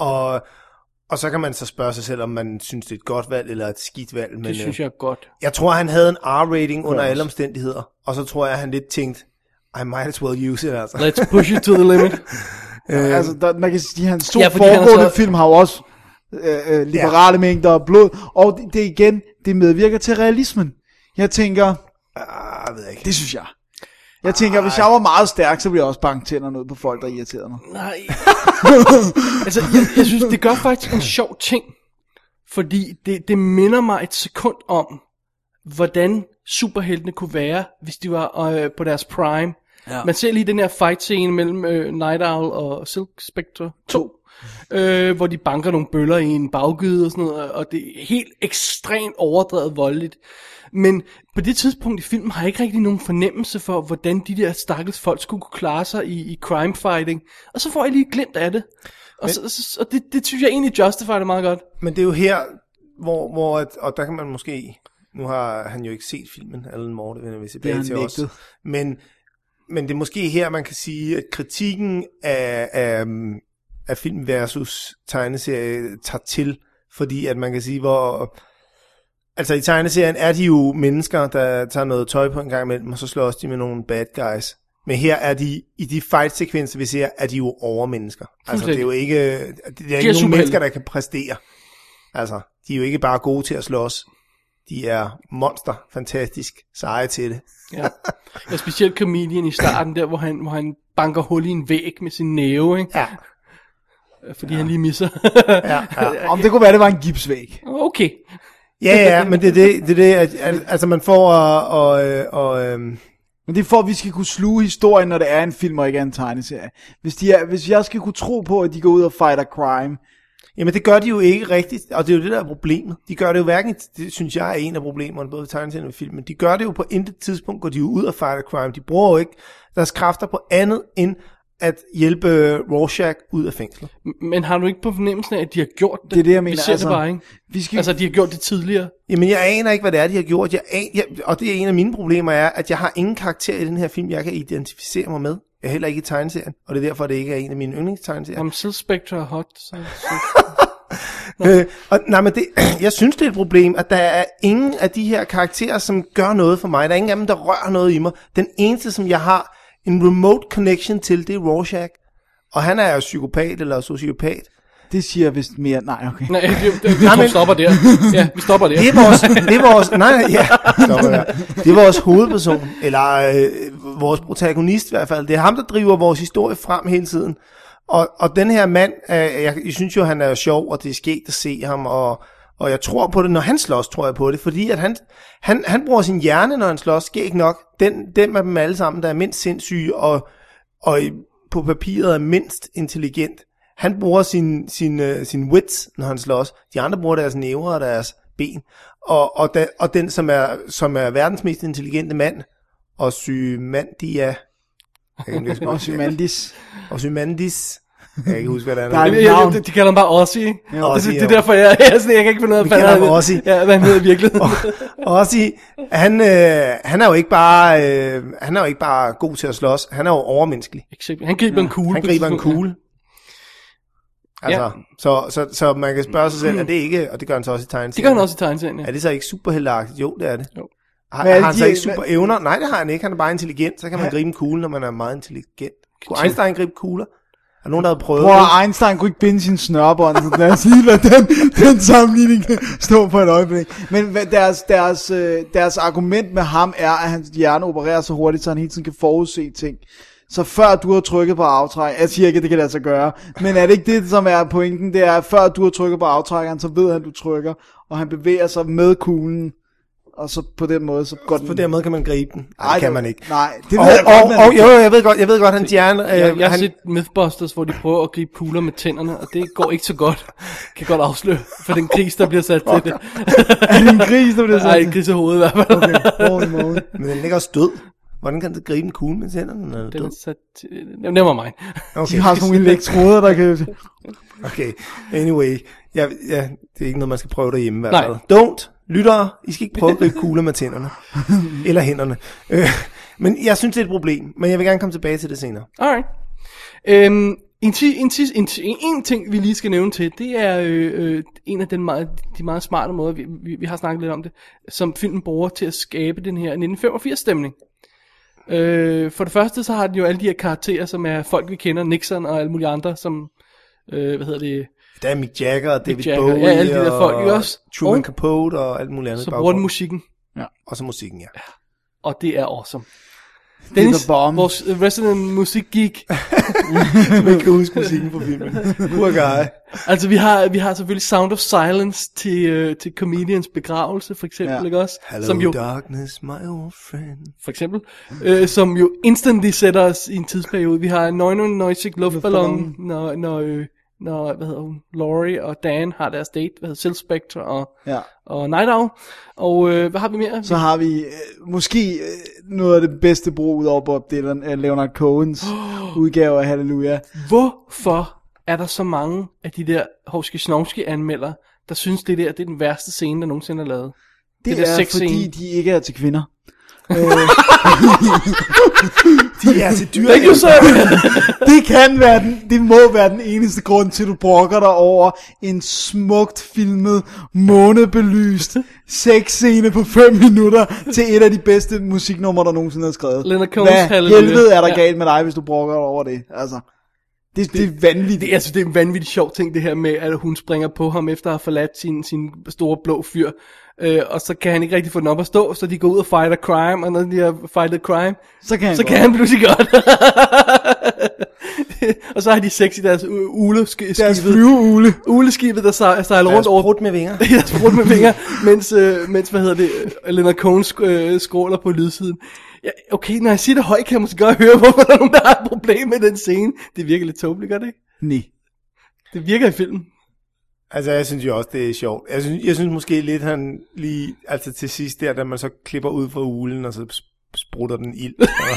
Og så kan man så spørge sig selv, om man synes, det er et godt valg eller et skidt valg. Men, det synes jeg er godt. Jeg tror, han havde en R-rating under alle omstændigheder, og så tror jeg, han lidt tænkte, I might as well use it, altså. Let's push it to the limit. Altså, man kan sige, hans to foregående film har jo også liberale mængder af blod, og det igen, det medvirker til realismen. Jeg tænker, ved jeg ikke. Det synes jeg. Jeg tænker, hvis jeg var meget stærk, så ville jeg også banke tænderne ud på folk, der irriterede mig. Nej. Altså, jeg synes, det gør faktisk en sjov ting. Fordi det minder mig et sekund om, hvordan superheltene kunne være, hvis de var på deres prime. Ja. Man ser lige den her fight scene mellem Night Owl og Silk Spectre 2. Hvor de banker nogle bøller i en baggyde og sådan noget. Og det er helt ekstremt overdrevet voldeligt. Men på det tidspunkt i filmen har jeg ikke rigtig nogen fornemmelse for, hvordan de der stakkels folk skulle kunne klare sig i crime fighting. Og så får jeg lige glimt af det. Og det synes jeg egentlig justifier det meget godt. Men det er jo her, hvor og der kan man måske, nu har han jo ikke set filmen, Alan Moore, det vender vi tilbage til også. Men det er måske her, man kan sige, at kritikken af film versus tegneserie tager til, fordi at man kan sige, altså i tegneserien er de jo mennesker, der tager noget tøj på en gang imellem, og så slås de med nogle bad guys. Men her er de, i de fight-sekvenser, vi ser, er de jo overmennesker. Altså det er jo ikke, det er ikke nogen mennesker, der kan præstere. Altså, de er jo ikke bare gode til at slås. De er monster, fantastisk, seje til det. Ja. Og specielt comedian i starten der, hvor han banker hul i en væg med sin næve, ikke? Ja. Fordi han lige misser. Om det kunne være, det var en gipsvæg. Okay. Ja, men det er det, altså man får Men det er for, at vi skal kunne sluge historien, når det er en film og ikke er en tegneserie. Hvis jeg skal kunne tro på, at de går ud og fighter crime. Jamen det gør de jo ikke rigtigt, og det er jo det, der er problemet. De gør det jo hverken, det synes jeg er en af problemerne, både i tegneserien og filmen. De gør det jo på intet tidspunkt, går de jo ud og fighter crime. De bruger jo ikke deres kræfter på andet end at hjælpe Rorschach ud af fængslet. Men har du ikke på fornemmelsen af, at de har gjort det? Det er det, jeg mener. Vi ser det bare, ikke? Altså, de har gjort det tidligere. Jamen, jeg aner ikke, hvad det er, de har gjort. Og det er en af mine problemer, er, at jeg har ingen karakter i den her film, jeg kan identificere mig med. Jeg er heller ikke i tegneserien, og det er derfor, det ikke er en af mine yndlingstegneserier. Om Silk Spectre er hot, så... Men jeg synes, det er et problem, at der er ingen af de her karakterer, som gør noget for mig. Der er ingen af dem, der rører noget i mig. Den eneste, som jeg har en remote connection til, det er Rorschach. Og han er jo psykopat eller sociopat. Det siger vist mere... Nej, okay. Nej, vi stopper der. Ja, vi stopper der. Det er vores hovedperson, eller vores protagonist i hvert fald. Det er ham, der driver vores historie frem hele tiden. Og den her mand, jeg synes jo, han er sjov, og det er skægt at se ham, og jeg tror på det, når han slås, tror jeg på det, fordi at han bruger sin hjerne, når han slås, skægt nok, den af dem alle sammen, der er mindst sindssyge, og på papiret er mindst intelligent. Han bruger sin wits, når han slås. De andre bruger deres næver og deres ben. Og den, som er verdens mest intelligente mand, Ozymandias. Jeg kan ikke huske, hvad det er. De kalder ham bare Ozzy. Det er derfor, jeg kan ikke finde noget af, hvad han hedder i virkeligheden. Ozzy, han er jo ikke bare god til at slås. Han er jo overmenneskelig. Han griber en kugle. Altså, så man kan spørge sig selv, er det ikke, og det gør han så også i tegneserien. Det gør han også i tegneserien, ja. Er det så ikke superhelteagtigt? Jo, det er det. Jo. Har han så ikke super evner? Nej, det har han ikke. Han er bare intelligent. Så kan man gribe en kugle, når man er meget intelligent. Kunne Einstein gribe kugler? Er der nogen, der havde prøvet det? Einstein kunne ikke binde sin snørbånd, så lad os lige lade den sammenligning stå på et øjeblik. Men deres argument med ham er, at hans hjerne opererer så hurtigt, så han hele tiden kan forudse ting. Så før du har trykket på aftræk, jeg siger ikke, at det kan lade sig gøre, men er det ikke det, som er pointen? Det er, at før du har trykket på aftrækkeren, så ved han, du trykker, og han bevæger sig med kuglen. og så på den måde, så går den... På den måde kan man gribe den. Nej, det kan man ikke. Nej, det ved jeg godt, jeg ved godt, hans hjerne... Jeg har set Mythbusters, hvor de prøver at gribe kugler med tænderne, og det går ikke så godt. Kan godt afsløre for den gris, der bliver sat til det. Er det en gris, der bliver sat til? Nej, en gris i hovedet i hvert fald. Okay, men den ligger også død. Hvordan kan det gribe en kugle med tænderne, når den er død? Den er sat til... Never mind. Okay. De har sådan nogle elektroder, der kan... Okay, anyway. Ja, det er ikke noget, man skal prøve derhjemme. Nej. Don't, lyttere, I skal ikke prøve at gribe kugler med tænderne. Eller hænderne. Men jeg synes, det er et problem. Men jeg vil gerne komme tilbage til det senere. Alright. En ting, vi lige skal nævne til, det er en af de meget smarte måder, vi har snakket lidt om det, som filmen bruger til at skabe den her 1985-stemning. For det første, så har den jo alle de her karakterer, som er folk, vi kender, Nixon og alle mulige andre, som, Der er Mick Jagger og David Jagger, Bowie ja, alle de der folk, ikke også? Truman Capote og alt muligt andet. Så bruger den musikken. Ja. Og så musikken, ja. Og det er awesome. Dennis, vores resident musikgeek. Som ikke kan huske musikken på filmen. Poor guy. Altså vi har selvfølgelig Sound of Silence til Comedians begravelse for eksempel, ikke også? Hello som jo, darkness, my old friend. For eksempel, som jo instantly sætter os i en tidsperiode. Vi har 99 luftballon, når hvad hedder hun, Laurie og Dan har deres date, hvad hedder Sil Spectre og Night Owl. Og hvad har vi mere? Så har vi måske noget af det bedste brug ud over Bob Dylan, Leonard Cohens udgave af Halleluja. Hvorfor er der så mange af de der Hovski-Snovski-anmeldere, der synes det er den værste scene, der nogensinde er lavet? Det er fordi, de ikke er til kvinder. De er til dyr. Det må være den eneste grund til, at du brokker dig over en smukt filmet, månebelyst sexscene på 5 minutter til et af de bedste musiknumre, der nogensinde er skrevet. Leonard Cohen's Hvad helvede er der galt med dig, hvis du brokker dig over det? Altså, det er vanvittigt. Det er en vanvittig sjov ting, det her med, at hun springer på ham efter at have forladt sin store blå fyr. Og så kan han ikke rigtig få den op at stå, så de går ud og fighter crime, og når de har fightet crime, så kan han pludselig godt. Og så har de sex i deres uleskibet. Deres flyveugle. Uleskibet, der sejler rundt over. Sprut med vinger. Deres sprut med vinger, mens hvad hedder det, Leonard Cohen skråler på lydsiden. Ja, okay, når jeg siger det højt, kan jeg måske godt høre, hvorfor der er nogen, der har et problem med den scene. Det virker lidt tåbeligt, gør det ikke? Nej. Det virker i filmen. Altså, jeg synes jo også, det er sjovt. Jeg synes måske lidt, han lige, altså til sidst der, da man så klipper ud fra ulen, og så sprutter den ild.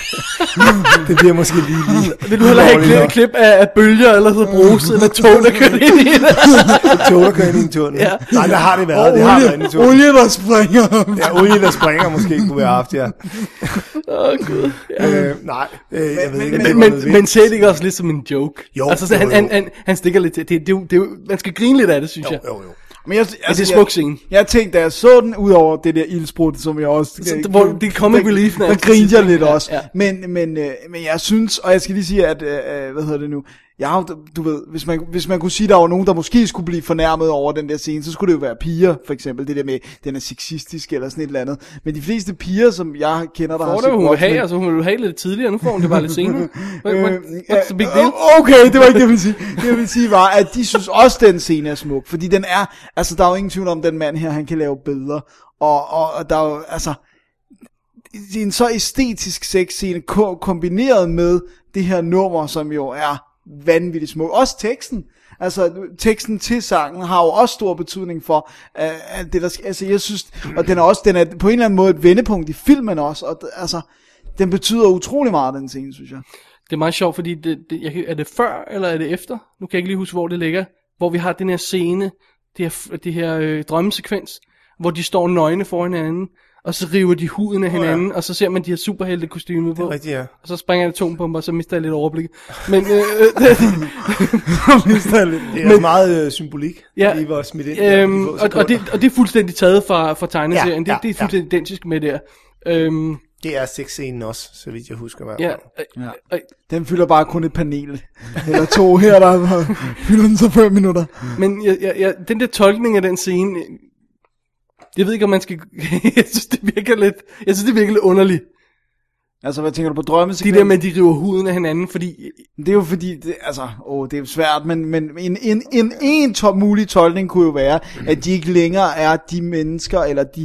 Det bliver måske lige. Vil du heller have et klip af bølger, eller så brus, eller tog, der kører ind i det? Tog, der kører ind i en tunnel. Ja. Nej, der har det været. Det har været inde i tunnel. Olie, der springer. Ja, olie, der springer måske kunne være haft, ja. Gud. Ja. Nej, jeg ved ikke. Men ser det ikke også lidt som en joke? Jo. Altså, så han stikker lidt til. Det er jo, man skal grine lidt af det, synes jeg. Jo. Men det er smuk scene. Jeg tænkte, da jeg så den, ud over det der ildsprut, som jeg også... Hvor det er comic relief. Der griner jeg lidt også. Ja. Men jeg synes, og jeg skal lige sige, at... hvad hedder det nu? Du ved, hvis man kunne sige, der var nogen, der måske skulle blive fornærmet over den der scene, så skulle det jo være piger, for eksempel. Det der med, den er sexistisk eller sådan et eller andet. Men de fleste piger, som jeg kender, der har set... Hun vil have lidt tidligere, nu får hun det bare lidt senere. What's the big deal? Okay, det var ikke det, jeg ville sige. Det jeg ville sige var, at de synes også, den scene er smuk. Fordi den er... Altså, der er jo ingen tvivl om, den mand her, han kan lave billeder. Og der er jo... Altså... Det er en så æstetisk sexscene, kombineret med det her nummer, som jo er vanvittigt smuk. Også teksten. Altså, teksten til sangen har jo også stor betydning for, at det der sker. Altså, jeg synes, og den er på en eller anden måde et vendepunkt i filmen også, og altså, den betyder utrolig meget, den scene, synes jeg. Det er meget sjovt, fordi er det før, eller er det efter? Nu kan jeg ikke lige huske, hvor det ligger. Hvor vi har den her scene, det her drømmesekvens, hvor de står nøgne foran hinanden, og så river de huden af hinanden, og så ser man de her superhelte kostymer på. Det er rigtigt, ja. Og så springer jeg atombomber, og så mister jeg lidt overblik. Men det er meget symbolik, ja, lige var smidt ind. Og det er fuldstændig taget fra tegneserien. Det er fuldstændig identisk med der. Det er sexscenen også, så vidt jeg husker. Ja. Den fylder bare kun et panel. Eller 2 her, der fylder den så 5 minutter. Men den der tolkning af den scene... Jeg ved ikke, om man skal... jeg synes, det virker lidt underligt. Altså, hvad tænker du på drømmesekvensen? De der med, de river huden af hinanden, fordi... Det er jo fordi, det er jo svært, men en mulig tolkning kunne jo være, at de ikke længere er de mennesker, eller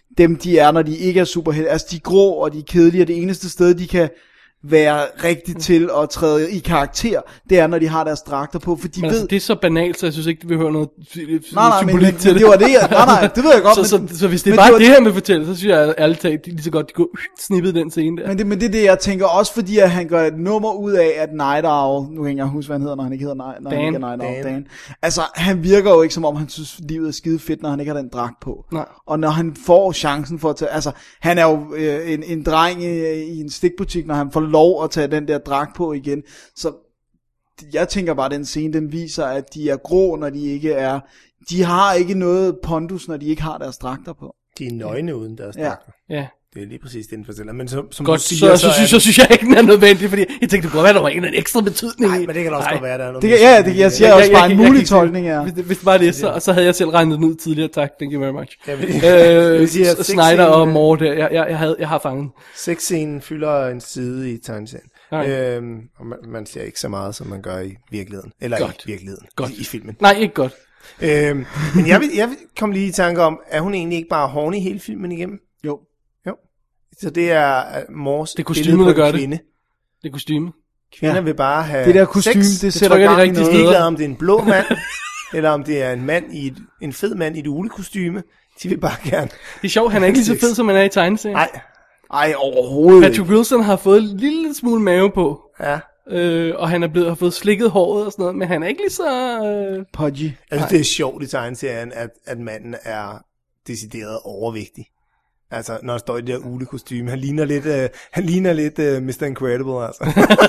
dem de er, når de ikke er superhelte. Altså de er grå, og de er kedelige, og det eneste sted, de kan være rigtigt til at træde i karakter, det er, når de har deres dragter på, for de men ved... altså, det er så banalt, så jeg synes ikke, vi hører noget Nej, symbolik til det. Det var det, nej, det ved jeg godt. Så hvis det er bare det her med fortælle, så synes jeg ærligt talt, lige så godt, de kunne snippede den scene der. Men det er det, jeg tænker også, fordi at han gør et nummer ud af, at Night Owl, nu kan jeg ikke huske, hvad han hedder, når han ikke hedder Night Owl, Dan. Altså, han virker jo ikke, som om han synes, livet er skide fedt, når han ikke har den dragt på. Nej. Og når han får chancen for at tage, altså, han er jo en dreng i en stikbutik, når han får lov at tage den der dragt på igen, så jeg tænker bare, at den scene, den viser, at de er grå, når de ikke er, de har ikke noget pondus, når de ikke har deres dragter på. De er nøgne uden deres dragter. Ja. Det er lige præcis det, den fortæller. Men som godt, du siger, så synes jeg ikke, den er nødvendig, fordi jeg tænkte, det kunne godt være, der var en ekstra betydning. Nej, men det kan også godt være, der er noget. Jeg siger også bare en mulig tolkning her. Hvis det var det, så havde jeg selv regnet den ud tidligere. Tak, thank you very much. Siger, Snyder og Moore der, jeg har fanget. Sexscenen fylder en side i tegneserien. Og man ser ikke så meget, som man gør i virkeligheden. Eller godt. I virkeligheden. Godt. I filmen. Nej, ikke godt. Men jeg kom lige i tanke om, er hun egentlig ikke bare horny hele filmen igennem? Jo. Så det er Moores det kostyme, der gør kvinde. Det kostyme. Kvinder vil bare have det der kostyme, sex. det sætter gang i noget. Ligeglad om det er en blå mand, eller om det er en fed mand i et ulekostyme. De vil bare gerne. Det er sjovt, han er ikke lige så fed, som han er i tegneserien. Nej, overhovedet Patrick Wilson har fået en lille smule mave på. Ja. Og han har fået slikket håret og sådan noget, men han er ikke lige så... pudgy. Altså, det er sjovt i tegneserien, at manden er decideret overvægtig. Altså, når han står i det der ulekostyme. Han ligner lidt Mr. Incredible, altså.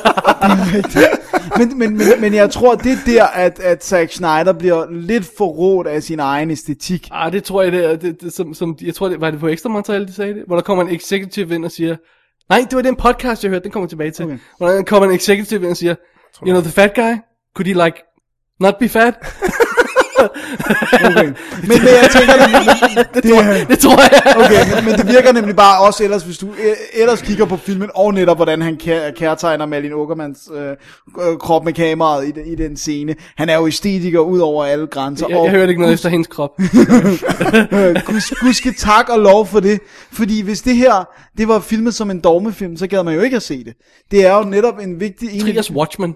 men jeg tror, det er der, at Zack Snyder bliver lidt forrådt af sin egen æstetik. Det tror jeg, jeg tror, det var det på ekstra materiale, de sagde det, hvor der kommer en executive ind og siger, nej, det var den podcast, jeg hørte, den kommer tilbage til. Okay. Hvor der kommer en executive ind og siger, you know the fat guy, could he like not be fat? Okay. Men jeg tænker det tror jeg. Okay, men det virker nemlig bare også ellers, hvis du ellers kigger på filmen og netop hvordan han kærtegner Malin Åkermans krop med kameraet i den scene. Han er jo æstetiker ud over alle grænser. Jeg hørte ikke noget efter hendes krop. Gudske tak og lov for det, fordi hvis det her det var filmet som en dogmefilm, så gad man jo ikke at se det. Det er jo netop en vigtig Triers Watchmen.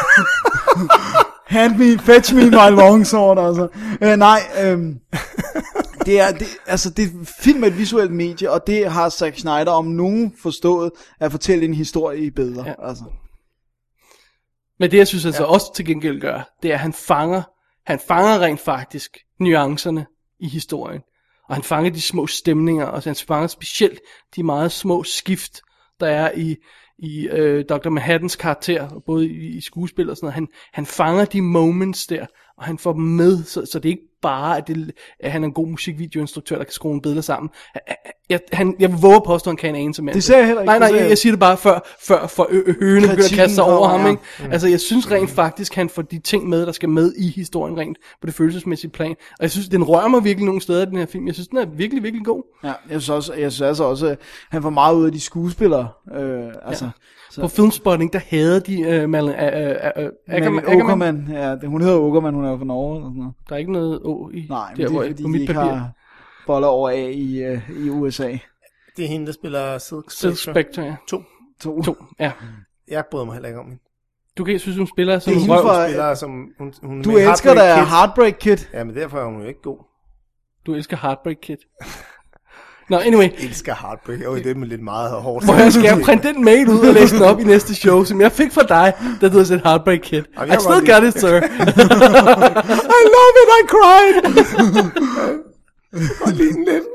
Fetch me my longsword, altså. Det film er et visuelt medie, og det har Zack Snyder om nogen forstået at fortælle en historie i billeder. Ja. Altså. Men det jeg synes altså også til gengæld gør, det er at han fanger rent faktisk nuancerne i historien. Og han fanger de små stemninger, og han fanger specielt de meget små skift, der er i Dr. Manhattans karakter, både i skuespil og sådan noget. Han fanger de moments der, og han får dem med, så det er ikke bare, at han er en god musikvideoinstruktør, der kan skrue en billeder sammen. Jeg vil våge på, at han kan en anelse mere. Det ser jeg heller ikke. Nej, jeg siger det bare før høne begynder at kaste sig over ham. Ikke? Altså, jeg synes rent faktisk, han får de ting med, der skal med i historien rent på det følelsesmæssige plan. Og jeg synes, den rører mig virkelig nogle steder, den her film. Jeg synes, den er virkelig, virkelig god. Ja, jeg synes også, han får meget ud af de skuespillere. På Filmspotting, der havde de Malin Åkerman. Ja, hun hedder Åkerman, hun er jo fra Norge. Eller sådan noget. Der er ikke noget Å i. Nej, men det er fordi, de ikke har boller over af i USA. Det er hende, der spiller Silk Spectre, ja. 2, ja. Jeg bryder mig heller ikke om hende. Du kan synes, hun spiller som en røv. Spiller som, hun du elsker da Heartbreak Kid. Ja, men derfor er hun jo ikke god. Du elsker Heartbreak Kid. Nå, anyway. Jeg elsker Heartbreak. Det er lidt meget hårdt. Hvor jeg skal printe den mail ud og læse den op i næste show, som jeg fik fra dig, da du har set Heartbreak Kid. I still got it, sir. I love it, I cried. Og lignende lidt.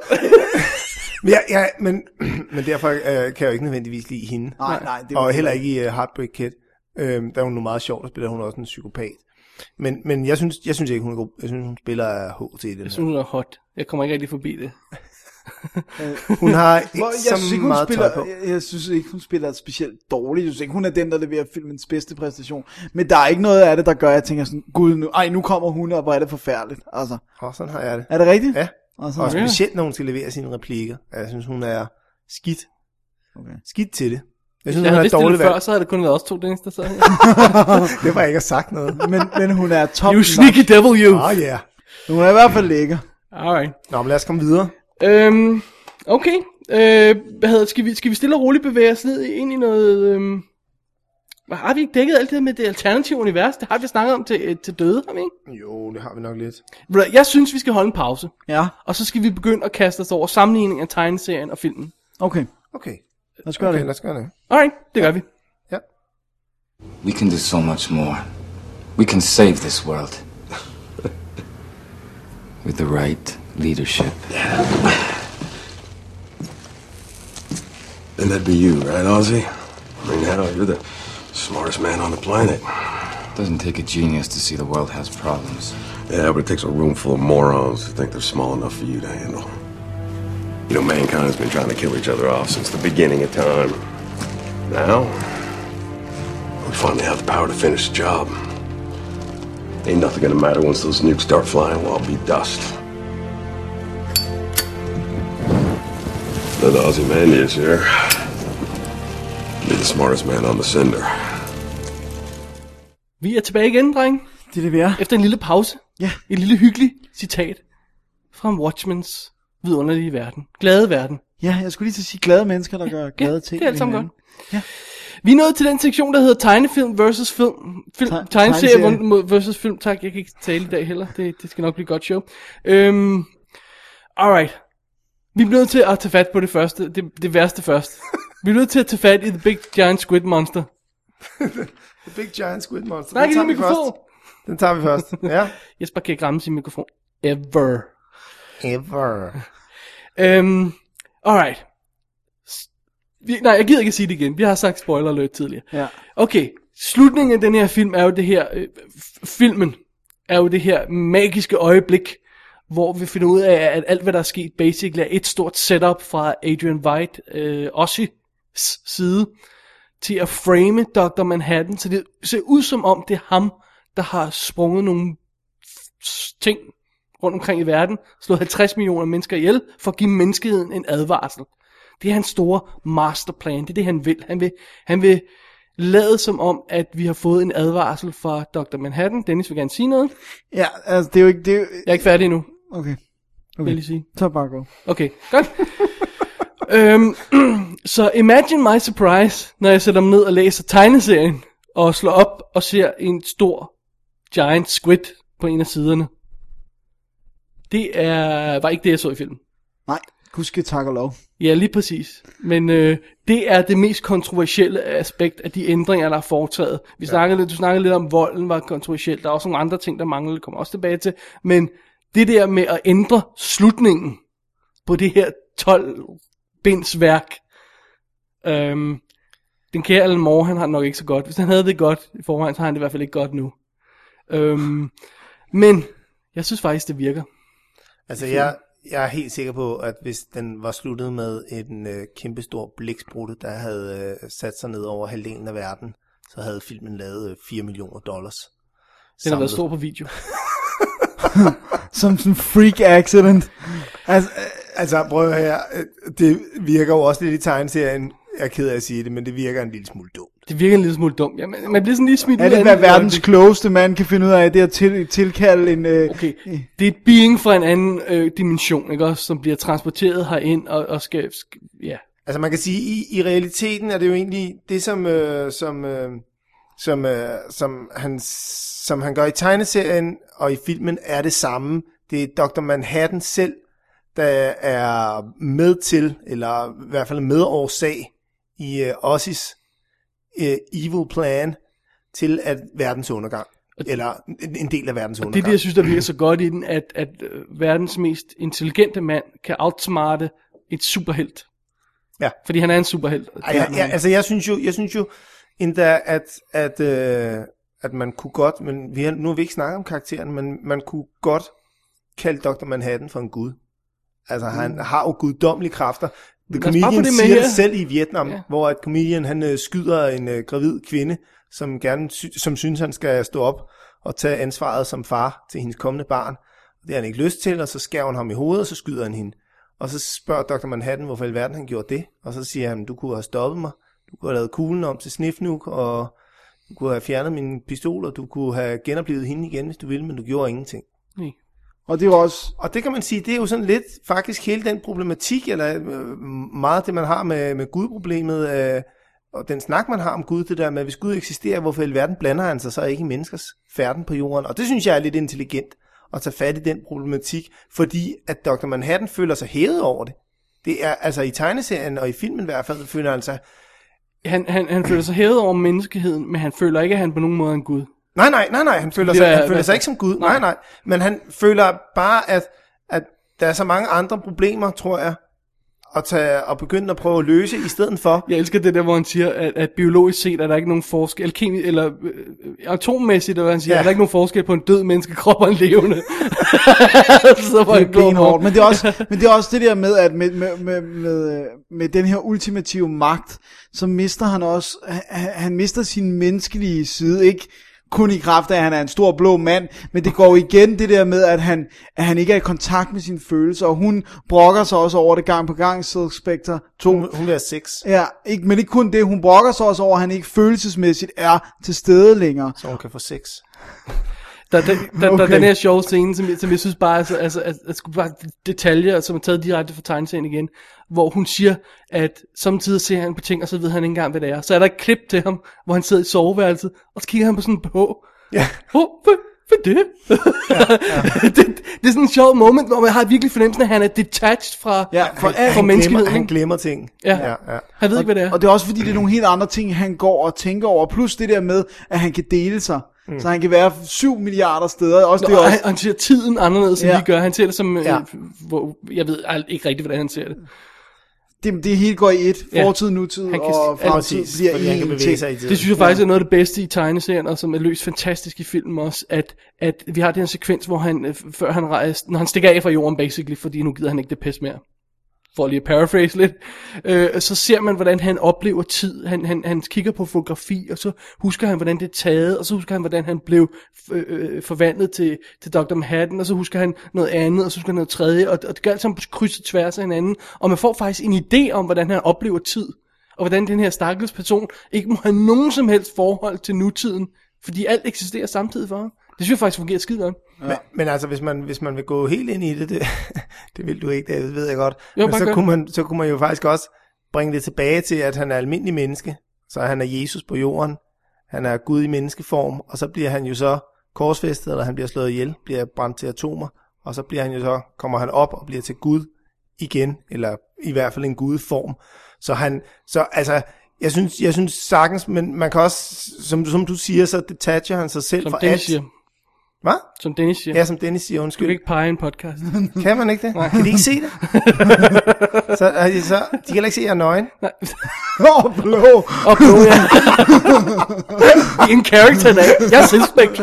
Men derfor kan jeg jo ikke nødvendigvis lide hende. Nej, det og heller ikke i Heartbreak Kid. Der er hun nu meget sjovt, og spiller hun også en psykopat. Men jeg synes ikke, hun er god. Jeg synes, hun spiller HT i den. Jeg synes, hun er hot. Jeg kommer ikke rigtig forbi det. Hun har ikke så meget tøj på. Jeg synes ikke, hun spiller specielt dårligt. Jeg synes ikke, hun er den, der leverer filmens bedste præstation. Men der er ikke noget af det, der gør, at jeg tænker sådan, gud, nu kommer hun, og hvor er det forfærdeligt. Altså. Sådan har jeg det. Er det rigtigt? Ja. Og specielt, når hun skal levere sine replikker. Jeg synes, hun er skidt. Okay. Skidt til det. Jeg synes, hun er dårlig før, så havde det kun været os to, Dennis, der sad her. Det var ikke at sagt noget. Men hun er top. You sneaky devil, you. Yeah. Hun er i hvert fald lækker. Alright. Nå, men lad os komme videre. Okay, skal vi stille og roligt bevæge os ned ind i noget... Har vi ikke dækket alt det med det alternative univers? Det har vi snakket om til døde, har vi ikke? Jo, det har vi nok lidt. Jeg synes, vi skal holde en pause. Ja. Og så skal vi begynde at kaste os over sammenligning af tegneserien og filmen. Okay. Okay. Lad os gøre det. Lad os gøre det. Alright, det gør vi. Ja. We can do so much more. We can save this world. With the right leadership. Then that'd be you, right, Ozzy? I mean, hell, you're the smartest man on the planet. Doesn't take a genius to see the world has problems. Yeah, but it takes a room full of morons who think they're small enough for you to handle. You know, mankind has been trying to kill each other off since the beginning of time. Now, we finally have the power to finish the job. Ain't nothing gonna matter once those nukes start flying. We'll all be dust. The Ozymandias here. Be the smartest man on the sender. Vi er tilbage igen, dreng. Det er det, vi er. Efter en lille pause. Ja. Et lille hyggeligt citat fra Watchmens vidunderlige verden. Glade verden. Ja, jeg skulle lige til at sige glade mennesker, der gør glade ting. det er alt sammen godt. Ja. Vi er nået til den sektion, der hedder tegnefilm versus film. Tegneserie versus film. Tak, jeg kan ikke tale i dag heller. Det skal nok blive et godt show. Alright. Vi bliver nødt til at tage fat på det første. Det værste først. Vi er nødt til at tage fat i The Big Giant Squid Monster. The Big Giant Squid Monster. Nej, ikke mikrofon. Den tager vi først. Ja. Jesper kan ikke ramme sin mikrofon. Ever. Alright. Nej, jeg gider ikke at sige det igen. Vi har sagt spoiler alert tidligere. Ja. Okay, slutningen af den her film er jo det her... filmen er jo det her magiske øjeblik, hvor vi finder ud af, at alt hvad der er sket, basically er et stort setup fra Adrian White, Ozzys side, til at frame Dr. Manhattan, så det ser ud som om, det er ham, der har sprunget nogle ting rundt omkring i verden, slået 50 millioner mennesker ihjel, for at give menneskeheden en advarsel. Det er hans store masterplan, det er det han vil. Han vil lade som om, at vi har fået en advarsel fra Dr. Manhattan. Dennis vil gerne sige noget. Ja, altså det er jo ikke... Jeg er ikke færdig endnu. Okay. Vil jeg lige sige. Så bare gå. Okay, godt. Så imagine my surprise, når jeg sætter mig ned og læser tegneserien, og slår op og ser en stor giant squid på en af siderne. Det var ikke det, jeg så i filmen. Nej, husk tak og lov. Ja, lige præcis. Men det er det mest kontroversielle aspekt af de ændringer, der er foretaget. Du snakkede lidt om, volden var kontroversielt. Der er også nogle andre ting, der manglede, det kommer også tilbage til. Men det der med at ændre slutningen på det her 12-binds værk, den kære Alan Moore, han har det nok ikke så godt. Hvis han havde det godt i forvejen, så har han det i hvert fald ikke godt nu. Men jeg synes faktisk, det virker. Altså, jeg er helt sikker på, at hvis den var sluttet med en kæmpestor blæksprutte, der havde sat sig ned over halvdelen af verden, så havde filmen lavet $4 millioner. Den har været stor på video. Som sådan en freak accident. Altså, prøv her. Det virker jo også lidt i tegneserien. Jeg er ked af at sige det, men det virker en lille smule dumt. Det virker en lille smule dumt. Ja, man bliver sådan lige smidt ud af. Er det, hvad verdens klogeste mand kan finde ud af, det at tilkalde en... Okay, det er et being fra en anden dimension, ikke også, som bliver transporteret herind og skal ja. Altså man kan sige, i realiteten er det jo egentlig det, som han gør i tegneserien og i filmen, er det samme. Det er Dr. Manhattan selv, der er med til, eller i hvert fald medårsag i Ozzys evil plan til at verdens undergang. Eller en del af verdens undergang. Det er det, jeg synes, der virker så godt i den, at verdens mest intelligente mand kan outsmarte et superhelt. Ja. Fordi han er en superhelt. Altså jeg synes jo endda, at man kunne godt, men nu har vi ikke snakket om karakteren, men man kunne godt kalde Dr. Manhattan for en gud. Altså han har jo guddommelige kræfter. The Comedian siger det selv i Vietnam, hvor at Comedian han skyder en gravid kvinde, som synes han skal stå op og tage ansvaret som far til hendes kommende barn. Det har han ikke lyst til, og så skærer han ham i hovedet, og så skyder han hende. Og så spørger Dr. Manhattan, hvorfor i verden han gjorde det, og så siger han, du kunne have stoppet mig, du kunne have lavet kuglen om til snifnuk, og du kunne have fjernet mine pistoler, du kunne have genoplevet hende igen, hvis du ville, men du gjorde ingenting. Nej. Og det er jo også... Og det kan man sige, det er jo sådan lidt faktisk hele den problematik, eller meget det, man har med Gud-problemet, og den snak, man har om Gud, det der med, at hvis Gud eksisterer, hvorfor i alverden blander han sig så ikke i menneskers færden på jorden? Og det synes jeg er lidt intelligent at tage fat i den problematik, fordi at Dr. Manhattan føler sig hævet over det. Det er altså i tegneserien, og i filmen i hvert fald, føler han sig... Han føler sig hævet over menneskeheden, men han føler ikke, at han på nogen måde er en Gud. Nej, han føler sig ikke som Gud. Nej. Men han føler bare, at der er så mange andre problemer, tror jeg, at begynde at prøve at løse i stedet for. Jeg elsker det der, hvor han siger, at biologisk set er der ikke nogen forskel, eller atommæssigt, hvor han siger, er der ikke nogen forskel på en død menneskekrop og en levende. Så var det benhårdt. Men det er også det der med, at med den her ultimative magt, så mister han også, han mister sin menneskelige side, ikke kun i kraft af, at han er en stor blå mand, men det går igen det der med, at han ikke er i kontakt med sine følelser, og hun brokker sig også over det gang på gang, Silk Spectre 2. Hun vil have sex. Ja, men ikke kun det, hun brokker sig også over, at han ikke følelsesmæssigt er til stede længere. Så hun kan få sex. Der er den her sjove scene, som jeg synes bare er detaljer, som er taget direkte fra tegneserien igen, hvor hun siger, at samtidig ser han på ting, og så ved han ikke engang, hvad det er. Så er der et klip til ham, hvor han sidder i soveværelset, og så kigger han på sådan en BH. Ja. Hvad det? Det er sådan en sjov moment, hvor man har virkelig fornemmelsen, at han er detached fra menneskeheden. Han glemmer ting. Ja. Han ved ikke, hvad det er. Og det er også fordi, det er nogle helt andre ting, han går og tænker over. Plus det der med, at han kan dele sig. Så han kan være 7 milliarder steder. Også han ser tiden anderledes, end vi gør. Han ser det som... hvor, jeg ved ikke rigtigt, hvordan han ser det. Det hele går i et. Fortid, nutid og fremtid bliver en ting. Det synes jeg faktisk er noget af det bedste i tegneserien, og som er løst fantastisk i filmen også, at vi har den her sekvens, hvor han, før han rejser, når han stikker af fra jorden, basically, fordi nu gider han ikke det pis mere. For lige at paraphrase lidt, så ser man, hvordan han oplever tid. Han kigger på fotografi, og så husker han, hvordan det er taget, og så husker han, hvordan han blev forvandlet til Dr. Manhattan, og så husker han noget andet, og så husker han noget tredje, og det gør alt sammen på kryds og tværs af hinanden, og man får faktisk en idé om, hvordan han oplever tid, og hvordan den her stakkels person ikke må have nogen som helst forhold til nutiden, fordi alt eksisterer samtidig for ham. Det synes jeg faktisk fungerer skide godt. Ja. Men altså, hvis man vil gå helt ind i det vil du ikke, det ved jeg godt. Jo, men så kunne man jo faktisk også bringe det tilbage til, at han er almindelig menneske. Så han er Jesus på jorden. Han er Gud i menneskeform. Og så bliver han jo så korsfæstet, eller han bliver slået ihjel, bliver brændt til atomer. Og så bliver han jo så, kommer han op og bliver til Gud igen. Eller i hvert fald en gudeform. Jeg synes sagtens, men man kan også, som du siger, så detacher han sig selv fra alt. Hvad? Som Dennis siger. Ja, som Dennis siger, undskyld. Du kan ikke pege en podcast. Kan man ikke det? Nej. Kan de ikke se det? så de kan ikke se, at jeg er nøgen. Nej. Blå, ja. En character der. Jeg er Silk Spectre.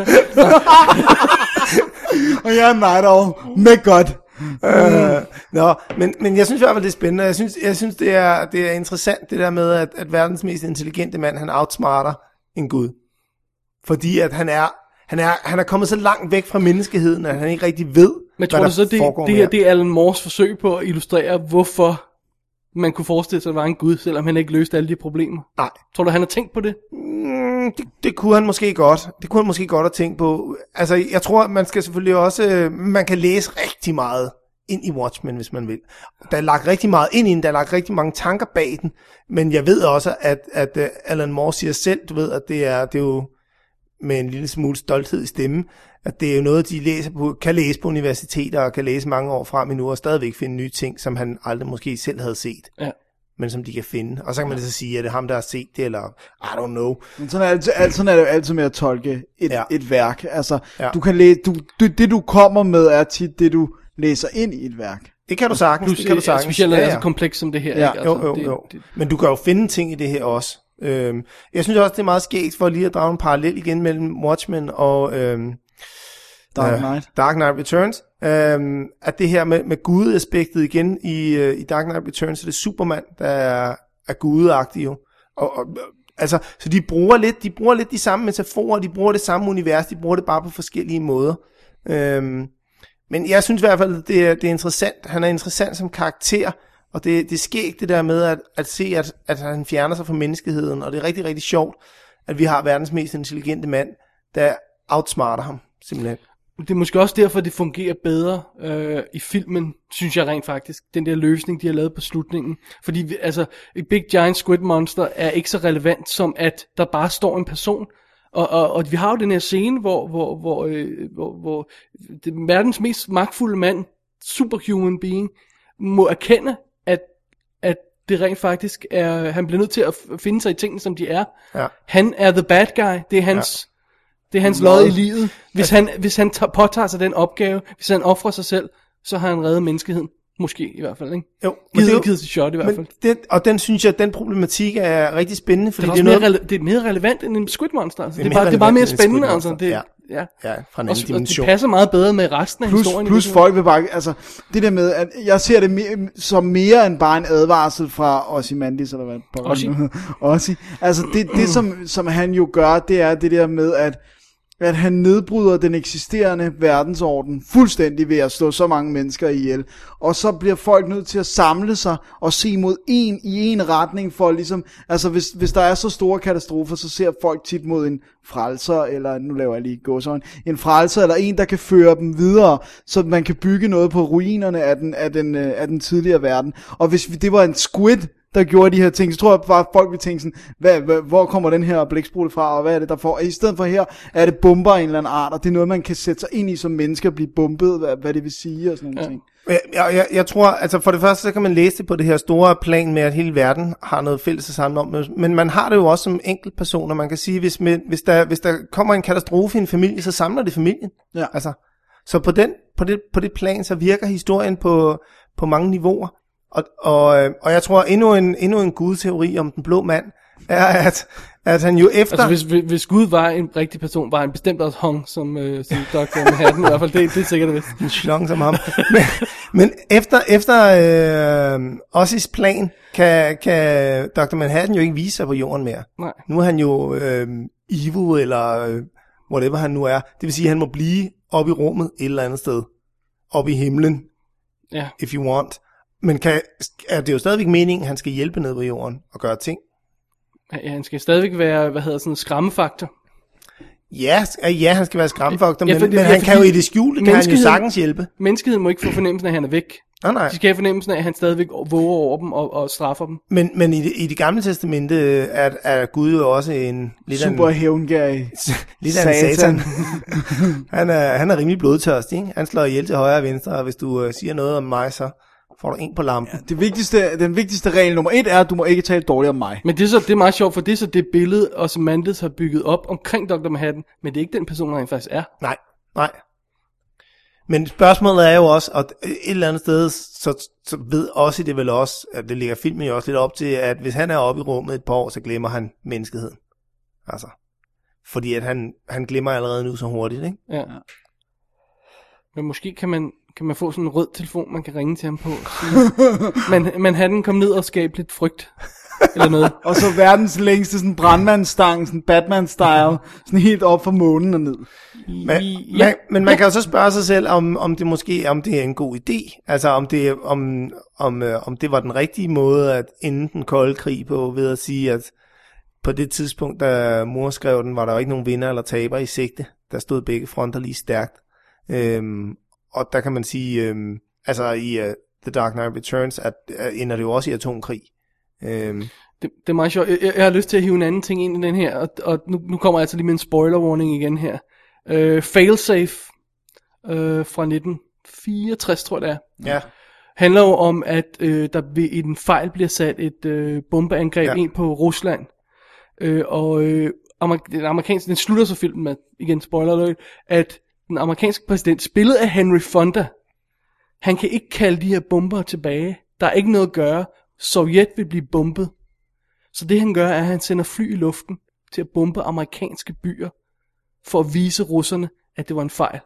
Og jeg er Night Owl. Med godt. Men jeg synes i hvert fald, det er spændende. Jeg synes det er interessant, det der med, at verdens mest intelligente mand, han outsmarter en Gud. Fordi at han er kommet så langt væk fra menneskeheden, at han ikke rigtig ved, men tror du så, det er Alan Moores forsøg på at illustrere, hvorfor man kunne forestille sig, at der var en Gud, selvom han ikke løste alle de problemer? Nej. Tror du, han har tænkt på det? Det kunne han måske godt. Det kunne han måske godt have tænkt på. Altså, jeg tror, man skal selvfølgelig også... Man kan læse rigtig meget ind i Watchmen, hvis man vil. Der er lagt rigtig meget ind i den. Der er lagt rigtig mange tanker bag den. Men jeg ved også, at Alan Moore siger selv, du ved, at det er jo med en lille smule stolthed i stemmen, at det er jo noget, de kan læse på universiteter og kan læse mange år frem endnu og stadigvæk finde nye ting, som han aldrig måske selv havde set. Ja. Men som de kan finde. Og så kan man så sige, at det er ham, der har set det, eller I don't know. Men sådan er det jo altid med at tolke et værk. Altså, du kan læse, det du kommer med er tit det, du læser ind i et værk. Det kan du sagtens. Specielt er det så kompleks som det her. Ja. Ikke? Altså, jo. Men du kan jo finde ting i det her også. Jeg synes også, det er meget skægt for lige at drage en parallel igen mellem Watchmen og Dark Knight Returns. At det her med gudeaspektet igen i Dark Knight Returns, så det er Superman, der er gudeagtig jo. Altså, så de bruger lidt de samme metaforer, de bruger det samme univers, de bruger det bare på forskellige måder. Men jeg synes i hvert fald, det er interessant. Han er interessant som karakter, og det er skægt det der med at se, at han fjerner sig fra menneskeheden, og det er rigtig, rigtig sjovt, at vi har verdens mest intelligente mand, der outsmarter ham, simpelthen. det er måske også derfor, det fungerer bedre i filmen, synes jeg rent faktisk. Den der løsning, de har lavet på slutningen. Fordi altså, et Big Giant Squid Monster er ikke så relevant, som at der bare står en person. Og vi har jo den her scene, hvor den verdens mest magtfulde mand, superhuman being, må erkende, at det rent faktisk er, han bliver nødt til at finde sig i tingene, som de er. Ja. Han er the bad guy, det er hans... Ja. Det er hans lod i livet. Hvis han påtager sig den opgave, hvis han offrer sig selv, så har han reddet menneskeheden. Måske i hvert fald, ikke? Jo. Givet sit shot i hvert fald. Og den synes jeg, den problematik er rigtig spændende. Fordi det er mere relevant end en Squid Monster. Altså. Det er bare mere spændende. Altså. Det, ja, fra en anden dimension. Og det passer meget bedre med resten af historien. Plus folk vil bare, altså det der med, at jeg ser det som mere end bare en advarsel fra Ozymandias, eller hvad? Ozzy. Altså det som han jo gør, det er det der med, at han nedbryder den eksisterende verdensorden fuldstændig ved at slå så mange mennesker ihjel. Og så bliver folk nødt til at samle sig og se mod i en retning for ligesom, altså hvis der er så store katastrofer, så ser folk tit mod en frelser, eller nu laver jeg lige gåsøjne, en frelser eller en, der kan føre dem videre, så man kan bygge noget på ruinerne af den tidligere verden. Og hvis det var en squid, der gjorde de her ting, så tror jeg bare, at folk vil tænke sådan, hvor kommer den her blæksprutte fra, og hvad er det, der får? I stedet for her, er det bomber af en eller anden art, og det er noget, man kan sætte sig ind i som mennesker, blive bombet, hvad det vil sige, og sådan nogle ting. Jeg tror, altså for det første, så kan man læse det på det her store plan med, at hele verden har noget fælles at samle om, men man har det jo også som enkeltpersoner. Man kan sige, hvis der kommer en katastrofe i en familie, så samler det familien. Ja. Altså, så på det plan, så virker historien på mange niveauer. Og jeg tror endnu en gudteori om den blå mand er, at han jo efter... Altså hvis Gud var en rigtig person, var han bestemt også Hong som Dr. Manhattan i hvert fald, det er sikkert vist. En slong som ham. men efter Ozzys plan, kan Dr. Manhattan jo ikke vise sig på jorden mere. Nej. Nu er han jo evil, eller whatever han nu er. Det vil sige, at han må blive oppe i rummet et eller andet sted. Oppe i himlen. Ja. If you want. Men er det jo stadigvæk meningen, at han skal hjælpe ned på jorden og gøre ting? Ja, han skal stadigvæk være, sådan en skræmmefaktor. Ja, han skal være skræmmefaktor, men han kan jo i det skjulte, kan han jo sagtens hjælpe. Menneskeheden må ikke få fornemmelsen af, at han er væk. Nej. De skal have fornemmelsen af, at han stadigvæk våger over dem og straffer dem. Men i det gamle testamente er Gud jo også en... Super hævngærig satan. Han er rimelig blodtørst, ikke? Han slår ihjel til højre og venstre, og hvis du siger noget om mig, så får du en på lampen. Ja, den vigtigste regel nummer 1 er, at du må ikke tale dårligt om mig. Men det er meget sjovt, for det er så det billede, Ozymandias har bygget op omkring Dr. Manhattan, men det er ikke den person, han faktisk er. Nej. Men spørgsmålet er jo også, og et eller andet sted, så ved også det vel også, at det ligger filmen jo også lidt op til, at hvis han er oppe i rummet et par år, så glemmer han menneskeheden. Altså, fordi at han glemmer allerede nu så hurtigt, ikke? Ja. Men måske kan man få sådan en rød telefon, man kan ringe til ham på. Men han kom ned og skabe lidt frygt. Eller noget. Og så verdens længste sådan brandmandsstang, sådan Batman-style, sådan helt op fra månen og ned. Men man kan jo så spørge sig selv, om det er en god idé. Altså om det var den rigtige måde at ende den kolde krig på, ved at sige, at på det tidspunkt, da mor skrev den, var der jo ikke nogen vinder eller taber i sigte. Der stod begge fronter lige stærkt. Og der kan man sige, altså i The Dark Knight Returns, at ender det jo også i atomkrig. Det er meget sjovt. Jeg har lyst til at hive en anden ting ind i den her, og nu kommer jeg altså lige med en spoiler warning igen her. Failsafe fra 1964, tror jeg det er. Ja. Handler jo om, at der ved en fejl bliver sat et bombeangreb ind på Rusland. Den slutter så filmen med, igen spoiler alert, at den amerikanske præsident, spillet af Henry Fonda, han kan ikke kalde de her bomber tilbage. Der er ikke noget at gøre. Sovjet vil blive bombet. Så det han gør, er, at han sender fly i luften til at bombe amerikanske byer, for at vise russerne, at det var en fejl.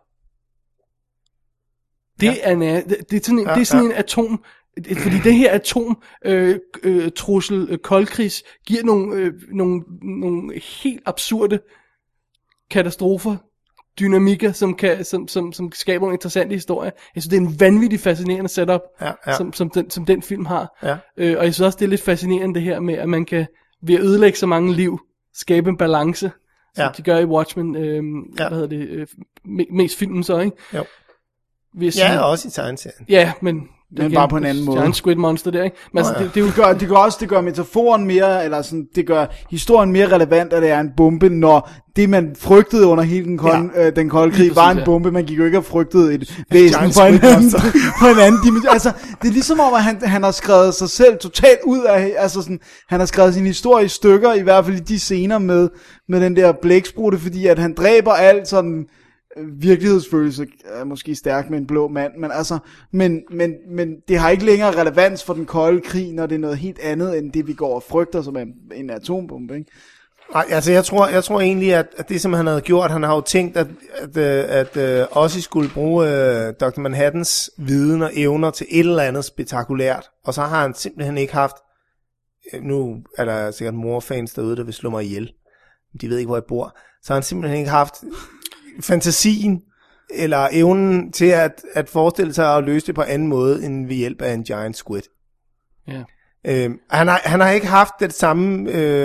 Det er sådan en atom, fordi det her trussel, koldkrigs, giver nogle helt absurde katastrofer, dynamikker, som skaber en interessant historie. Jeg synes, det er en vanvittig fascinerende setup, som den film har. Ja. Og jeg synes også, det er lidt fascinerende det her med, at man kan ved at ødelægge så mange liv, skabe en balance, som de gør i Watchmen, hvad hedder det, mest filmen så, ikke? Jo. Ja, også i tegneserien. Ja, men bare på en anden måde. Giant Squid Monster der, ikke? Men altså, det gør metaforen mere, eller sådan, det gør historien mere relevant, at det er en bombe, når det man frygtede under hele den kolde krig var en bombe. Man gik jo ikke og frygtede et væsen på en anden dimension. Altså, det er ligesom om, at han har skrevet sig selv totalt ud af, altså sådan, han har skrevet sin historie i stykker, i hvert fald i de scener med den der blæksprutte, fordi at han dræber alt sådan virkelighedsfølelse er måske stærk med en blå mand, men altså, men det har ikke længere relevans for den kolde krig, når det er noget helt andet, end det vi går og frygter som en atombombe, ikke? Nej, altså jeg tror egentlig, at det som han havde gjort, han har jo tænkt, at Ozzy skulle bruge Dr. Manhattans viden og evner til et eller andet spektakulært, og så har han simpelthen ikke haft, nu er der sikkert morfans derude, der vil slå mig ihjel, de ved ikke, hvor jeg bor, så har han simpelthen ikke haft fantasien eller evnen til at forestille sig at løse det på anden måde end ved hjælp af en giant squid. Ja. Han har ikke haft det samme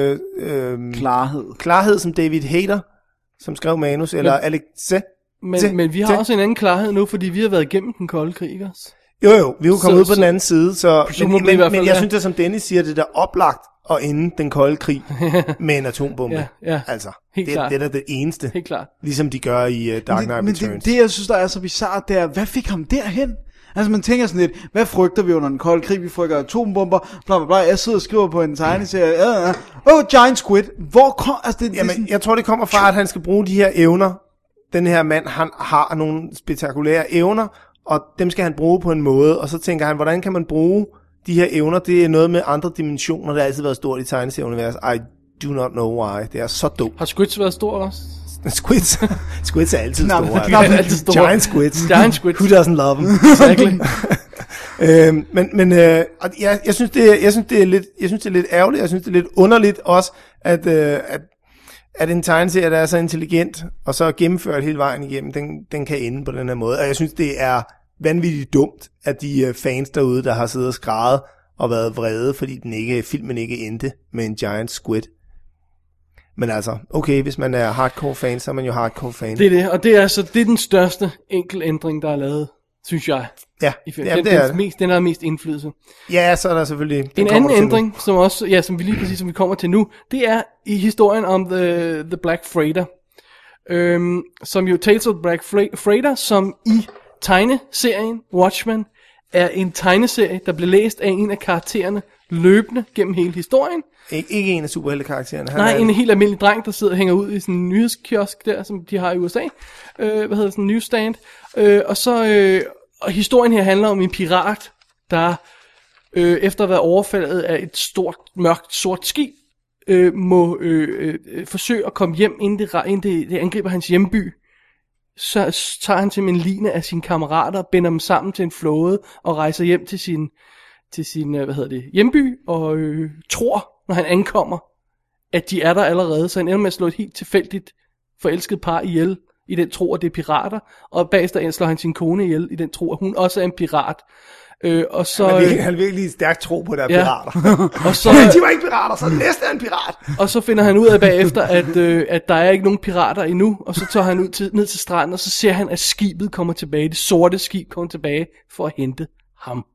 klarhed som David Hayter, som skrev manus, eller Alex. Men vi har også en anden klarhed nu, fordi vi har været igennem den kolde krig, ikke også? Jo, vi er jo kommet ud på den anden side, så men jeg synes, at som Dennis siger, det der oplagt og inden den kolde krig med en atombombe. Ja. Altså, det er det eneste. Helt klart. Ligesom de gør i Dark Knight Returns. Men det, jeg synes, der er så bizarrt, det er, hvad fik ham derhen? Altså, man tænker sådan lidt, hvad frygter vi under den kolde krig? Vi frygter atombomber, bla bla bla. Jeg sidder og skriver på en tegneserie. Giant Squid. Hvor kom... Altså, Jamen, jeg tror, det kommer fra, at han skal bruge de her evner. Den her mand, han har nogle spektakulære evner, og dem skal han bruge på en måde. Og så tænker han, hvordan kan man bruge de her evner? Det er noget med andre dimensioner, der har altid været stort i tegneserieuniverset. I do not know why. Det er så dumt. Har Squids været stor også? Squids er altid store. Giant Squids. Who doesn't love them? Exactly. Jeg synes det er lidt ærgerligt. Jeg synes det er lidt underligt også, at en tegneserie, der er så intelligent og så gennemført hele vejen igennem, den kan ende på den her måde. Og jeg synes det er vanvittigt dumt, at de fans derude, der har siddet og skrædet og været vrede, fordi filmen ikke endte med en giant squid. Men altså, okay, hvis man er hardcore fan, så er man jo hardcore fan. Det er det, og det er den største enkel ændring, der er lavet, synes jeg. Ja, Den har mest indflydelse. Ja, så er der selvfølgelig... En anden ændring, som også, som vi lige præcis som vi kommer til nu, det er i historien om The Black Freighter. Som jo Tales of the Black Freighter, som i tegneserien Watchmen er en tegneserie, der blev læst af en af karaktererne løbende gennem hele historien. Ikke en af superheltekaraktererne. Nej, en helt almindelig dreng, der sidder og hænger ud i sådan en nyhedskiosk der, som de har i USA. Sådan en newsstand. Og historien her handler om en pirat, der efter at være overfaldet af et stort, mørkt, sort skib, må forsøge at komme hjem, inden det angriber hans hjemby. Så tager han simpelthen line af sine kammerater, binder dem sammen til en flåde og rejser hjem til sin hjemby og tror, når han ankommer, at de er der allerede, så han ender med at slå et helt tilfældigt forelsket par ihjel i den tro, at det er pirater, og bagefter slår han sin kone ihjel i den tro, at hun også er en pirat. Og så, han virkelig stærkt tro på, at der er pirater. Og så, de var ikke pirater, så næste er en pirat. Og så finder han ud af bagefter, at der er ikke nogen pirater endnu, og så tager han ned til stranden, og så ser han, at skibet kommer tilbage, det sorte skib kommer tilbage for at hente ham.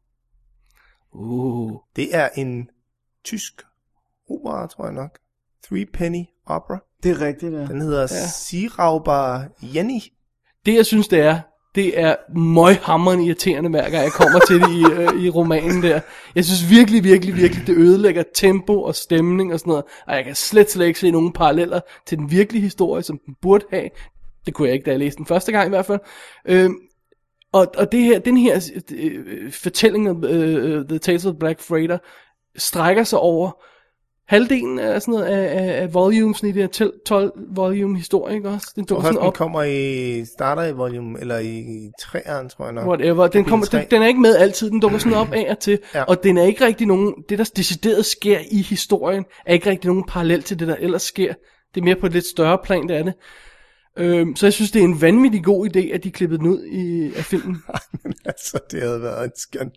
Det er en tysk opera, tror jeg nok. Three Penny Opera. Det er rigtigt, ja. Den hedder Sirauber Jenny. Det jeg synes det er møghamrende irriterende hver gang jeg kommer til det i romanen der. Jeg synes virkelig, det ødelægger tempo og stemning og sådan noget. Og jeg kan slet ikke se nogen paralleller til den virkelige historie, som den burde have. Det kunne jeg ikke, da jeg læste den første gang i hvert fald. Og den her fortælling om The Tales of the Black Freighter strækker sig over halvdelen af sådan noget af volumes i det her 12 volume historie, ikke også? Den kommer starter i volume eller i 3'eren, tror jeg nok. Whatever. Den er ikke med altid, den dukker sådan op af og til, og den er ikke rigtig nogen, det der decideret sker i historien, er ikke rigtig nogen parallel til det der ellers sker. Det er mere på et lidt større plan, det er det. Så jeg synes, det er en vanvittig god idé, at de klippede den ud af filmen. Men altså, det havde været en skøn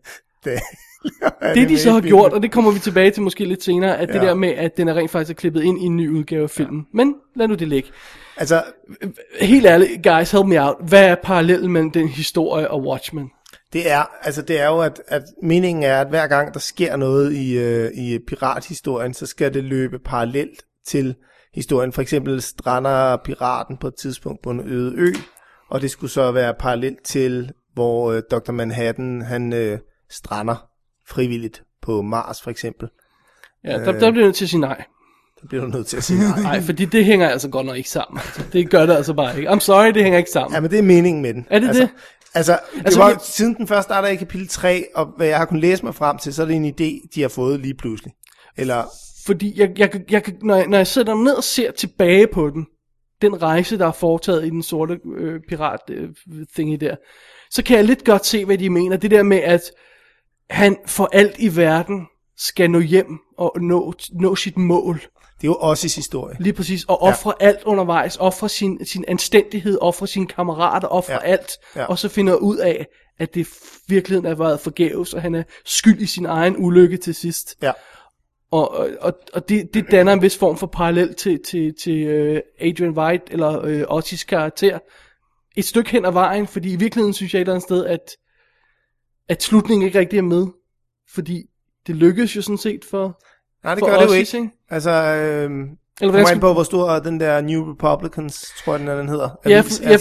Det de så har gjort, og det kommer vi tilbage til måske lidt senere, at det der med, at den er rent faktisk klippet ind i en ny udgave af filmen. Men lad nu det ligge. Altså, helt ærligt, guys, help me out. Hvad er parallellen mellem den historie og Watchmen? Det er jo, at meningen er, at hver gang der sker noget i pirathistorien, så skal det løbe parallelt til historien. For eksempel strander piraten på et tidspunkt på en øde ø, og det skulle så være parallelt til, hvor Dr. Manhattan, han strander frivilligt på Mars, for eksempel. Ja, der bliver du nødt til at sige nej. Der bliver du nødt til at sige nej. Nej, fordi det hænger altså godt nok ikke sammen. Altså, det gør det altså bare ikke. I'm sorry, det hænger ikke sammen. Ja, men det er meningen med den. Er det det? Altså, det var siden den første starter i kapitel 3, og hvad jeg har kunnet læse mig frem til, så er det en idé, de har fået lige pludselig. Eller... Fordi når jeg sætter ned og ser tilbage på den rejse, der er foretaget i den sorte pirat-thingy der, så kan jeg lidt godt se, hvad de mener. Det der med, at han for alt i verden skal nå hjem og nå sit mål. Det er jo også i historie. Lige præcis, og ofre alt undervejs, ofre sin anstændighed, ofre sine kammerater, ofre alt, og så finder ud af, at det virkeligheden er været forgæves, og han er skyld i sin egen ulykke til sidst. Ja. Og det danner en vis form for parallel til Adrian White, eller Otis karakter, et stykke hen ad vejen, fordi i virkeligheden synes jeg et eller andet sted, at slutningen ikke rigtig er med, fordi det lykkedes jo sådan set for... Nej, det gør det jo ikke. Altså, kommer ind på, hvor stor den der New Republicans, tror jeg, den hedder. Ja,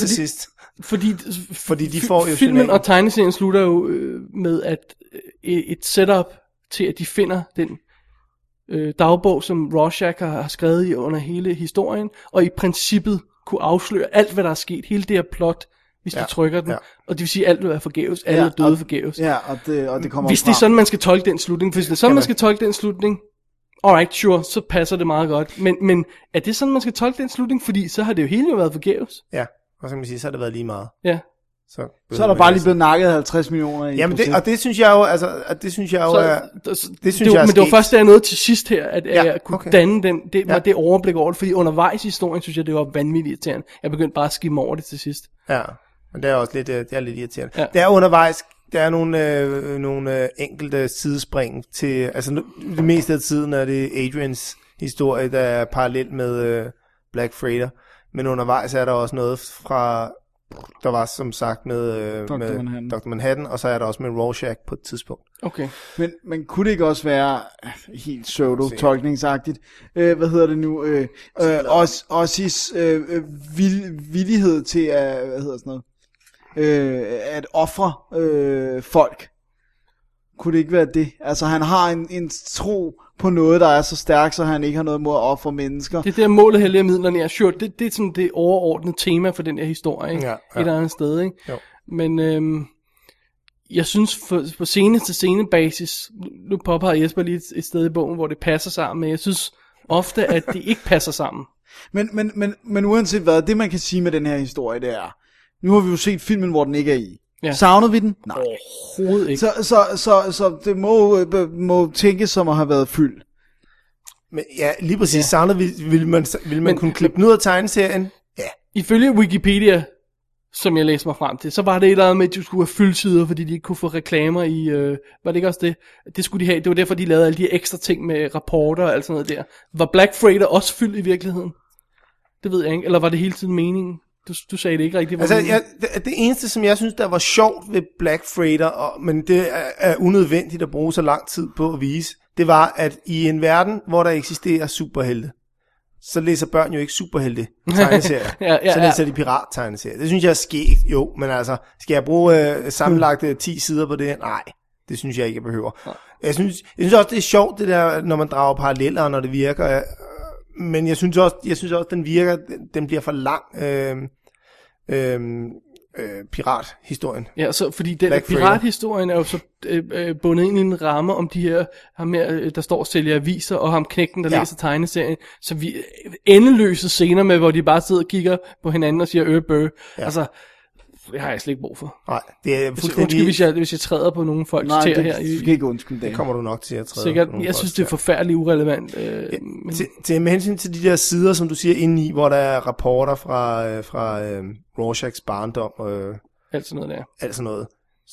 fordi de får jo filmen og tegneserien slutter jo med at et setup til, at de finder den dagbog, som Rorschach har skrevet i under hele historien, og i princippet kunne afsløre alt, hvad der er sket, hele det her plot, hvis de trykker den, og det vil sige, at alt vil være forgæves, alle er døde forgæves. Ja, og det kommer hvis det er sådan, man skal tolke den slutning, hvis det er sådan, man skal tolke den slutning, alright, sure, så passer det meget godt. Men er det sådan, man skal tolke den slutning? Fordi så har det jo hele jo været forgæves. Ja, og så kan man sige, så har det været lige meget. Ja. Så er der bare lige blevet nakket 50 millioner i. Jamen, det synes jeg jo, altså, det synes jeg jo er... Men det var først, der er noget til sidst her, at jeg kunne danne det overblik over det, fordi undervejs i historien, synes jeg, det var vanvittigt irriterende. Jeg begyndte bare at skimme over det til sidst. Ja, men det er også lidt, det er lidt irriterende. Ja. Det er undervejs, der er nogle enkelte sidespring til, altså det meste af tiden er det Adrians historie, der er parallelt med Black Freighter, men undervejs er der også noget fra, der var som sagt med Dr. Manhattan, og så er der også med Rorschach på et tidspunkt. Okay. Men kunne det ikke også være helt pseudo-tolkningsagtigt? Hvad hedder det nu? Ossis villighed til at, hvad hedder sådan noget? At ofre folk. Kunne det ikke være det? Altså han har en tro på noget, der er så stærk, så han ikke har noget mod at ofre mennesker. Det der målet hellige midlerne er sure, det er sådan det overordnede tema for den her historie, ikke? Ja. Et eller andet sted, ikke? Jo. Men jeg synes på scene til scene basis, nu påpeger Jesper lige et sted i bogen, hvor det passer sammen, men jeg synes ofte, at det ikke passer sammen. Men uanset hvad, det man kan sige med den her historie, det er, nu har vi jo set filmen, hvor den ikke er i. Ja. Savnede vi den? Nej. Overhovedet ikke. Så det må tænkes som at have været fyldt. Men ja, lige præcis. Ja. Savnede vil man kunne klippe den ud af tegneserien? Ja. Ifølge Wikipedia, som jeg læste mig frem til, så var det et eller andet med, at de skulle have fyldsider, fordi de ikke kunne få reklamer i... var det ikke også det? Det skulle de have. Det var derfor, de lavede alle de ekstra ting med rapporter og alt sådan noget der. Var Black Freighter også fyldt i virkeligheden? Det ved jeg ikke. Eller var det hele tiden meningen? Du sagde det ikke rigtigt. Altså, det eneste, som jeg synes, der var sjovt ved Black Freighter, men det er unødvendigt at bruge så lang tid på at vise, det var, at i en verden, hvor der eksisterer superhelte, så læser børn jo ikke superhelte tegneserier. Så læser de pirat-tegneserier. Det synes jeg er skægt, jo, men altså, skal jeg bruge sammenlagt 10 sider på det? Nej, det synes jeg ikke, jeg behøver. Jeg synes også, det er sjovt, det der, når man drager paralleller, når det virker... Men jeg synes også, den virker, den bliver for lang, pirathistorien. Ja, så fordi den pirathistorien er jo så bundet ind i en ramme om de her, ham her, der står og sælger aviser, og ham knægten, der læser tegneserien, så vi endeløse scener med, hvor de bare sidder og kigger på hinanden og siger bøh. Ja. Altså, det har jeg slet ikke brug for. Nej, det er fuldstændig... Hvis jeg træder på nogle folks tæer her. Nej, det kan ikke undskylde. Det kommer du nok til at træde sikkert, på nogle jeg synes, det er forfærdeligt urelevant. Til med hensyn til de der sider, som du siger, indeni, hvor der er rapporter fra Rorschachs barndom. Alt sådan noget der. Alt sådan noget.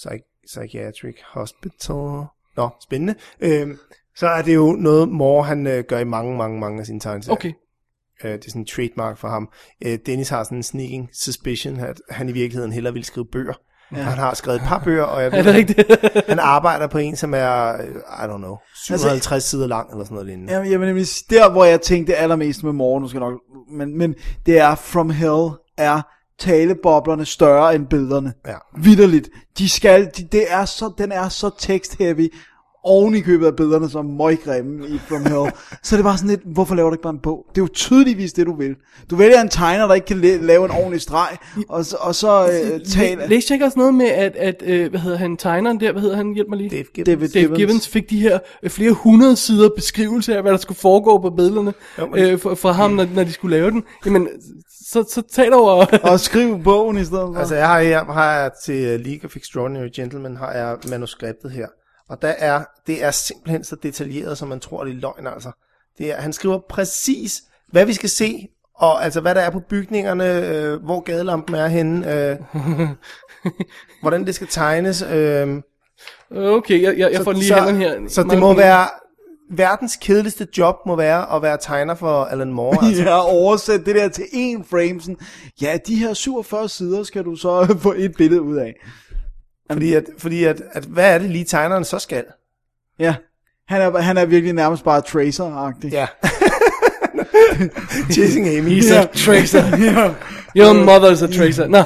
Psychiatric Hospital. Nå, spændende. Så er det jo noget, Moore han gør i mange af sine tegneserier. Okay. Det er sådan en trademark for ham. Dennis har sådan en sneaking suspicion, at han i virkeligheden hellere vil skrive bøger. Ja. Han har skrevet et par bøger, og jeg ved, han arbejder på en, som er, I don't know, 57 sider lang, eller sådan noget lignende. Jamen, der hvor jeg tænkte allermest med Moore, nu skal nok, men det er From Hell er taleboblerne større end billederne. Ja. Vitterligt. Den er så text-heavy, oven i købet af billederne som møggrimme i From Hell. Så det er bare sådan lidt, hvorfor laver du ikke bare en bog? Det er jo tydeligvis det, du vil. Du vælger en tegner, der ikke kan lave en ordentlig streg, og så taler... Læste jeg ikke også noget med, at hvad hedder han, tegneren der, hvad hedder han, hjælp mig lige? Dave Gibbons fik de her flere 100 sider beskrivelse af, hvad der skulle foregå på billederne fra ham, når de skulle lave den. Jamen, så tag over... og skriv bogen i stedet for. Altså, jeg har til League of Extraordinary Gentlemen, har jeg manuskriptet her. Og det er simpelthen så detaljeret, som man tror, det er løgn, altså. Han skriver præcis, hvad vi skal se, og altså, hvad der er på bygningerne, hvor gadelampen er henne, hvordan det skal tegnes. Okay, jeg får den lige hænderne her. Så det må være, verdens kedeligste job må være at være tegner for Alan Moore. Altså. Ja, oversæt det der til én frame. Sådan. Ja, de her 47 sider skal du så få et billede ud af. Fordi at hvad er det lige tegneren så skal? Ja, han er virkelig nærmest bare Tracer-agtig. Ja. Chasing Amy. He's a Tracer. Your mother's a Tracer. No.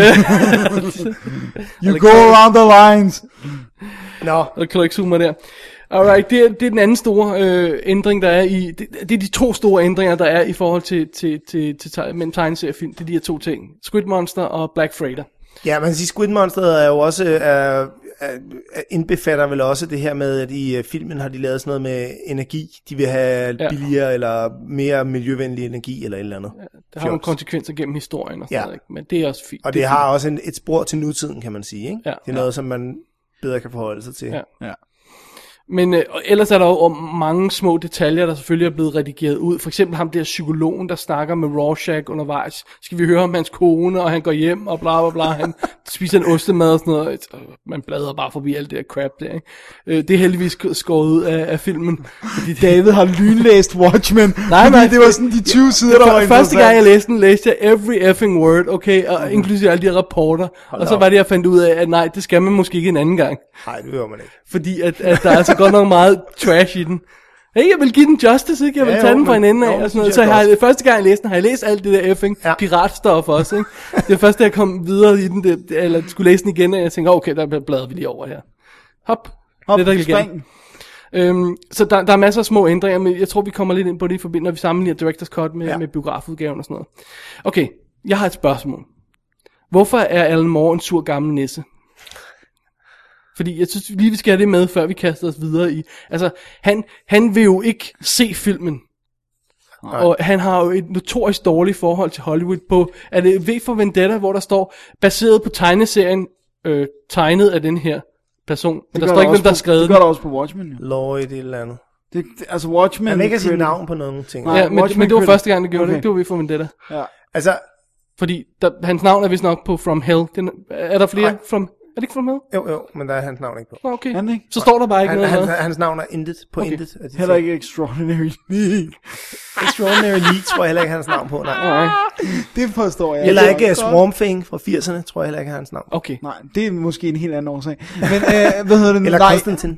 You go around the lines. Nå. Og kan du ikke zoome der. Alright, det er den anden store ændring, der er i... Det er de to store ændringer, der er i forhold til mellem tegneseriefilm. Det er de her to ting. Squid Monster og Black Freighter. Ja, man kan sige, Squid Monster er jo også, indbefatter vel også det her med, at i filmen har de lavet sådan noget med energi. De vil have billigere eller mere miljøvenlig energi eller et eller andet. Ja, det har nogle konsekvenser gennem historien og sådan noget, ikke? Men det er også fint. Og det har også et spor til nutiden, kan man sige. Ikke? Ja, det er noget, som man bedre kan forholde sig til. Ja. Men ellers er der jo mange små detaljer, der selvfølgelig er blevet redigeret ud. For eksempel ham der psykologen, der snakker med Rorschach undervejs. Skal vi høre om hans kone, og han går hjem, og bla bla bla. Han spiser en ostemad og sådan noget. Man bladrer bare forbi alt det der crap der, ikke? Det er heldigvis skåret ud af filmen. Fordi David har lynlæst Watchmen. Nej, det var sådan de 20 sider, der var interessant. Første gang jeg læste den, læste jeg every effing word, okay? Og inklusive alle de rapporter. Og så var det, jeg fandt ud af, at nej, det skal man måske ikke en anden gang. Nej, det gør man ikke. Fordi at der er altså godt nok meget trash i den. Hey, jeg vil give den justice, ikke? Jeg vil tage den fra en ende af og sådan noget. Så første gang jeg læste den, har jeg læst alt det der effing piratstof også, ikke? Det var først, da jeg kom videre i den, eller skulle læse den igen, og jeg tænkte, okay, der bladrer vi lige over her. Hop, spring. Så der er masser af små ændringer, men jeg tror, vi kommer lidt ind på det i forbindelse, når vi sammenligner Director's Cut med biografudgaven og sådan noget. Okay, jeg har et spørgsmål. Hvorfor er Alan Moore en sur gammel nisse? Fordi jeg synes lige, vi skal have det med, før vi kaster os videre i... Altså, han vil jo ikke se filmen. Nej. Og han har jo et notorisk dårligt forhold til Hollywood på... Er det V for Vendetta, hvor der står, baseret på tegneserien, tegnet af den her person. Men der står ikke, hvem der har skrevet den. Det gør der også på Watchmen, ja. Lloyd et eller andet. Altså Watchmen... Han ikke har sit navn på nogen ting. Nej, men det var første gang, det gjorde det. Det var V for Vendetta. Ja. Altså... Fordi hans navn er vist nok på From Hell. Er der flere From... Er det ikke From Hell? Jo, men der er hans navn ikke på. Okay. Så står der bare ikke noget. Hans navn er intet på intet. Heller ikke Extraordinary League. Extraordinary League tror jeg heller ikke hans navn på, nej. Det forstår jeg. Heller ikke Swamp Thing fra 80'erne, tror jeg heller ikke hans navn. Okay. Nej, det er måske en helt anden årsag. Men hvad hedder det? Eller Konstantin.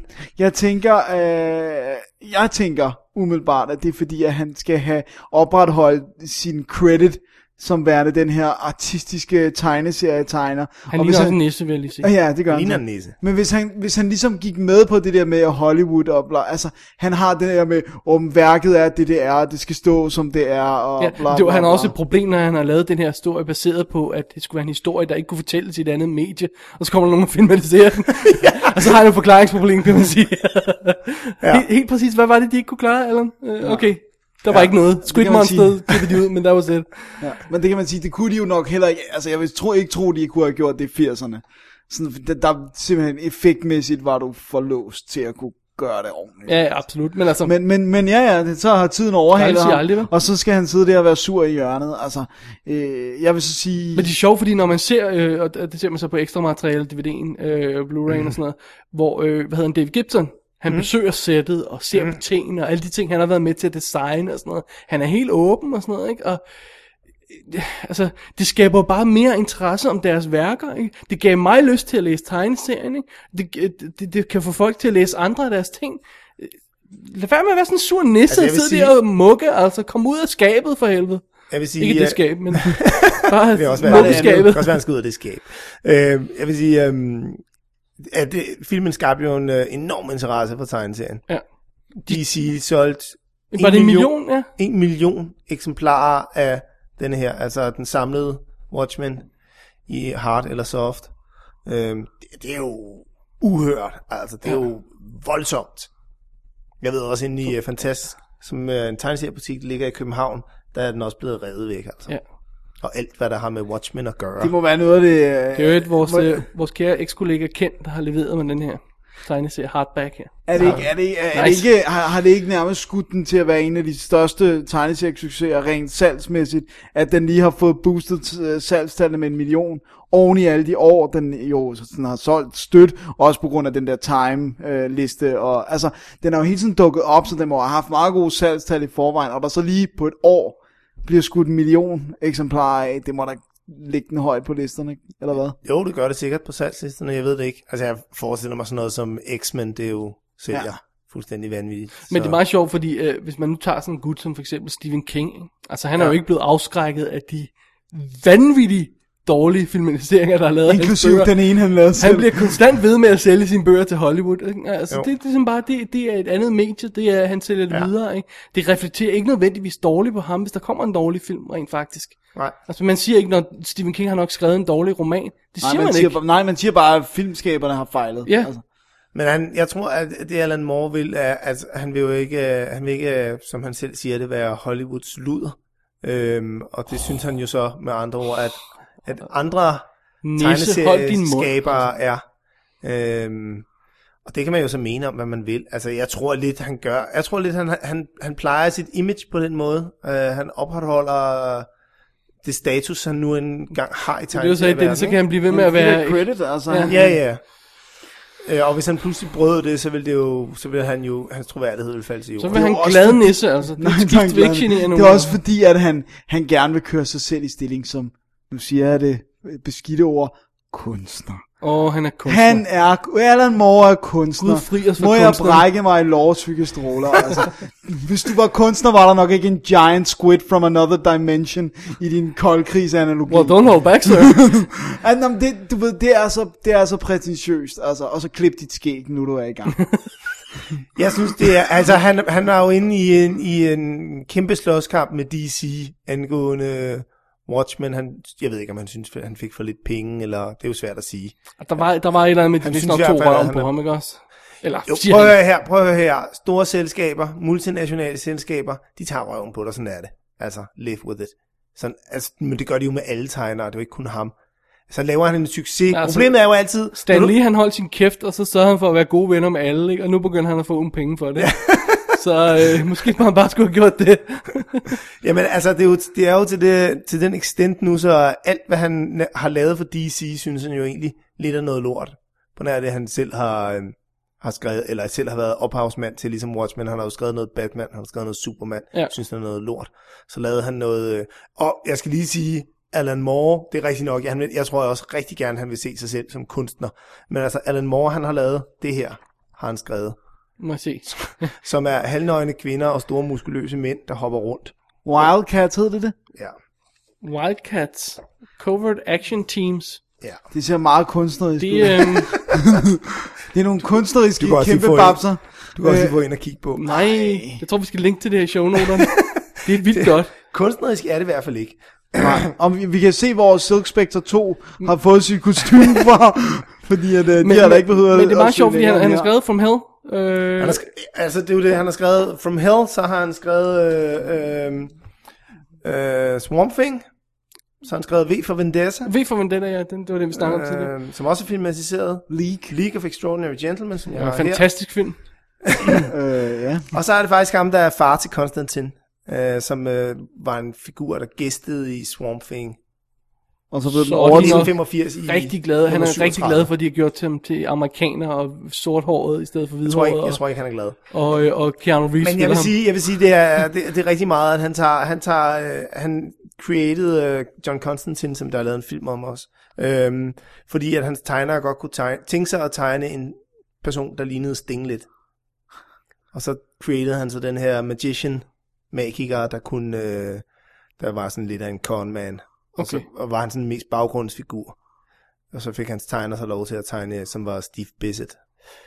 Jeg tænker umiddelbart, at det er fordi, at han skal have opretholdt sin credit som værende den her artistiske tegneserietegner. Han ligner også en nisse, vil jeg lige sige. Ja, det gør han. Ligner en nisse. Men hvis han ligesom gik med på det der med Hollywood, og bla, altså han har det der med, om værket er det er, det skal stå som det er, og ja, bla, bla, bla. Han har også et problem, når han har lavet den her historie, baseret på, at det skulle være en historie, der ikke kunne fortælles i et andet medie, og så kommer der nogen og filmatiserer den. Og så har han et forklaringsproblem, kan man sige. Helt præcis, hvad var det, de ikke kunne klare, Allan? Okay. Der var ikke noget. Squid Monster klippede de ud, men der var det. Ja, men det kan man sige, det kunne de jo nok heller ikke. Altså, jeg vil ikke tro, de kunne have gjort det i 80'erne. Sådan, der simpelthen effektmæssigt var du for låst til at kunne gøre det ordentligt. Ja, absolut. Men altså... Men ja, så har tiden overhalet ham, aldrig, og så skal han sidde der og være sur i hjørnet. Altså, jeg vil så sige... Men det er sjovt, fordi når man ser, og det ser man så på ekstra materiale, DVD'en, Blu-ray'en og sådan noget, hvor, David Gibson, han besøger sættet og ser på tingene, og alle de ting, han har været med til at designe og sådan noget. Han er helt åben og sådan noget, ikke? Og altså, det skaber bare mere interesse om deres værker, ikke? Det gav mig lyst til at læse tegneserien, ikke? Det kan få folk til at læse andre af deres ting. Lad være med at være sådan en sur nisse, og sidde der og mukke, altså kom ud af skabet for helvede. Jeg vil sige, ikke det skab, men bare det også være skabet. Det kan også være, han skal ud af det skab. Jeg vil sige, at filmen skabte jo en enorm interesse for tegneserien. Ja. DC solgte 1 million eksemplarer af denne her, altså den samlede Watchmen i hard eller soft. Det er jo uhørt, altså det er jo voldsomt. Jeg ved også inde i Fantastisk, som en tegneseriebutik, der ligger i København, der er den også blevet revet væk, altså. Ja. Og alt, hvad der har med Watchmen at gøre. Det må være noget af det... Det er jo vores kære eks-kollega Ken, der har leveret med den her tegneserie hardback her. Har det ikke nærmest skudt den til at være en af de største tegneseriesucceser rent salgsmæssigt, at den lige har fået boostet salgstallene med 1 million oven i alle de år, den jo sådan har solgt stødt, også på grund af den der time-liste, og altså, den har jo hele tiden dukket op, så den må have haft meget gode salgstal i forvejen, og der så lige på et år bliver skudt 1 million eksemplarer af, det må da ligge den højt på listerne, ikke? Eller hvad? Jo, det gør det sikkert på salgslisterne, jeg ved det ikke. Altså, jeg forestiller mig sådan noget som X-Men, det er jo sælger fuldstændig vanvittigt. Men det er meget sjovt, fordi hvis man nu tager sådan en gut som for eksempel Stephen King, ikke? Altså han er jo ikke blevet afskrækket af de vanvittige dårlige filmatiseringer, der er lavet. Inklusiv den ene, han lavede selv. Han bliver konstant ved med at sælge sine bøger til Hollywood. Ikke? Altså, det er ligesom bare, det er et andet medie, det er, han sælger det videre. Ikke? Det reflekterer ikke nødvendigvis dårligt på ham, hvis der kommer en dårlig film rent faktisk. Nej. Altså man siger ikke, når Stephen King har nok skrevet en dårlig roman. Det siger man ikke. Nej, man siger bare, at filmskaberne har fejlet. Ja. Altså. Men jeg tror, at det Alan Moore vil, er, at han vil jo ikke, som han selv siger det, være Hollywoods luder. Og det synes han jo så med andre ord, at andre tegneserieskabere er. Og det kan man jo så mene om, hvad man vil. Altså, jeg tror lidt, han plejer sit image på den måde. Han opretholder det status, han nu engang har i tegneserieverdenen. Så kan han blive ved med at være... credit, altså. Ja. Og hvis han pludselig brød det, så ville han jo, hans troværdighed ville falde til jorden. Så vil han glad nisse, altså. Det er også fordi, at han gerne vil køre sig selv i stilling som, nu siger jeg det beskidte ord, kunstner. Han er kunstner. Alan Moore er kunstner. Gud fri os for må jeg brække mig i lovsyke stråler, altså. Hvis du var kunstner, var der nok ikke en giant squid from another dimension i din koldkrigsanalogi. Well, don't hold back, sir. Du ved, det er så prætentiøst, altså. Og så klip dit skæg, nu du er i gang. Jeg synes, det er, altså han var jo inde i en kæmpe slåskamp med DC angående Watchmen. Jeg ved ikke, om han synes, at han fik for lidt penge, eller det er jo svært at sige. Der var et eller andet med, de nok to røven på ham, ikke også? Eller, jo, prøv at høre her. Store selskaber, multinationale selskaber, de tager røven på dig, sådan er det. Altså, live with it. Sådan, altså, men det gør de jo med alle tegnere, det er jo ikke kun ham. Så laver han en succes. Ja, altså, problemet er jo altid... Stan Lee, han holdt sin kæft, og så sørgede han for at være gode venner med alle, ikke? Og nu begynder han at få penge for det. Ja. Så måske man bare skulle have gjort det. Jamen altså, det er jo til den extent nu, så alt hvad han har lavet for DC, synes han jo egentlig lidt af noget lort. På nær det, han selv har skrevet, eller selv har været ophavsmand til, ligesom Watchmen. Han har jo skrevet noget Batman, han har skrevet noget Superman, synes han er noget lort. Så lavede han noget... og jeg skal lige sige, Alan Moore, det er rigtig nok, jeg tror også rigtig gerne, han vil se sig selv som kunstner. Men altså, Alan Moore, han har lavet det her, har han skrevet. Må jeg se. Som er halvnøgne kvinder og store muskuløse mænd, der hopper rundt. Wildcats hed det? Ja. Wildcats. Covert Action Teams. Ja. Det ser meget kunstnerisk ud. Det er nogle kunstneriske kæmpe babser. Du kan også lige få ind og kigge på. Nej, jeg tror vi skal linke til det her shownoterne. Det er vildt godt. Kunstnerisk er det i hvert fald ikke. Nej. Og vi kan se, hvor Silk Spectre 2 har fået sit kostume fra, fordi at, de har da ikke behøvet. Men det er meget sjovt, fordi han har skrevet From Hell. Altså det er jo det, han har skrevet From Hell, så har han skrevet Swamp Thing, så har han skrevet V for Vendetta. V for Vendetta, ja, det var det, vi snakkede om tidligere. Som også er filmatiseret. League of Extraordinary Gentlemen, som jeg har fantastisk her. film. Ja. Og så er det faktisk ham, der er far til Konstantin, som var en figur, der gæstede i Swamp Thing. Og så blev den Så overtaget. 1985 i Rigtig glad. Han er 37. rigtig glad for, at de har gjort ham til amerikaner og sorthåret i stedet for hvidhåret. Jeg tror ikke, han er glad. Og Keanu Reeves Men jeg vil sige, det er rigtig meget, at han created John Constantine, som der har lavet en film om også. Fordi at hans tegnere godt kunne tænke sig at tegne en person, der lignede Sting lidt. Og så created han så den her magiker, der kunne, der var sådan lidt af en conman. Okay. Og var han sådan mest baggrundsfigur. Og så fik hans tegner så lov til at tegne, som var Steve Bissett,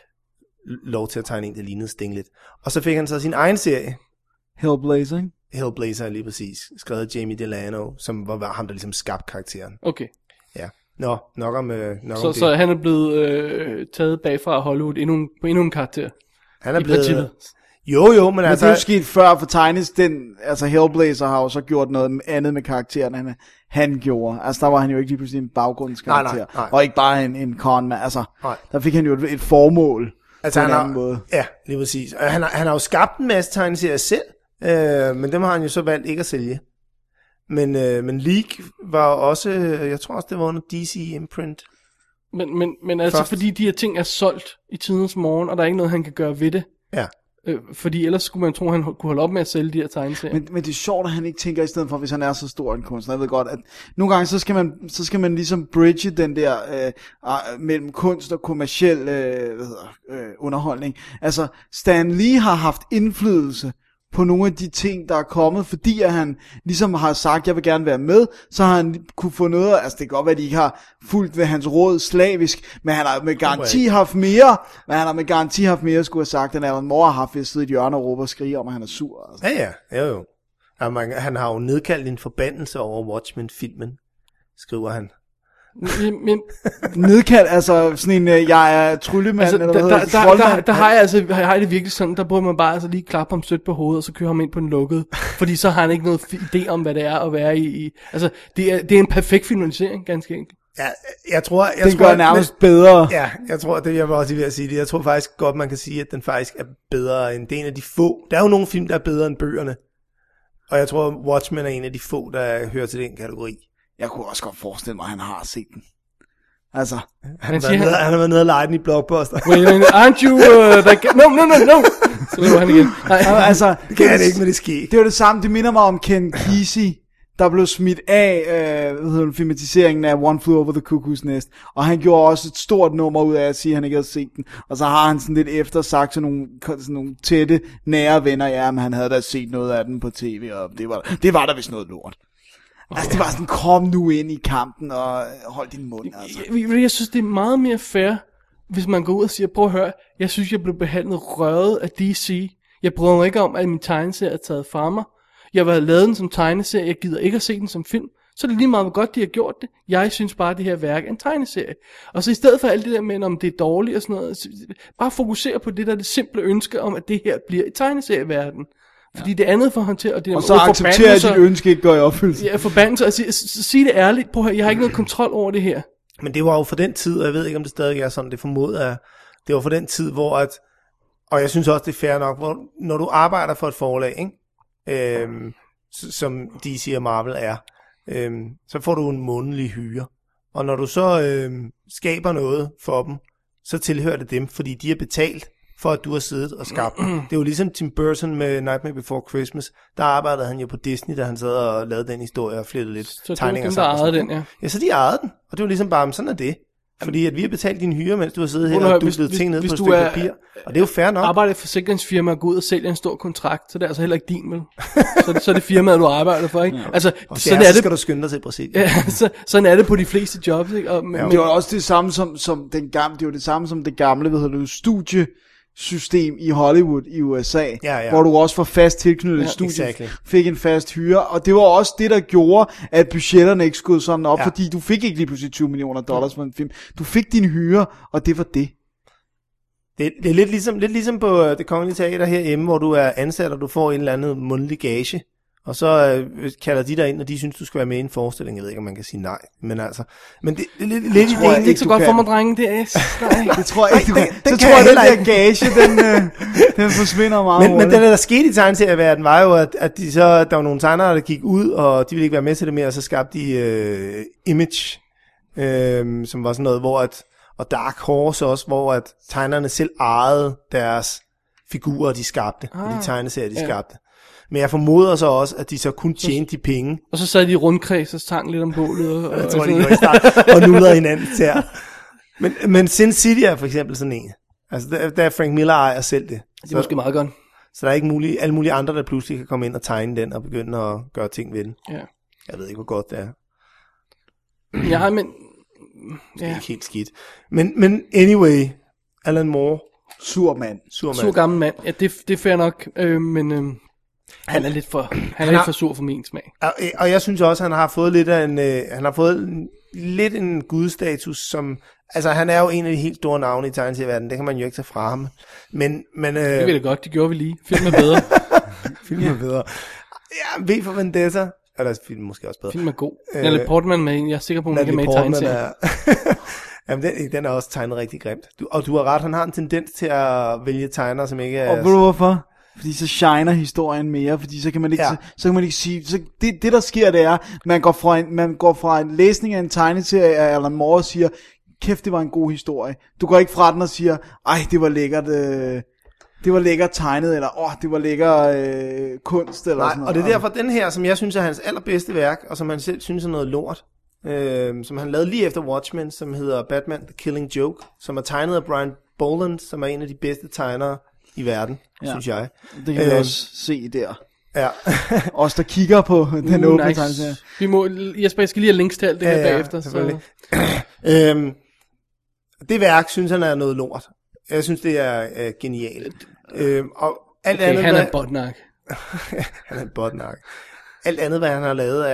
lov til at tegne en, der lignede Sting lidt. Og så fik han så sin egen serie. Hellblazer, ikke? Hellblazer, lige præcis. Skrevet af Jamie Delano, som var ham, der ligesom skabte karakteren. Okay. Ja. Nok om det. Så han er blevet taget bagfra af Hollywood på endnu en karakter. Han er blevet... Jo, men men altså... det er jo sket før for tegnes altså Hellblazer har jo så gjort noget andet med karakteren, end han gjorde. Altså der var han jo ikke lige pludselig en baggrundskarakter, nej. og ikke bare en conman. Altså, nej. Der fik han jo et formål altså, på en anden måde. Ja, lige præcis. Han har jo skabt en masse tegneserier selv, men dem har han jo så valgt ikke at sælge. Men League var også, jeg tror også, det var under DC Imprint. Men altså, fordi de her ting er solgt i tidens morgen, og der er ikke noget, han kan gøre ved det. Ja. Fordi ellers skulle man tro, at han kunne holde op med at sælge de her tegneserier. Men det er sjovt, at han ikke tænker i stedet for, hvis han er så stor en kunstner. Jeg ved godt, at nogle gange, så skal man ligesom bridge den der mellem kunst og kommerciel underholdning. Altså, Stan Lee har haft indflydelse på nogle af de ting, der er kommet, fordi at han ligesom har sagt, jeg vil gerne være med, så har han kunne få noget, altså det kan godt være, at de ikke har fulgt ved hans råd slavisk, men han har med garanti haft mere, skulle have sagt, end Alan Moore har haft ved at sidde i et hjørne og råbe og skrige om, at han er sur. Altså. Ja. Han har jo nedkaldt en forbandelse over Watchmen-filmen, skriver han. Men nedkald, altså sådan en, jeg er tryllemand, altså, der har jeg det virkelig sådan, der burde man bare altså lige klappe ham sødt på hovedet, og så køre ham ind på den lukkede, fordi så har han ikke noget idé om, hvad det er at være i altså, det er en perfekt filmatisering, ganske enkelt. Ja, jeg tror nærmest bedre. Ja, jeg tror, det jeg var også ved at sige det. Jeg tror faktisk godt, man kan sige, at den faktisk er bedre end det er en af de få. Der er jo nogle film, der er bedre end bøgerne. Og jeg tror, Watchmen er en af de få, der hører til den kategori. Jeg kunne også godt forestille mig, at han har set den. Altså, han har været nede og lege den i Blockbuster. Wait, aren't you... No. Så løber han igen. Altså, det kan han ikke, men det sker. Det var det samme, det minder mig om Ken Kesey, der blev smidt af filmatiseringen af One Flew Over the Cuckoo's Nest. Og han gjorde også et stort nummer ud af at sige, at han ikke havde set den. Og så har han sådan lidt efter sagt sådan nogle tætte, nære venner, ja, men han havde da set noget af den på tv, og det var der vist noget lort. Altså det var sådan, kom nu ind i kampen og hold din mund. Altså. Jeg synes det er meget mere fair, hvis man går ud og siger, prøv at høre, jeg synes jeg blev behandlet røvet af DC. Jeg bryder mig ikke om, at min tegneserie er taget fra mig. Jeg har lavet den som tegneserie, jeg gider ikke at se den som film. Så er det lige meget, hvor godt de har gjort det. Jeg synes bare, at det her værk er en tegneserie. Og så i stedet for alt det der med, om det er dårligt og sådan noget, bare fokusere på det der det simple ønske om, at det her bliver et tegneserieverden. Fordi det andet for at håndtere, og så acceptere, at dit ønske ikke går i opfyldelse. Ja, forbandelse, og sige det ærligt, prøv at jeg har ikke noget kontrol over det her. Men det var jo for den tid, og jeg ved ikke, om det stadig er sådan, det formoder jeg, det var for den tid, hvor at, og jeg synes også, det er fair nok, hvor når du arbejder for et forlag, ikke? Som DC og Marvel er, så får du en månedlig hyre. Og når du så skaber noget for dem, så tilhører det dem, fordi de har betalt for at du har siddet og skabt. Det er jo ligesom Tim Burton med Nightmare Before Christmas. Der arbejdede han jo på Disney, da han sad og lavede den historie og flettede lidt så tegninger sammen. Så det var dem, der ejede den, ja. Ja, så de ejede den. Og det var ligesom bare, sådan er det. Fordi at vi har betalt din hyre, mens du har siddet her og duttet ting ned på et stykke papir. Og det er jo fair nok. Arbejder et forsikringsfirma og går ud og sælger en stor kontrakt, så det er altså heller ikke din, vel? så er det firmaet, du arbejder for, ikke? Ja. Altså, og sådan er det, skal du skynde dig til Brasilien. Ja, sådan er det på de fleste jobs, ikke? Og, men det var også det samme som den gamle, det var det samme som det gamle, studiesystem i Hollywood i USA, hvor du også var fast tilknyttet et studie, fik en fast hyre, og det var også det, der gjorde, at budgetterne ikke skød sådan op, fordi du fik ikke lige pludselig $20 million for en film. Du fik din hyre, og det var det. Det er lidt ligesom på Det Kongelige Teater herhjemme, hvor du er ansat, og du får en eller anden mundtlig gage, Og så kalder de dig ind, og de synes, du skal være med i en forestilling. Jeg ved ikke, om man kan sige nej. Men altså... Men det er lidt ideen. Det er ikke så godt for mig, drenge. Det er... Nej. Det tror jeg ikke, du kan. Så tror jeg, den der gage, den forsvinder meget men det, der skete i tegneserieverdenen, var jo, at de så, der var nogle tegnere, der gik ud, og de ville ikke være med til det mere, og så skabte de Image, som var sådan noget, hvor og Dark Horse også, hvor at tegnerne selv ejede deres figurer, de skabte, og de tegneserier, de skabte. Men jeg formoder så også, at de så kun tjente de penge. Og så sad de i rundkreds og sang lidt om bålet. Jeg tror, de gjorde i start, og nullede hinanden til. Men Sin City er for eksempel sådan en. Altså, der er Frank Miller ejer selv det. Det er måske meget godt. Så der er ikke alle mulige andre, der pludselig kan komme ind og tegne den, og begynde at gøre ting ved den. Ja. Jeg ved ikke, hvor godt det er. Ja, men... Det er ikke helt skidt. Men anyway, Alan Moore. Sur mand. Sur gammel mand. Ja, det er fair nok, men... Han er lidt for sur for min smag. Og jeg synes også, at han har fået lidt af en gudstatus, som... Altså, han er jo en af de helt store navne i tegneserieverdenen. Det kan man jo ikke tage fra ham. Men det ved jeg godt, det gjorde vi lige. Film er bedre. Film er bedre. Ja, V for Vendetta. Eller film måske også bedre. Film er god. Natalie Portman med en. Jeg er sikker på, hun ikke er med i tegneserien. Jamen, den er også tegnet rigtig grimt. Og du har ret, han har en tendens til at vælge tegnere, som ikke er... Og ved du hvorfor? Fordi så shiner historien mere, fordi så kan man ikke, så kan man ikke sige, så det der sker, det er, man går fra en læsning af en tegneserie af Alan Moore og siger, kæft, det var en god historie. Du går ikke fra den og siger, ej, det var lækkert tegnet, eller det var lækker kunst, eller sådan noget. Og det er derfor den her, som jeg synes er hans allerbedste værk, og som han selv synes er noget lort, som han lavede lige efter Watchmen, som hedder Batman The Killing Joke, som er tegnet af Brian Boland, som er en af de bedste tegnere i verden, synes jeg. Det kan vi også se der. Ja. Os der kigger på den åbne tegneserie. Jesper, jeg skal lige have links til alt det her bagefter. Så. Det værk, synes han er noget lort. Jeg synes, det er genialt. Og alt andet, han er botnak. Han er botnak. Alt andet, hvad han har lavet,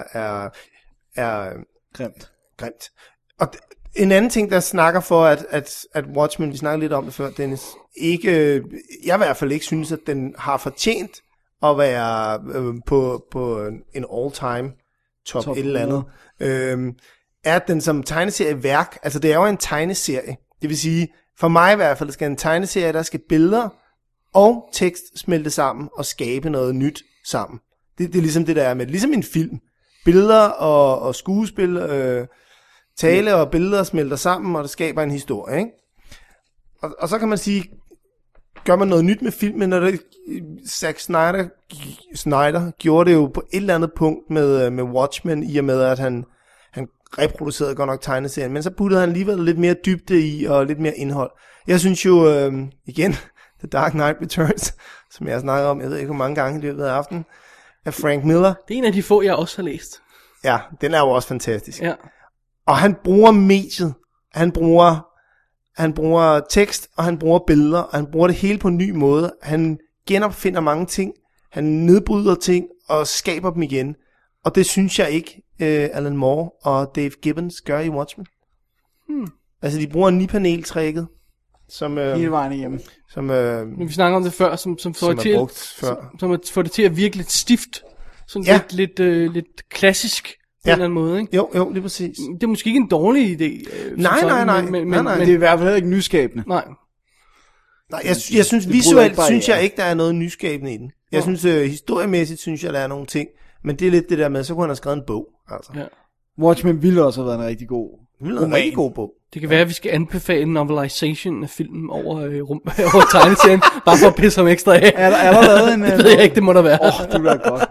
er grimt. Og en anden ting, der snakker for, at Watchmen, vi snakkede lidt om det før, Dennis, ikke, jeg i hvert fald ikke synes, at den har fortjent at være på en all-time top et eller andet. Er den som tegneserieværk, altså det er jo en tegneserie, det vil sige, for mig i hvert fald, skal en tegneserie, der skal billeder og tekst smelte sammen og skabe noget nyt sammen. Det er ligesom det, der er med, ligesom en film. Billeder og skuespil, tale og billeder smelter sammen, og det skaber en historie, ikke? Og så kan man sige, gør man noget nyt med filmen, når det Zack Snyder gjorde det jo på et eller andet punkt med Watchmen, i og med, at han reproducerede godt nok tegneserien, men så puttede han alligevel lidt mere dybde i, og lidt mere indhold. Jeg synes jo, igen, The Dark Knight Returns, som jeg snakker om, jeg ved ikke hvor mange gange i løbet af aftenen, af Frank Miller. Det er en af de få, jeg også har læst. Ja, den er jo også fantastisk. Ja. Og han bruger mediet, han bruger tekst, og han bruger billeder, og han bruger det hele på en ny måde. Han genopfinder mange ting, han nedbryder ting, og skaber dem igen. Og det synes jeg ikke, Alan Moore og Dave Gibbons gør i Watchmen. Altså, de bruger 9-panel-trækket, som... hele vejen igennem. Som vi snakker om det før, som får det til at virke lidt stift. Sådan lidt klassisk på en eller anden måde, ikke? Jo, lige præcis. Det er måske ikke en dårlig idé. Nej. Men det er i hvert fald ikke nyskabende. Nej, jeg synes visuelt, synes jeg ikke, der er noget nyskabende i den. Jeg synes, historiemæssigt, synes jeg, der er nogle ting. Men det er lidt det der med, så kunne han have skrevet en bog. Altså. Ja. Watchmen ville også have været en rigtig god rigtig god bog. Det kan være, at vi skal anbefale en novelization af filmen over tegneserien, bare for at pisse ham ekstra af. Er der lavet en... Det ved jeg ikke, det må der være. Det bliver godt.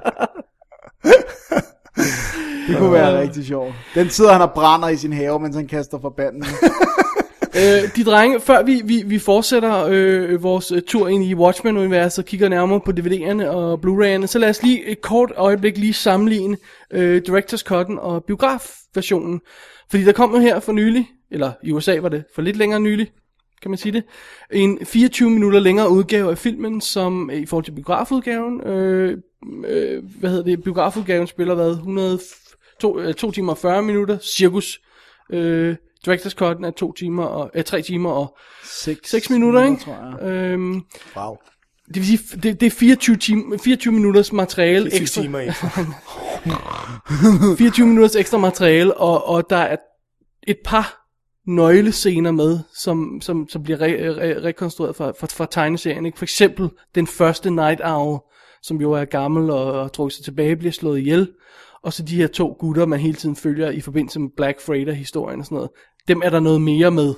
Det kunne være rigtig sjovt. Den sidder han og brænder i sin have, mens han kaster forbanden. De drenge, før vi fortsætter vores tur ind i Watchmen-universet og kigger nærmere på DVD'erne og Blu-ray'erne, så lad os lige et kort øjeblik lige sammenligne Director's Cut'en og biografversionen. Fordi der kom jo her for nylig, eller i USA var det for lidt længere nylig, kan man sige det, en 24 minutter længere udgave af filmen, som i forhold til biografudgaven, biografudgaven spiller 2 timer og 40 minutter, cirkus. Director's Cut'en er 3 timer og 6 minutter, ikke? Wow. Det vil sige, det er 24 minutters materiale ekstra. 24 minutters ekstra materiale, og der er et par nøglescener med, som bliver rekonstrueret fra tegneserien. Ikke? For eksempel den første Night Owl, som jo er gammel og trukket sig tilbage, bliver slået ihjel. Og så de her 2 gutter, man hele tiden følger i forbindelse med Black Freighter-historien og sådan noget. Dem er der noget mere med.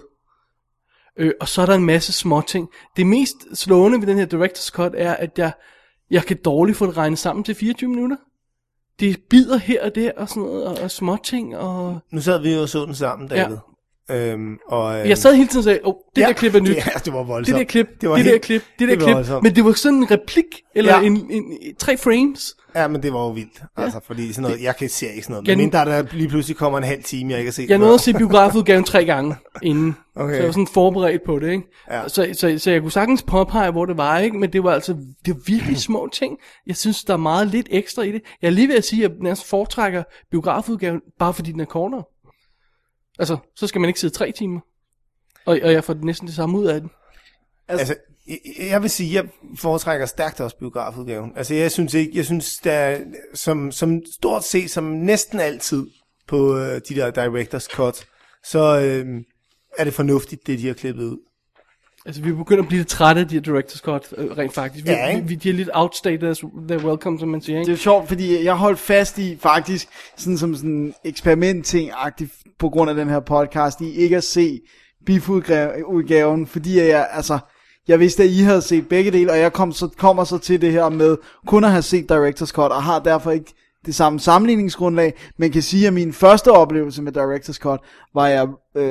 Og så er der en masse småting. Det mest slående ved den her Director's Cut er, at jeg kan dårligt få det regnet sammen til 24 minutter. Det bider her og der og sådan noget, og småting. Og... Nu sad vi jo og så den sammen, David. Ja. Jeg sad hele tiden og sagde, det der klip er nyt. Det var voldsomt. Det der klip. Men det var sådan en replik, eller 3 frames. Ja, men det var jo vildt. Altså, fordi sådan noget, jeg ser ikke sådan noget. Men mindre der lige pludselig kommer en halv time, jeg ikke har set. Jeg nåede at se biografudgaven 3 gange inden. Okay. Så jeg var sådan forberedt på det, ikke? Ja. Så jeg kunne sagtens påpege, hvor det var, ikke? Men det var virkelig små ting. Jeg synes, der er meget lidt ekstra i det. Jeg er lige ved at sige, at jeg næsten foretrækker biografudgaven, bare fordi den er kortere. Altså, så skal man ikke sidde 3 timer. Og jeg får næsten det samme ud af den. Altså, jeg vil sige, jeg foretrækker stærkt også biografudgaven. Altså, jeg synes der som stort set, som næsten altid på de der Director's Cut, så er det fornuftigt, det de har klippet ud. Altså, vi begynder at blive lidt trætte af de her Director's Cut, rent faktisk. De er lidt outstated as they're welcome, som man siger, ikke? Det er sjovt, fordi jeg holdt fast i, faktisk, sådan som sådan en eksperimentting-agtigt, på grund af den her podcast, i ikke at se Biff-udgaven, fordi jeg vidste, at I havde set begge dele, og jeg kommer så til det her med kun at have set Director's Cut, og har derfor ikke det samme sammenligningsgrundlag, men kan sige, at min første oplevelse med Director's Cut, var jeg,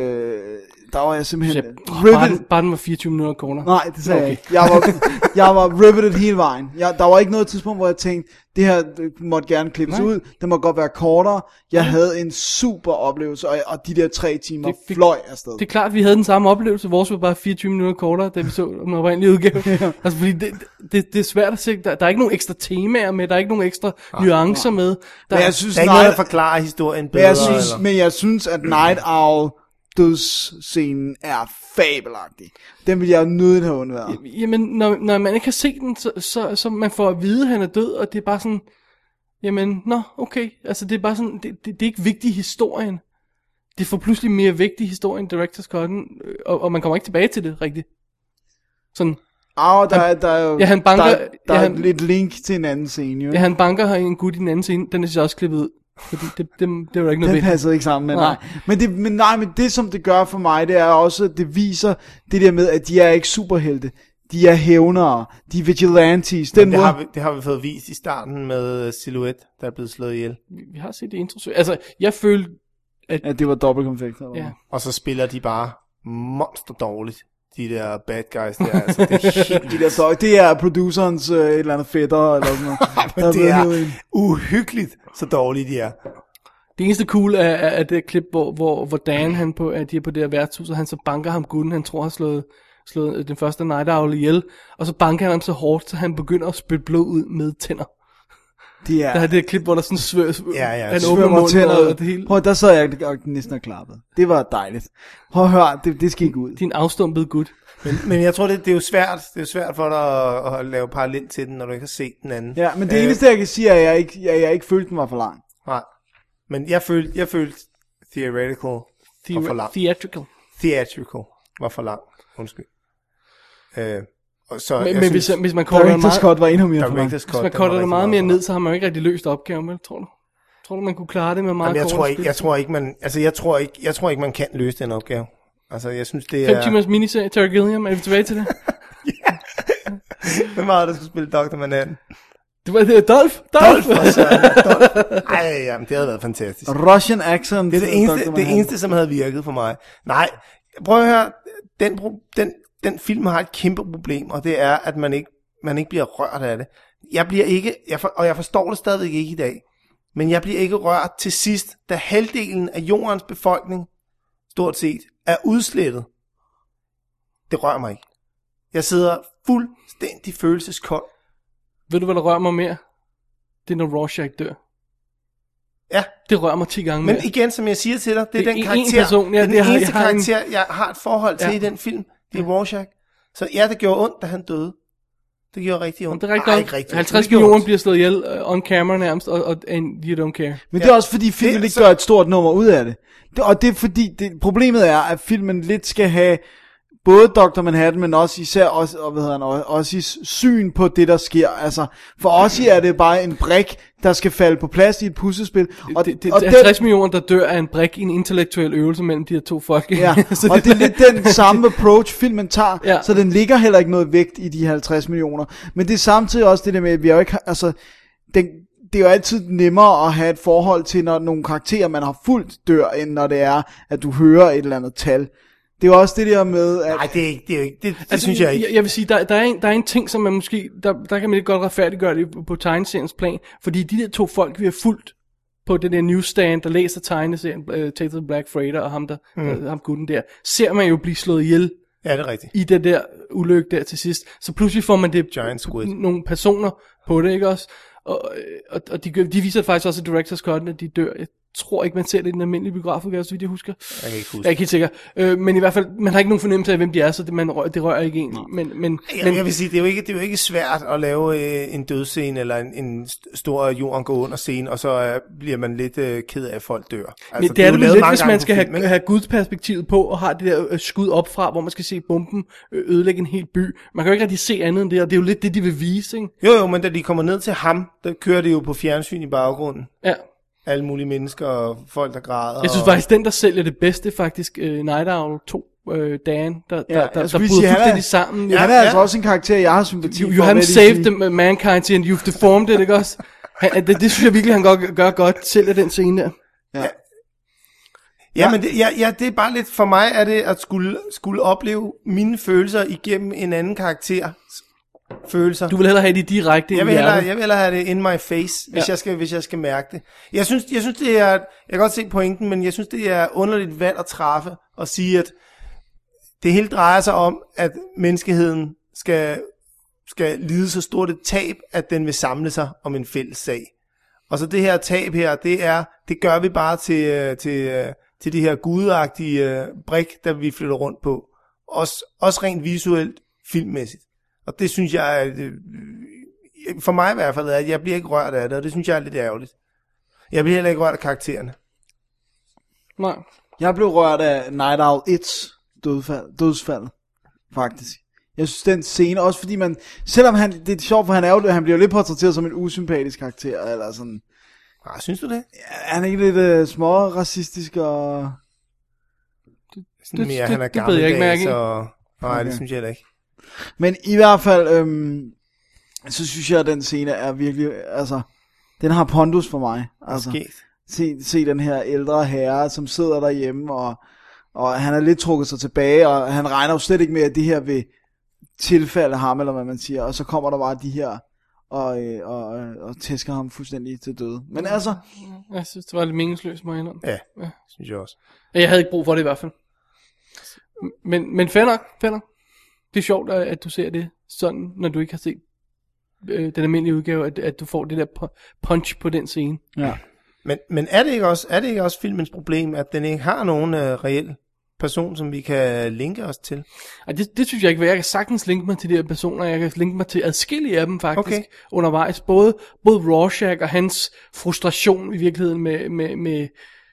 der var jeg simpelthen riveted. Bare den var 24 minutter kortere. Nej, det sagde jeg ikke. Jeg var riveted hele vejen. Der var ikke noget tidspunkt, hvor jeg tænkte, det her måtte gerne klippes ud, det må godt være kortere. Jeg havde en super oplevelse, og de der 3 timer fløj afsted. Det er klart, at vi havde den samme oplevelse. Vores var bare 24 minutter kortere, da vi så den oprindelige udgave. Altså, fordi det er svært at se. Der er ikke nogen ekstra temaer med, der er ikke nogen ekstra nuancer med. Der er ikke noget, der forklarer historien bedre. Men jeg synes, at Night Owl dødsscenen er fabelagtig. Den vil jeg nødigt have undværet. Jamen, når man ikke har set den, så man får at vide, at han er død, og det er bare sådan, jamen, okay. Altså, det er bare sådan, det er ikke vigtig historien. Det får pludselig mere vigtig historien, Director's Cut'en, og man kommer ikke tilbage til det, rigtigt. Sådan. Der er lidt link til en anden scene, jo. Ja, han banker her en gut i en anden scene, den er så også klippet ud. Fordi det var ikke noget. Den passer ikke sammen med, nej. Men det som det gør for mig, det er også, det viser det der med, at de er ikke superhelte. De er hævnere. De er vigilantes. Det har vi fået vist i starten med Silhouette, der er blevet slået ihjel. Vi har set det intro. Altså, jeg følte, at det var dobbeltkonfekt. Ja. Og så spiller de bare monster dårligt. De der bad guys der, altså det er det er producerens et eller andet fætter eller sådan noget. Det er uhyggeligt, så dårligt de er. Det eneste cool er det klip, hvor Dan han de er på det her værtshus, og han så banker ham gutten, han tror har slået den første Night Owl ihjel, og så banker han ham så hårdt, så han begynder at spytte blod ud med tænder. Der er det klip, hvor der sådan han åbner munden og det hele. Der sad jeg og næsten og klappede. Det var dejligt. Hør, det skal ikke ud. Din afstumpede gut. Men jeg tror, det er jo svært. Det er jo svært for dig at lave parallel til den, når du ikke har set den anden. Ja, men det eneste, jeg kan sige, er, at jeg ikke følte, den var for lang. Nej. Men jeg følte Theoretical var for lang. Theatrical var for lang. Undskyld. Så men hvis man korter Director's Cut var endnu mere for mig. Hvis man korter det meget mere ned, så har man jo ikke rigtig løst opgaven, vel? Tror du man kunne klare det med meget kort spil? Jeg tror ikke man kan løse den opgave. Altså jeg synes det er 5 timers miniserie Terry Gilliam, er vi tilbage til det? Ja. Hvem var der skulle spille Dr. Manhattan? Det var Dolph. Ej, jamen, det havde været fantastisk. Russian accent. Det er det eneste som havde virket for mig. Nej, prøv at høre, den film har et kæmpe problem, og det er, at man ikke bliver rørt af det. Jeg forstår det stadigvæk ikke i dag, men jeg bliver ikke rørt til sidst, da halvdelen af jordens befolkning, stort set, er udslettet. Det rører mig ikke. Jeg sidder fuldstændig følelseskold. Ved du, hvad der rører mig mere? Det er, når Rorschach dør. Ja. Det rører mig 10 gange mere. Men igen, som jeg siger til dig, det er den karakter, person, den eneste karakter, jeg har et forhold til i den film. Det er Rorschach. Så ja, det gjorde ondt, da han døde. Det gjorde rigtig ondt. Det er rigtigt. Ikke rigtig. 50 millioner bliver slået ihjel on camera nærmest, og and you don't care. Men det er også fordi filmen ikke gør et stort nummer ud af det. Og det er fordi, problemet er, at filmen lidt skal have både Dr. Manhattan, men også især Ossis syn på det, der sker. Altså, for Ossie er det bare en brik, der skal falde på plads i et puslespil. Og det er 50 millioner, der dør af en brik i en intellektuel øvelse mellem de her to folk. Ja, og det er lidt den samme approach, filmen tager, så den ligger heller ikke noget vægt i de 50 millioner. Men det er samtidig også det der med, at vi har jo ikke, altså, det er jo altid nemmere at have et forhold til, når nogle karakterer, man har fulgt, dør, end når det er, at du hører et eller andet tal. Det er jo også det der med, at... Nej, det er jo ikke. Det altså, synes jeg ikke. Jeg vil sige, der er en ting, som man måske... Der kan man ikke godt retfærdiggøre det på tegneseriens plan. Fordi de der to folk, vi har fulgt på den der newsstand, der læser tegneserien, Take the Black Freighter og ham gutten der, ser man jo blive slået ihjel. Ja, det er rigtigt. I det der ulykke der til sidst. Så pludselig får man det nogle personer på det, ikke også? Og de viser faktisk også i Director's Cut, at de dør. Jeg tror ikke, man ser det i den almindelige biografudgave, så vidt jeg husker. Jeg kan ikke huske. Jeg er ikke helt sikker. Men i hvert fald, man har ikke nogen fornemmelse af, hvem de er, så det rører ikke en. Men jeg vil sige, det er jo ikke svært at lave en dødsscene, eller en stor jorden gå under scene, og så bliver man lidt ked af, at folk dør. Altså, men det er jo lidt, hvis man skal have Guds perspektivet på, og har det der skud opfra, hvor man skal se bomben ødelægge en hel by. Man kan jo ikke rigtig se andet end det, og det er jo lidt det, de vil vise, ikke? Jo, men da de kommer ned til ham, der kører det jo på fjernsyn i baggrunden. Ja. Alle mulige mennesker og folk, der græder. Jeg synes faktisk, den der sælger det bedste, faktisk Night Owl 2, Dan, der bryder fuldstændig sammen. Ja, han er altså også en karakter, jeg har sympati for. You haven't saved the mankind, and you've deformed it, ikke også? Det synes jeg virkelig, han gør godt, sælger den scene der. Ja, men det er bare lidt, for mig er det at skulle opleve mine følelser igennem en anden karakter. Følelser. Du vil hellere have det direkte jeg vil hellere have det in my face, hvis jeg skal mærke det. Jeg synes det er, jeg kan godt se pointen, men jeg synes det er underligt valg at træffe og sige, at det hele drejer sig om, at menneskeheden skal lide så stort et tab, at den vil samle sig om en fælles sag. Og så det her tab her, det gør vi bare til det her gudagtige brik, der vi flytter rundt på. Også rent visuelt, filmmæssigt. Og det synes jeg, for mig i hvert fald, at jeg bliver ikke rørt af det, og det synes jeg er lidt ærgerligt. Jeg bliver heller ikke rørt af karaktererne. Nej. Jeg blev rørt af Night Owl 1's dødsfald, faktisk. Jeg synes den scene, også fordi man, selvom det er sjovt, for han bliver jo lidt portrætteret som en usympatisk karakter, eller sådan. Synes du det? Ja, han er ikke lidt små racistisk og... Sådan mere, han er gammeldags, og... Nej, okay. Det synes jeg heller ikke. Men i hvert fald, så synes jeg, at den scene er virkelig, altså, den har pondus for mig. Altså, se den her ældre herre, som sidder derhjemme, og han er lidt trukket sig tilbage, og han regner jo slet ikke med, at det her vil tilfalde ham, eller hvad man siger, og så kommer der bare de her, og tæsker ham fuldstændig til døde. Men altså... Jeg synes, det var lidt meningsløst, må jeg indrømme. Ja, synes jeg også. Jeg havde ikke brug for det i hvert fald. Men fair nok. Det er sjovt, at du ser det sådan, når du ikke har set den almindelige udgave, at du får det der punch på den scene. Ja. Men er det ikke også filmens problem, at den ikke har nogen reel person, som vi kan linke os til? Det synes jeg ikke, jeg kan sagtens linke mig til de her personer. Jeg kan linke mig til adskillige af dem faktisk undervejs. Både Rorschach og hans frustration i virkeligheden med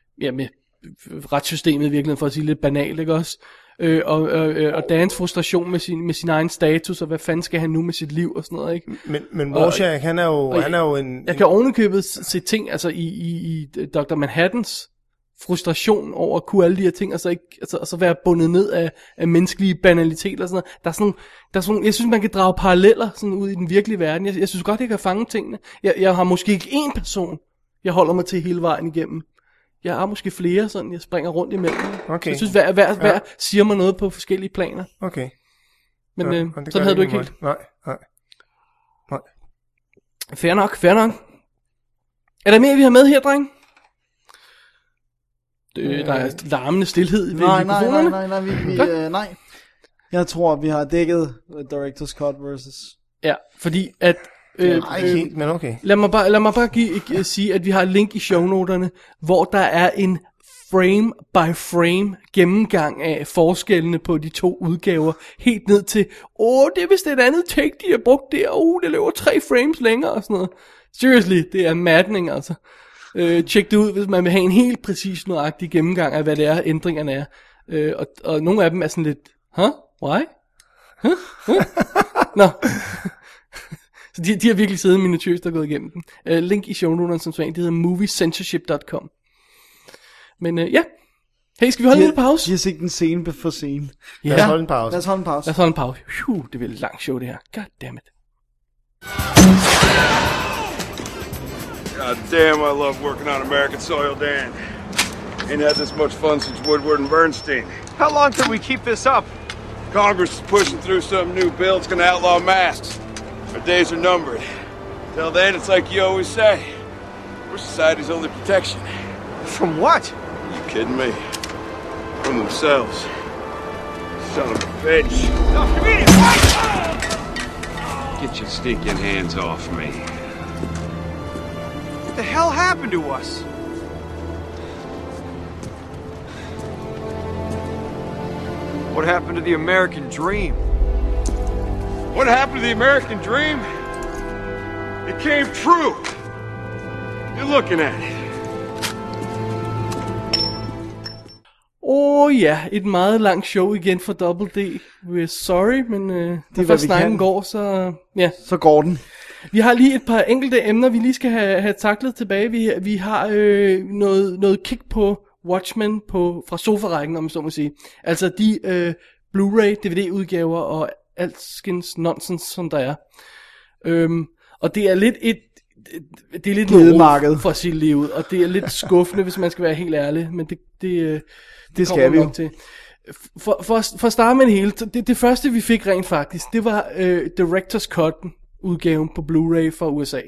retssystemet i virkeligheden, for at sige lidt banalt, ikke også? Og Dans frustration med sin egen status, og hvad fanden skal han nu med sit liv og sådan noget, ikke? Men Rorschach, han er jo en... Jeg kan ovenikøbet se ting, altså i Dr. Manhattans frustration over at kunne alle de her ting, og så være bundet ned af menneskelige banaliteter og sådan noget. Der er sådan, jeg synes, man kan drage paralleller sådan ud i den virkelige verden. Jeg synes godt, jeg kan fange tingene. Jeg har måske ikke én person, jeg holder mig til hele vejen igennem. Jeg har måske flere, sådan jeg springer rundt imellem. Okay. Jeg synes, hver siger mig noget på forskellige planer. Okay. Men sådan havde du ikke helt. Nej. Fair nok. Er der mere, vi har med her, dreng? Der er larmende stilhed ved mikrofonerne. Nej. Jeg tror, vi har dækket Director's Cut versus... Ja, fordi at... helt, men okay. Lad mig bare sige, at vi har et link i shownoterne, hvor der er en frame by frame gennemgang af forskellene på de to udgaver, helt ned til, det er vist et andet take, de har brugt der, det løber 3 frames længere og sådan noget. Seriously, det er maddening altså. Tjek det ud, hvis man vil have en helt præcis nøjagtig gennemgang af, hvad det er, ændringerne er. Og nogle af dem er sådan lidt, why? Nå. Så de har virkelig siddet minutiøst og gået igennem den. Link i shownoterne som sådan, det hedder moviecensorship.com. Men ja. Hey, skal vi holde en pause? De har set den scene for scene. Ja. Lad os holde en pause. Lad os holde en pause. Det bliver et langt show, det her. God damn it. God damn, I love working on American soil, Dan. Ain't had this much fun since Woodward and Bernstein. How long till we keep this up? Congress is pushing through some new bill that's gonna outlaw masks. Our days are numbered. Till then, it's like you always say. We're society's only protection. From what? You kidding me? From themselves. Son of a bitch. No, comedian! Get your stinking hands off me. What the hell happened to us? What happened to the American dream? What happened to the American dream? It came true. You're looking at it. Ja, et meget langt show igen for Double D. We're sorry, men når først snakken går, så ja. Så går den. Vi har lige et par enkelte emner, vi lige skal have taklet tilbage. Vi har noget kig på Watchmen fra sofarækken, om man så må sige. Altså de Blu-ray, DVD-udgaver og alskens nonsens, som der er. Og det er lidt det er lidt noget for at sige lige ud, og det er lidt skuffende, hvis man skal være helt ærlig, men det skal vi jo til. For at starte med det hele, det første vi fik rent faktisk, det var Director's Cut udgaven på Blu-ray fra USA.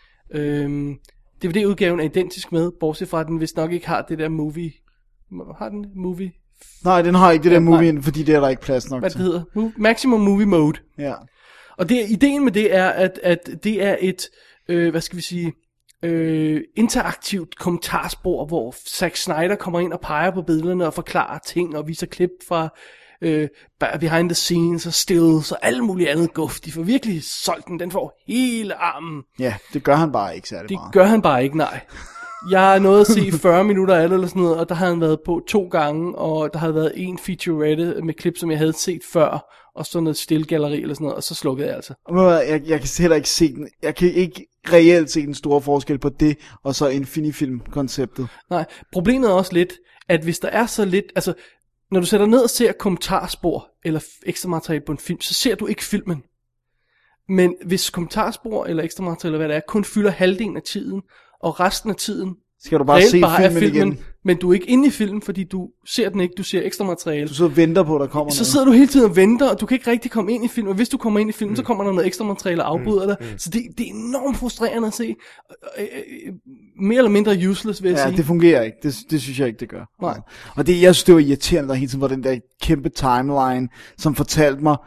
DVD-udgaven er identisk med, bortset fra at den vist nok ikke har det der movie. Har den movie? Nej, den har ikke det der movie, fordi det er der ikke plads nok til. Hvad det hedder? Maximum Movie Mode. Ja. Og ideen med det er, at det er et, hvad skal vi sige, interaktivt kommentarspor, hvor Zack Snyder kommer ind og peger på billederne og forklarer ting og viser klip fra behind the scenes og stills og alt muligt andet guf. De får virkelig solgt den får hele armen. Ja, det gør han bare ikke særlig meget. Det gør han bare ikke, nej. Jeg har nået at se 40 minutter af det eller sådan noget, og der havde han været på 2 gange, og der havde været en featurette med klip, som jeg havde set før, og sådan noget stillgalleri eller sådan noget, og så slukkede jeg altså. Jeg kan heller ikke se den. Jeg kan ikke reelt se den store forskel på det, og så Infinifilm-konceptet. Nej, problemet er også lidt, at hvis der er så lidt, altså, når du sætter ned og ser kommentarspor, eller ekstra materiale på en film, så ser du ikke filmen. Men hvis kommentarspor, eller ekstra materiale, hvad det er, kun fylder halvdelen af tiden, og resten af tiden skal du bare se filmen igen. Men du er ikke inde i filmen, fordi du ser den ikke, du ser ekstra materiale. Du sidder og venter på, at der kommer noget. Så sidder du hele tiden og venter, og du kan ikke rigtig komme ind i filmen. Og hvis du kommer ind i filmen, så kommer der noget ekstra materiale og afbryder dig. Så det er enormt frustrerende at se. Mere eller mindre useless, vil jeg sige. Ja, det fungerer ikke. Det synes jeg ikke, det gør. Nej. Og det, jeg synes, det var irriterende, der hele tiden var den der kæmpe timeline, som fortalte mig,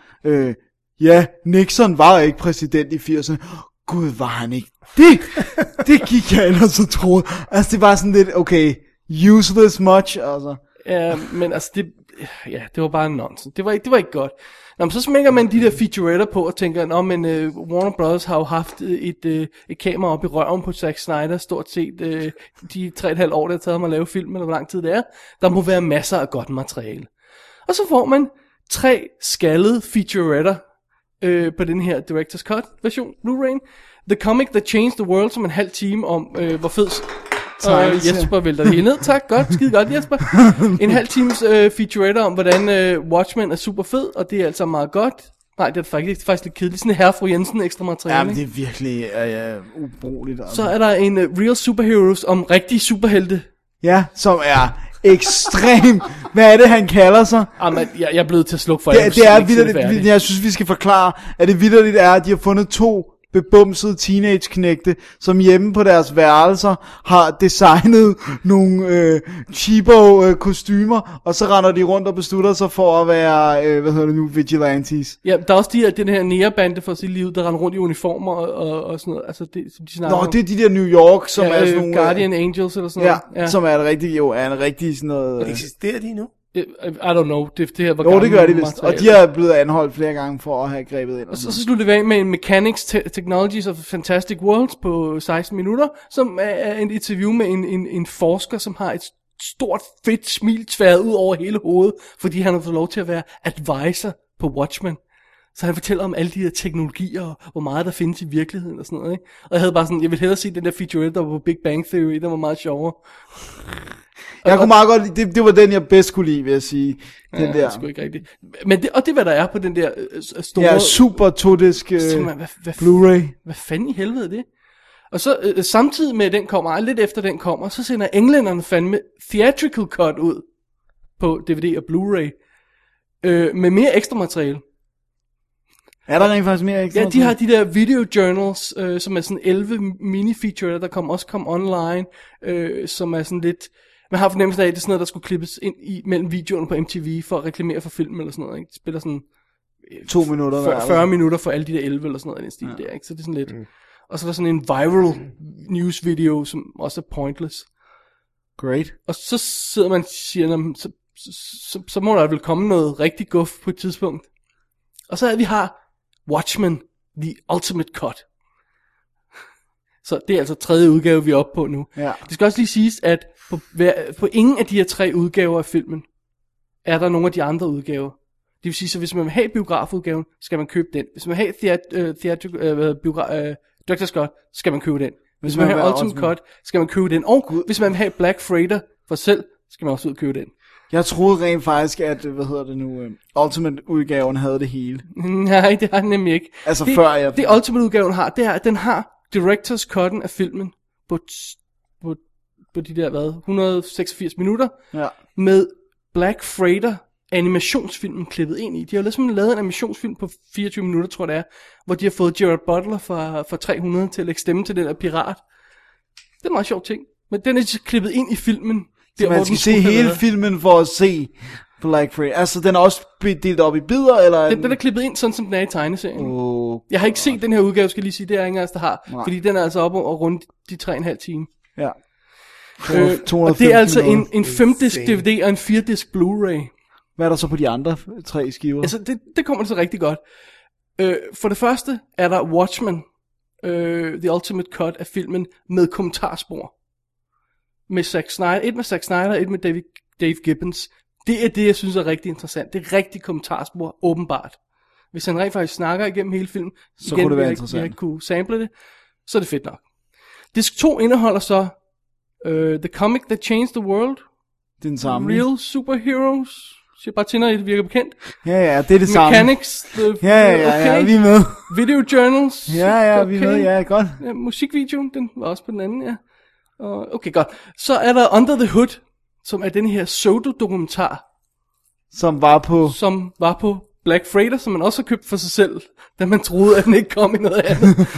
Nixon var ikke præsident i 80'erne. Gud, var han ikke. Det gik jeg ellers så troede. Altså, det var sådan lidt, okay, useless much, altså. Ja, men altså, det var bare nonsens. Det var ikke godt. Nå, men så smækker man de der featuretter på og tænker, Warner Brothers har jo haft et kamera op i røven på Zack Snyder, stort set de 3,5 år, det har taget mig at lave film, eller hvor lang tid det er. Der må være masser af godt materiale. Og så får man 3 skaldede featuretter på den her Director's Cut version, Blu-ray. The Comic That Changed the World, som en halv time om, hvor fed... Jesper vælter det hele ned. Tak, godt, skide godt Jesper. En halv times featurette om, hvordan Watchmen er super fed, og det er altså meget godt. Nej, det er faktisk lidt kedeligt. Sådan en herre fru Jensen ekstra materiale. Ja, men det er virkelig ubrugeligt. Altså. Så er der en Real Superheroes om rigtige superhelte. Ja, som er ekstrem. Hvad er det, han kalder sig? Jamen, jeg er blevet til at slukke for det er vitterligt. Jeg synes, vi skal forklare, at det vitterligt er, at de har fundet 2 bebumsede teenage-knægte, som hjemme på deres værelser har designet nogle cheapo kostymer, og så render de rundt og beslutter sig for at være, vigilantes. Ja, der er også den her nærebande for sit liv, der render rundt i uniformer og sådan noget. Altså det, som de snakker om. Det er de der New York, som er sådan nogle... Guardian Angels eller sådan noget. Ja, som er en rigtig sådan noget... Eksisterer de nu? I don't know. Det her var jo, det gør de vist. Og de er blevet anholdt flere gange for at have grebet ind. Og så slutter vi af med en Mechanics Technologies of Fantastic Worlds på 16 minutter, som er en interview med en forsker, som har et stort, fedt smil tværet ud over hele hovedet, fordi han har fået lov til at være advisor på Watchmen. Så han fortæller om alle de her teknologier, og hvor meget der findes i virkeligheden og sådan noget, ikke? Og jeg havde bare sådan, jeg ville hellere se den der featurette, der var på Big Bang Theory, den var meget sjovere. Jeg kunne meget godt lide, det var den jeg bedst kunne lide, vil jeg sige. Den der. Sgu ikke rigtigt. Men det, og det er hvad der er på den der store... Ja, super todisk Blu-ray. Hvad fanden i helvede er det? Og så samtidig med den kommer, lidt efter den kommer, så sender englænderne fandme theatrical cut ud på DVD og Blu-ray. Med mere ekstra materiale. Er der rent faktisk mere ekstra? Ja, de har de der video journals, som er sådan 11 mini-feature, der også kom online, som er sådan lidt... Man har fornemmelsen af, at det er sådan noget, der skulle klippes ind mellem videoerne på MTV for at reklamere for film eller sådan noget, ikke? De spiller sådan 2 minutter 40 minutter for alle de der 11 eller sådan noget i den stil der, ikke? Så det er sådan lidt... Og så er der sådan en viral news video, som også er pointless. Great. Og så sidder man og siger, så må der vel komme noget rigtig guf på et tidspunkt. Og så vi har Watchmen, The Ultimate Cut. Så det er altså 3. udgave, vi er oppe på nu. Ja. Det skal også lige siges, at på ingen af de her 3 udgaver af filmen, er der nogle af de andre udgaver. Det vil sige, så hvis man vil have biografudgaven, skal man købe den. Hvis man vil have Dr. Scott, skal man købe den. Hvis man vil have Ultimate Cut, skal man købe den. Og hvis man vil have Black Freighter for selv, skal man også ud og købe den. Jeg troede rent faktisk, at, Ultimate-udgaven havde det hele. Nej, det har den nemlig ikke. Altså før jeg... Det Ultimate-udgaven har, det er, at den har Directors Cut'en af filmen på de der, 186 minutter, ja. Med Black Freighter animationsfilmen klippet ind i. De har jo ligesom lavet en animationsfilm på 24 minutter, tror jeg det er, hvor de har fået Gerard Butler fra 300 til at lægge stemme til den der pirat. Det er en meget sjov ting. Men den er klippet ind i filmen. Så man skal se hele filmen for at se Black Freighter. Altså, den er også delt op i bidder, eller? Den er klippet ind, sådan som den er i tegneserien. Jeg har ikke set den her udgave, skal jeg lige sige. Det er ingen af os, der har. Nej. Fordi den er altså oppe og rundt de 3,5 timer. Ja. Og det er altså en 5-disk DVD og en 4-disk Blu-ray. Hvad er der så på de andre 3 skiver? Altså, det kommer så rigtig godt. For det første er der Watchmen, The Ultimate Cut af filmen, med kommentarspor. Med Zack Snyder. Et med Zack Snyder, et med Dave Gibbons. Det er det, jeg synes er rigtig interessant. Det er rigtig kommentarspor, åbenbart. Hvis han rent faktisk snakker igennem hele filmen, så igen, kunne det være interessant. Jeg kunne sample det, så er det fedt nok. Disk 2 indeholder så The Comic That Changed the World. Den samme. Real Superheroes. Så jeg bare tænder, det virker bekendt. Ja, det er det samme. Mechanics. Ja, vi er med. Video Journals. Ja, vi er med, ja, godt. Ja, musikvideoen, den var også på den anden, ja. Okay, godt. Så er der Under the Hood, som er den her pseudo-dokumentar. Som var på Black Freighter, som man også har købt for sig selv, da man troede, at den ikke kom i noget andet.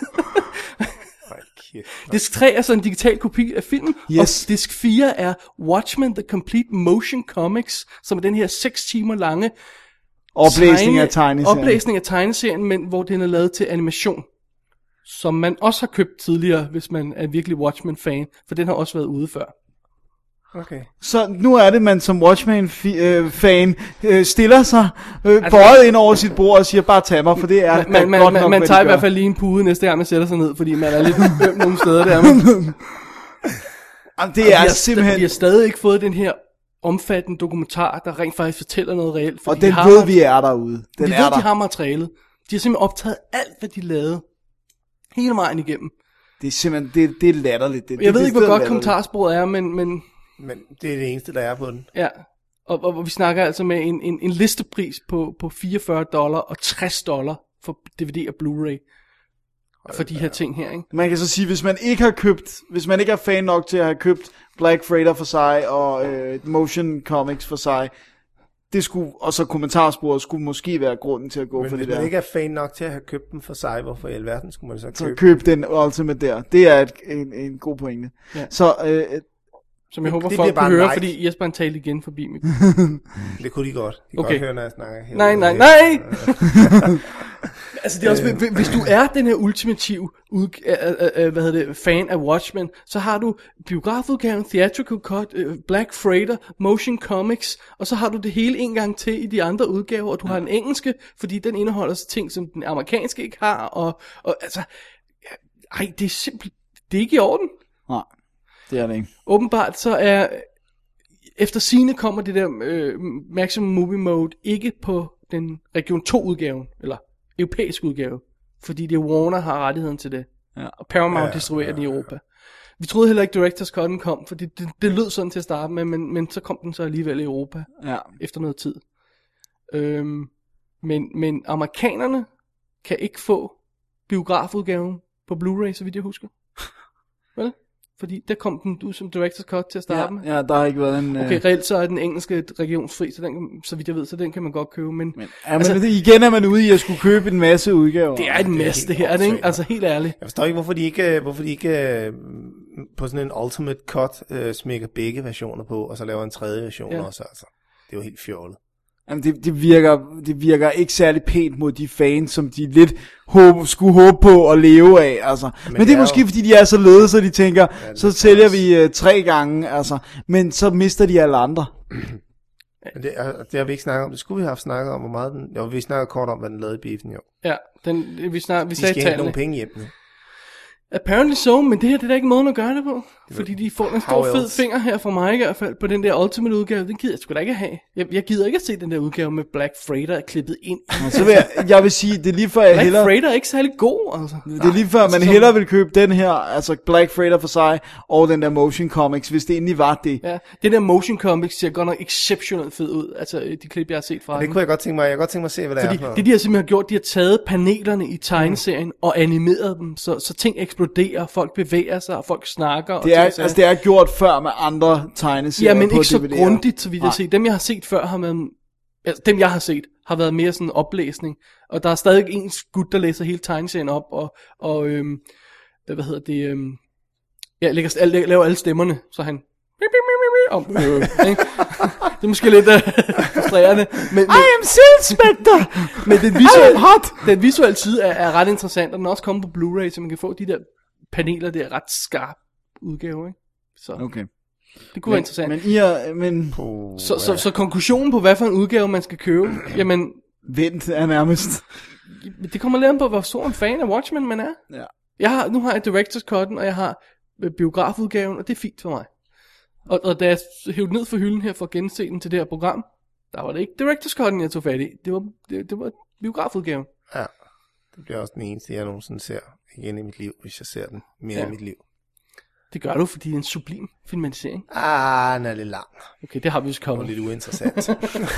Disk 3 er så en digital kopi af filmen, yes. Og disk 4 er Watchmen The Complete Motion Comics, som er den her 6 timer lange oplæsning af tegneserien, men hvor den er lavet til animation, som man også har købt tidligere, hvis man er virkelig Watchmen-fan, for den har også været ude før. Okay. Så nu er det, man som Watchmen-fan stiller sig bøjet ind over sit bord og siger, bare tag mig, for det er godt nok, man tager i hvert fald lige en pude næste gang, man sætter sig ned, fordi man er lidt øm nogle steder der. Det er simpelthen... Vi har stadig ikke fået den her omfattende dokumentar, der rent faktisk fortæller noget reelt. Og den ved vi er derude. De har materialet. De har simpelthen optaget alt, hvad de lavede. Hele vejen igennem. Det er simpelthen, det er latterligt. Jeg ved ikke, hvor godt kommentarsporet er, men det er det eneste, der er på den. Ja, og vi snakker altså med en listepris på $44 og $60 for DVD og Blu-ray. For de her ting her, ikke? Man kan så sige, hvis man ikke er fan nok til at have købt Black Freighter for sig og Motion Comics for sig, det skulle, og så kommentarsporet skulle måske være grunden til at gå Men for det hvis der. man ikke er fan nok til at have købt den for sig, hvorfor i alverden skulle man så købe? Så køb den Ultimate der. Det er en god pointe. Ja. Så, som jeg håber det folk bliver bare kan høre, nice. fordi Jesper han talte igen forbi mig. Det kunne de godt. De kan Okay. godt høre, når jeg snakker. Nej! Altså det er også, hvis du er den her ultimative fan af Watchmen, så har du biografudgaven, theatrical cut, Black Freighter, Motion Comics, og så har du det hele en gang til i de andre udgaver, og du har den engelske, fordi den indeholder så ting, som den amerikanske ikke har, og altså, det er simpelthen, det er ikke i orden. nej, det er det ikke. Åbenbart så er, efter sigende kommer det der Maximum Movie Mode ikke på den Region 2 udgaven, eller europæisk udgave, fordi det er Warner har rettigheden til det, og Paramount distribuerer den i Europa. Vi troede heller ikke Directors Cut'en kom, for det lød sådan til at starte med, men så kom den så alligevel i Europa, efter noget tid. Men amerikanerne kan ikke få biografudgaven på Blu-ray, så vidt jeg husker. Vel? Fordi der kom den ud som Director's Cut til at starte med. Ja, der har ikke været en... Okay, reelt så er den engelske regionsfri, så vidt jeg ved, så den kan man godt købe, men altså, igen er man ude i at skulle købe en masse udgaver. Det er en masse det her, er det ikke? Altså helt ærligt. Jeg forstår ikke, hvorfor de ikke på sådan en Ultimate Cut smækker begge versioner på, og så laver en tredje version også, altså. Det er jo helt fjollet. Jamen, det virker ikke særlig pænt mod de fans, som de lidt skulle håbe på at leve af, altså. Men det er måske fordi de er så lede, så de tænker, så sælger vi 3 gange, altså. Men så mister de alle andre. Men det har vi ikke snakket om. Det skulle vi have haft snakket om, hvor meget den... Jo, vi snakker kort om, hvad den lavede i biffen, jo. Ja, vi sagde de skal have nogle penge hjem nu. Apparently so, men det her det er da ikke måden at gøre det på. Fordi de får en stor fed finger her fra mig i hvert fald på den der Ultimate udgave. Den gider jeg sgu da ikke have. Jeg gider ikke at se den der udgave med Black Freighter klippet ind. Så vil jeg vil sige, det er lige før jeg Black hellere... Black Freighter er ikke særlig god, altså. Det er lige før man hellere vil købe den her, altså Black Freighter for sig, og den der Motion Comics, hvis det egentlig var det. Ja, den der Motion Comics ser godt nok exceptionelt fed ud, altså de klip jeg har set fra den. Det kunne jeg godt tænke mig, at se, hvad det er for noget. Det de har simpelthen gjort, de har taget panelerne i tegneserien og animeret dem, så ting eksploderer, folk bevæger sig, og folk snakker. Det er gjort før med andre tegneserier. Ja, men på ikke så DVD'er. grundigt, så vidt jeg har set. Dem jeg har set før har været, altså, dem jeg har set har været mere sådan en oplæsning, og der er stadig en gut der læser hele tegneserien op og hvad hedder det, laver alle stemmerne, så han det er måske lidt frustrerende, men I am Silk Spectre. Men den visuelle side er ret interessant, og den er også kommet på Blu-ray, så man kan få de der paneler, det er ret skarp udgave, ikke? Så okay. Det kunne være interessant. Så konklusionen på hvad for en udgave man skal købe, jamen vent er nærmest. Det kommer lidt an på hvor stor en fan af Watchmen man er. Ja. Nu har jeg Director's Cut'en, og jeg har biografudgaven, og det er fint for mig. Og da jeg hævde ned for hylden her for at gense den til det her program, der var det ikke Director's Cut'en jeg tog fat i. Det var biografudgaven. Ja. Det bliver også den eneste jeg nogensinde ser igen i mit liv, hvis jeg ser den mere i mit liv. Det gør du, fordi det er en sublim filmatisering. Den er lidt lang. Okay, det har vi også kommet. Og lidt uinteressant.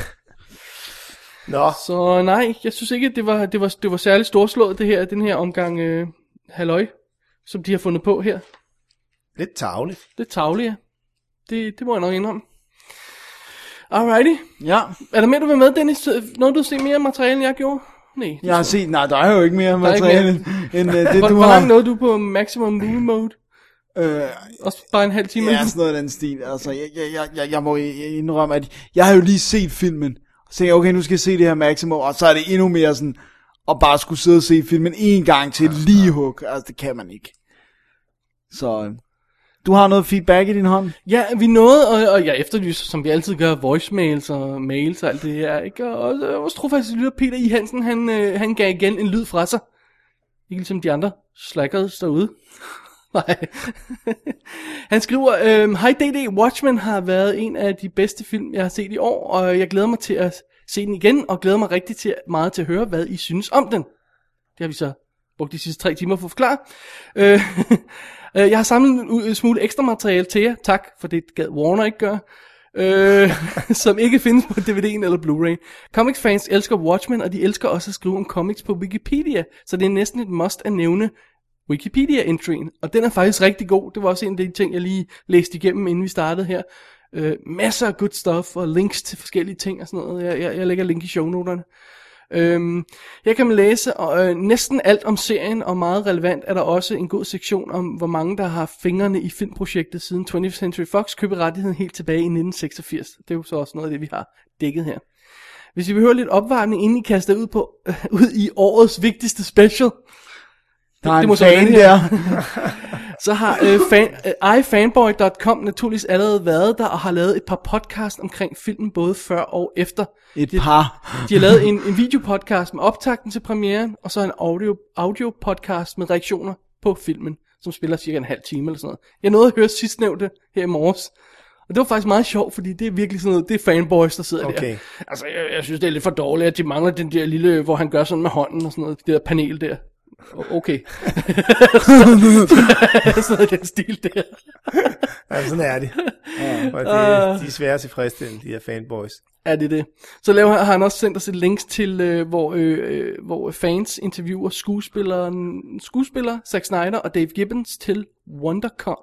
Nå. Så nej, jeg synes ikke, det var særligt storslået, den her omgang halløj, som de har fundet på her. Lidt tarveligt. Lidt tarveligt, ja. Det må jeg nok indrømme. Alrighty. Ja. Er der mere, du vil med, Dennis? Noget, du ser mere materiale, end jeg gjorde? Nej. Jeg har set, der er jo ikke mere materiale end det, du har. Hvor langt nåede du på Maximum Movie Mode? Også bare en halv time? Ja, sådan noget af den stil. Altså, jeg må indrømme, at jeg har jo lige set filmen. Så tænkte jeg, okay, nu skal jeg se det her Maximum, og så er det endnu mere sådan, at bare skulle sidde og se filmen en gang til lige hook. Altså, det kan man ikke. Så... Du har noget feedback i din hånd? Ja, vi nåede, og jeg efterlyser, som vi altid gør, voicemails og mails og alt det her, ikke? Og vores trofaste lytter Peter I. Hansen, han gav igen en lyd fra sig. Ikke ligesom de andre slackers derude. Nej. Han skriver, hej DD, Watchmen har været en af de bedste film, jeg har set i år, og jeg glæder mig til at se den igen, og glæder mig rigtig meget til at høre, hvad I synes om den. Det har vi så brugt de sidste 3 timer for at forklare. Jeg har samlet en smule ekstra materiale til jer. Tak, for det gad Warner ikke gøre. Som ikke findes på DVD'en eller Blu-ray. Comics fans elsker Watchmen, og de elsker også at skrive om comics på Wikipedia. Så det er næsten et must at nævne Wikipedia-entryen. Og den er faktisk rigtig god. Det var også en af de ting, jeg lige læste igennem, inden vi startede her. Masser af good stuff og links til forskellige ting og sådan noget. Jeg lægger link i shownoterne. Her kan man læse næsten alt om serien, og meget relevant er der også en god sektion om, hvor mange der har fingrene i filmprojektet siden 20th Century Fox købte rettigheden helt tilbage i 1986. Det er jo så også noget af det, vi har dækket her. Hvis I vil høre lidt opvarmning, inden I kaster ud i årets vigtigste special, der er en fan der. Så har ifanboy.com naturligvis allerede været der og har lavet et par podcast omkring filmen, både før og efter. De har lavet en videopodcast med optakten til premieren, og så en audio podcast med reaktioner på filmen, som spiller cirka en halv time eller sådan noget. Jeg nåede at høre sidstnævnte her i morges, og det var faktisk meget sjovt, fordi det er virkelig sådan noget, det er fanboys, der sidder der. Altså, jeg synes, det er lidt for dårligt, at de mangler den der lille, hvor han gør sådan med hånden og sådan noget, det der panel der. Okay. Sådan den stil der. Ja, sådan er de. Og de er svære at tilfredsstille, de her fanboys. Ja, det er det. Så har han også sendt os et links til, hvor fans interviewer skuespillere Zack Snyder og Dave Gibbons til WonderCon.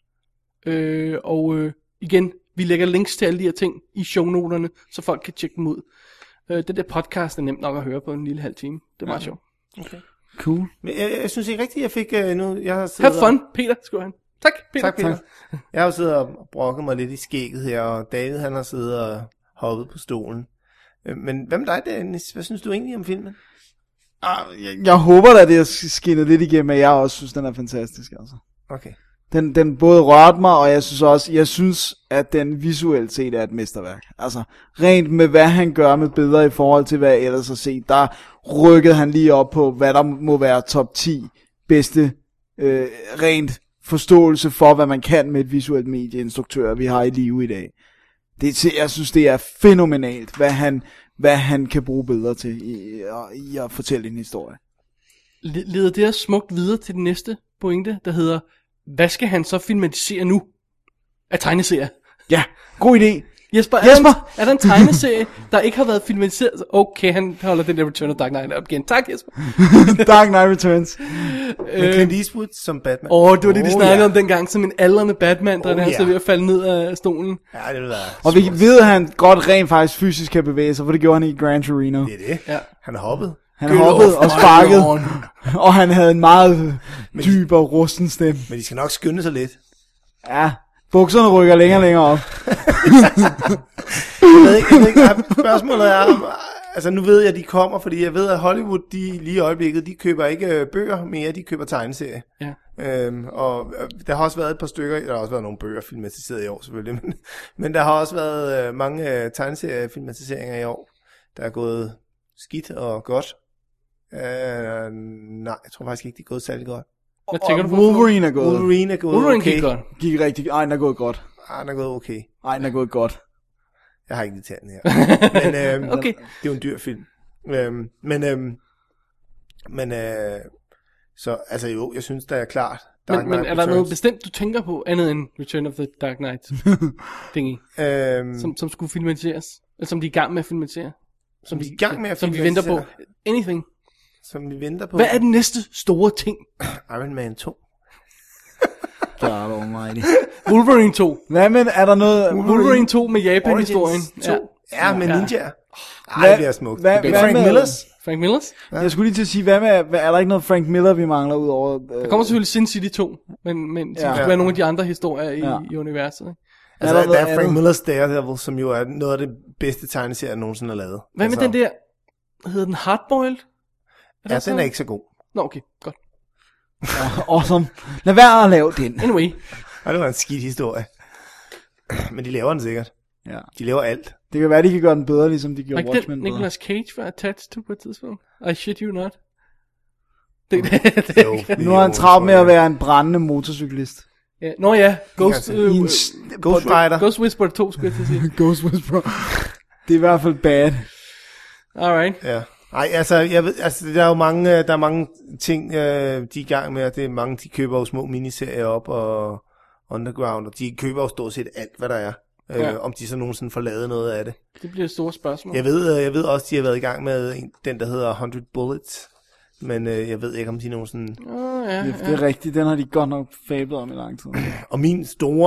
Igen, vi lægger links til alle de her ting i shownoterne, så folk kan tjekke dem ud. Den der podcast er nemt nok at høre på en lille halv time. Det er meget sjovt. Okay. Cool. Men jeg synes ikke rigtigt, jeg fik nu... Jeg har siddet have fun, Peter, skulle han. Tak, Peter. Tak, Peter. Jeg har jo siddet og brokket mig lidt i skægget her, og David han har siddet og hoppet på stolen. Men hvad med dig, Dennis? Hvad synes du egentlig om filmen? Jeg håber da, det er skinnet lidt igennem, at jeg også synes, den er fantastisk. Altså. Okay. Den både rørte mig, og jeg synes, at den visuelt set er et mesterværk. Altså, rent med hvad han gør med billeder i forhold til, hvad jeg ellers har set, der rykkede han lige op på, hvad der må være top 10 bedste rent forståelse for, hvad man kan med et visuelt medieinstruktør, vi har i live i dag. Jeg synes, det er fænomenalt, hvad han kan bruge billeder til i at fortælle en historie. Leder det her smukt videre til den næste pointe, der hedder, hvad skal han så filmatisere nu af tegneserier? Ja, god idé. Jesper, er der en tegneserie, der ikke har været filmatiseret? Okay, han holder den der Return of Dark Knight op igen. Tak, Jesper. Dark Knight Returns. Med Clint Eastwood som Batman. Det var det, de snakkede om dengang, som en aldrende Batman, der er ved at falde ned af stolen. Ja, det vil være. Og vi ved, at han godt rent faktisk fysisk kan bevæge sig, for det gjorde han i Gran Torino. Det er det. Ja. Han har hoppet. Han hoppede og sparkede, og han havde en meget dyb og rusten stemme. Men de skal nok skynde sig lidt. Ja, bukserne rykker længere og længere op. Jeg ved ikke, spørgsmålet er, altså nu ved jeg, at de kommer, fordi jeg ved, at Hollywood, de lige i øjeblikket, de køber ikke bøger mere, de køber tegneserier. Ja. Og der har også været et par stykker, der har også været nogle bøger filmatiseret i år selvfølgelig, men der har også været mange tegneseriefilmatiseringer i år, der er gået skidt og godt. Nej, jeg tror faktisk ikke, de er gået særlig godt. Hvad tænker du på? Wolverine er gået. Wolverine gik godt. Gik rigtig. Ej, den er gået godt. Den er gået okay. Ej, den er gået godt. Jeg har ikke det tæren her. Men okay. Det er jo en dyr film. Så altså jo, jeg synes, der er klart. Men er der noget bestemt, du tænker på, andet end Return of the Dark Knight thingy, som skulle filmatiseres? Eller som de er i gang med at filmatisere? Som vi venter på? Anything? Som vi venter på? Hvad er den næste store ting? Iron Man 2. God almighty. Wolverine 2. Hvad men er der noget? Wolverine 2 med Japan-historien. Ja, med ninja. Ej, det bliver smukt. Frank Millers? Ja. Jeg skulle lige til at sige, hvad med, er der ikke noget Frank Miller, vi mangler ud over? Der kommer selvfølgelig Sin City 2, men det skal være nogle af de andre historier i universet. Ikke? Altså, der er Frank Millers Daredevil, som jo er noget af det bedste tegneserier, jeg nogensinde har lavet. Hvad med den der, hedder den Hardboiled? Ja, den er ikke så god. Nå, okay, godt. Awesome. Lad være at lave den. Anyway. Det var en skidt historie. Men de laver den sikkert. Ja. De laver alt. Det kan være, de kan gøre den bedre, ligesom de gjorde Watchmen bedre. Nicolas Cage var attached to på et tidspunkt. I shit you not. Nu har han travlt med at være en brændende motorcyklist. Ja. Nå ja, Ghost Rider. Ghost Whisperer 2, skulle jeg til at sige. Ghost Whisperer. Det er i hvert fald bad. Alright. Ja. Ej, altså, jeg ved, altså, der er mange ting, de er i gang med, og det er mange, de køber jo små miniserier op, og Underground, og de køber jo stort set alt, hvad der er. Om de så nogensinde får lavet noget af det. Det bliver et stort spørgsmål. Jeg ved også, de har været i gang med den, der hedder 100 Bullets, Men jeg ved ikke, om de nogensinde... Det er rigtigt, den har de godt nok fablet om i lang tid. Og min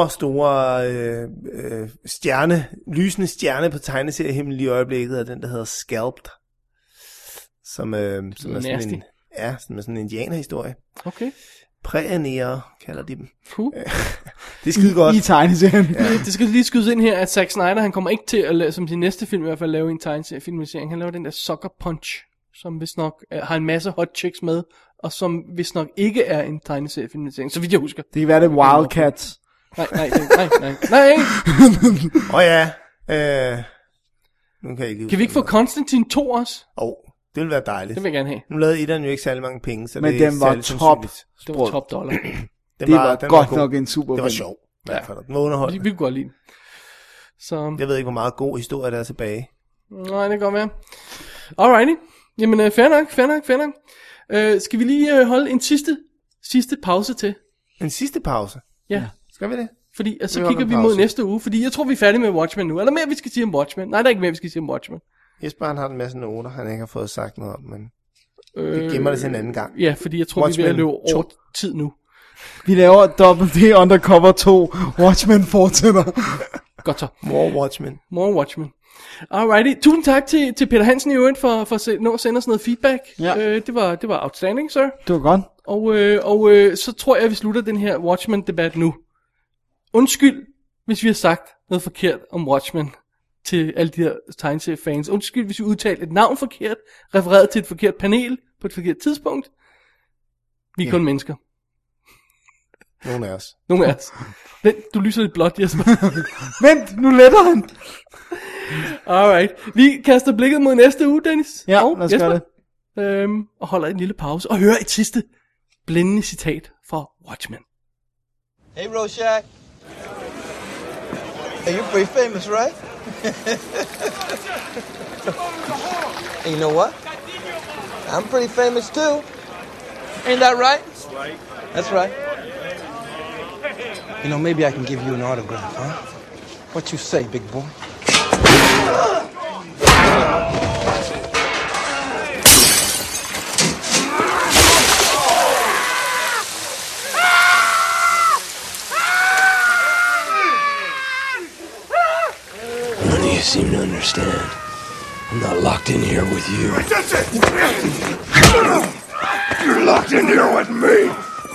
store lysende stjerne på tegneseriehimlen i øjeblikket er den, der hedder Scalped. Som er sådan en indianerhistorie. Okay. Præanere kalder de dem. Det er skide godt. I tegneserien. Ja. Det skal lige skydes ind her, at Zack Snyder, han kommer ikke til at lave, som sin næste film i hvert fald, lave en tegneseriefilmatisering. Han laver den der Sucker Punch, som vist nok har en masse hot chicks med, og som vist nok ikke er en tegneseriefilmatisering, så vidt jeg husker. Det kan være det Wildcats. Nej. Ja. Nu kan vi ikke få Constantine 2 også? Det ville være dejligt. Det vil jeg gerne have. Nu lavede Idan jo ikke særlig mange penge, så men det er den var top. Det var top dollar. Det var godt nok en super. Det var sjov. Ja. Den var underholdende. Vi kunne godt lide. Så... Jeg ved ikke, hvor meget god historie der er tilbage. Nej, det kan godt være. Alrighty. Jamen, fair nok. Skal vi lige holde en sidste pause til? En sidste pause? Ja. Skal vi det? Fordi så kigger vi mod næste uge, fordi jeg tror, vi er færdige med Watchmen nu. Er der mere, vi skal sige om Watchmen? Nej, der er ikke mere, vi skal sige om Watchmen. Jesper, han har en masse noter, han ikke har fået sagt noget om, men vi gemmer det til en anden gang. Ja, fordi jeg tror, Watchmen vi vil løbe over tid nu. Vi laver WD Undercover 2. Watchmen fortsætter. Godt så. More Watchmen. Alrighty. Tusind tak til Peter Hansen i øvrigt for at nå at sende os noget feedback. Ja. Det var outstanding, sir. Det var godt. Og så tror jeg, vi slutter den her Watchmen-debat nu. Undskyld, hvis vi har sagt noget forkert om Watchmen til alle de her tegneseriefans. Undskyld, hvis vi udtalte et navn forkert, refereret til et forkert panel på et forkert tidspunkt. Vi er kun mennesker. Nogle af os. Vent, du lyser lidt blåt, Jesper. Vent, nu letter han. Alright. Vi kaster blikket mod næste uge, Dennis. Ja, lad os gøre det. Og holder en lille pause og hører et sidste blændende citat fra Watchmen. Hey, Rorschach. Hey, you're pretty famous, right? And you know what? I'm pretty famous too. Ain't that right? That's right. That's right. You know, maybe I can give you an autograph, huh? What you say, big boy? None of you seem to understand. I'm not locked in here with you. You're locked in here with me.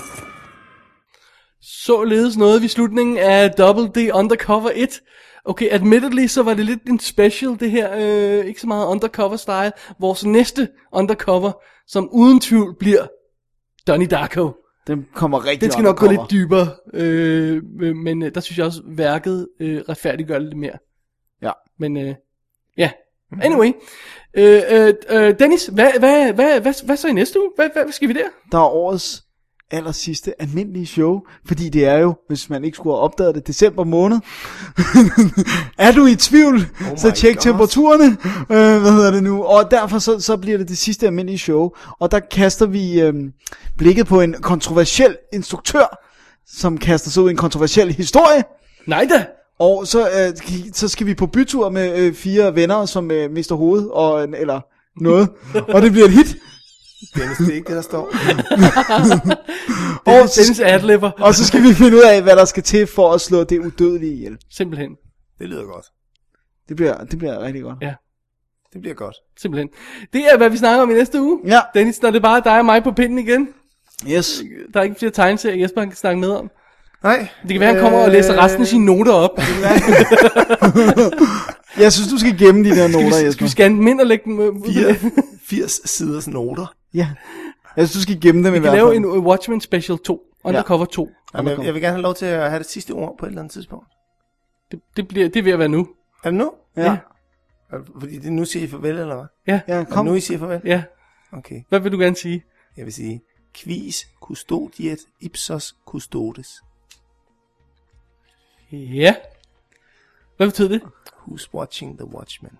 Således nåede vi slutningen af Double D Undercover 1. Okay, admittedly, så var det lidt en special, det her, ikke så meget undercover-style. Vores næste undercover, som uden tvivl bliver Donnie Darko. Den kommer rigtig Den skal nok gå lidt dybere, men der synes jeg også, værket retfærdiggør lidt mere. Ja. Men ja, anyway. Dennis, hvad så i næste uge? Hvad skal vi der? Der er årets aller sidste almindelige show, fordi det er jo, hvis man ikke skulle have opdaget det, december måned. Er du i tvivl, så tjek temperaturerne, og derfor så bliver det sidste almindelige show, og der kaster vi blikket på en kontroversiel instruktør, som kaster sig ud i en kontroversiel historie. Nej da! Og så skal vi på bytur med 4 venner, som mister hovedet, eller noget, og det bliver et hit. Dennis, det er ikke det, der står. Dennis adlibber. Og så skal vi finde ud af, hvad der skal til for at slå det udødelige ihjel. Simpelthen. Det lyder godt. Det bliver rigtig godt. Ja. Det bliver godt. Simpelthen. Det er, hvad vi snakker om i næste uge. Ja. Dennis, når det er bare dig og mig på pinden igen. Yes. Der er ikke flere tegneserier, Jesper kan snakke med om. Nej. Det kan være, han kommer og læser resten af sine noter op. Jeg synes, du skal gemme de der noter, Jesper. Skal vi scanne dem ind og lægge dem ud? 80 siders noter. Ja. Jeg synes, du skal gemme dem i hvert fald. Vi kan lave en Watchmen Special 2. Undercover 2. Jamen, jeg vil gerne have lov til at have det sidste ord på et eller andet tidspunkt. Det er ved at være nu. Er det nu? Ja. Fordi det nu siger I farvel, eller hvad? Ja, kom. Nu I siger farvel? Ja. Okay. Hvad vil du gerne sige? Jeg vil sige, quis custodiet ipsos custodes. Ja. Hvad betyder det? Who's watching the Watchmen?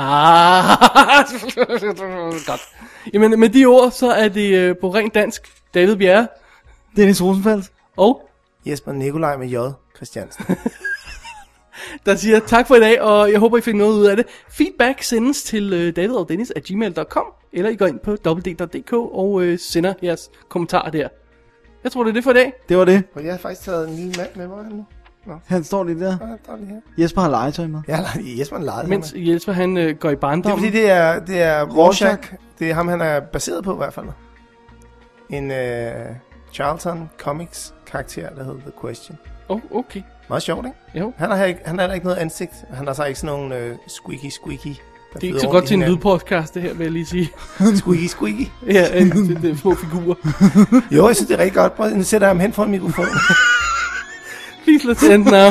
Godt. Jamen med de ord, så er det på rent dansk David Bjerre, Dennis Rosenfeldt og Jesper Nikolaj med J. Christiansen. der siger tak for i dag, og jeg håber, I fik noget ud af det. Feedback sendes til davidogdennis@gmail.com, eller I går ind på www.dk og sender jeres kommentarer der. Jeg tror, det er det for i dag. Det var det. Og jeg har faktisk taget en lille mand med mig nu. Han står lige der. Jesper har legetøj med. Ja, Jesper har legetøj med. Mens Jesper han går i barndom. Det er fordi, det er Rorschach. Det er ham, han er baseret på i hvert fald. En Charlton Comics karakter, der hedder The Question. Okay. Meget sjovt, ikke? Jo. Han har ikke noget ansigt. Han har så ikke sådan nogle squeaky. Det er ikke så godt til en lydpodcast, det her, vil jeg lige sige. Squeaky. Ja, det er små figurer. Jo, jeg synes, det er rigtig godt. Prøv, nu sætter jeg ham hen for en mikrofon. Please let's end now.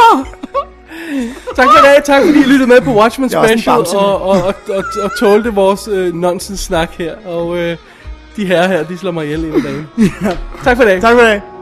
Tak for i dag. Tak fordi I lyttede med på Watchmen Special og tålte vores nonsens snak her. Og de herrer her, de slår mig ihjel en af dagen. Tak for i dag. Tak for i dag.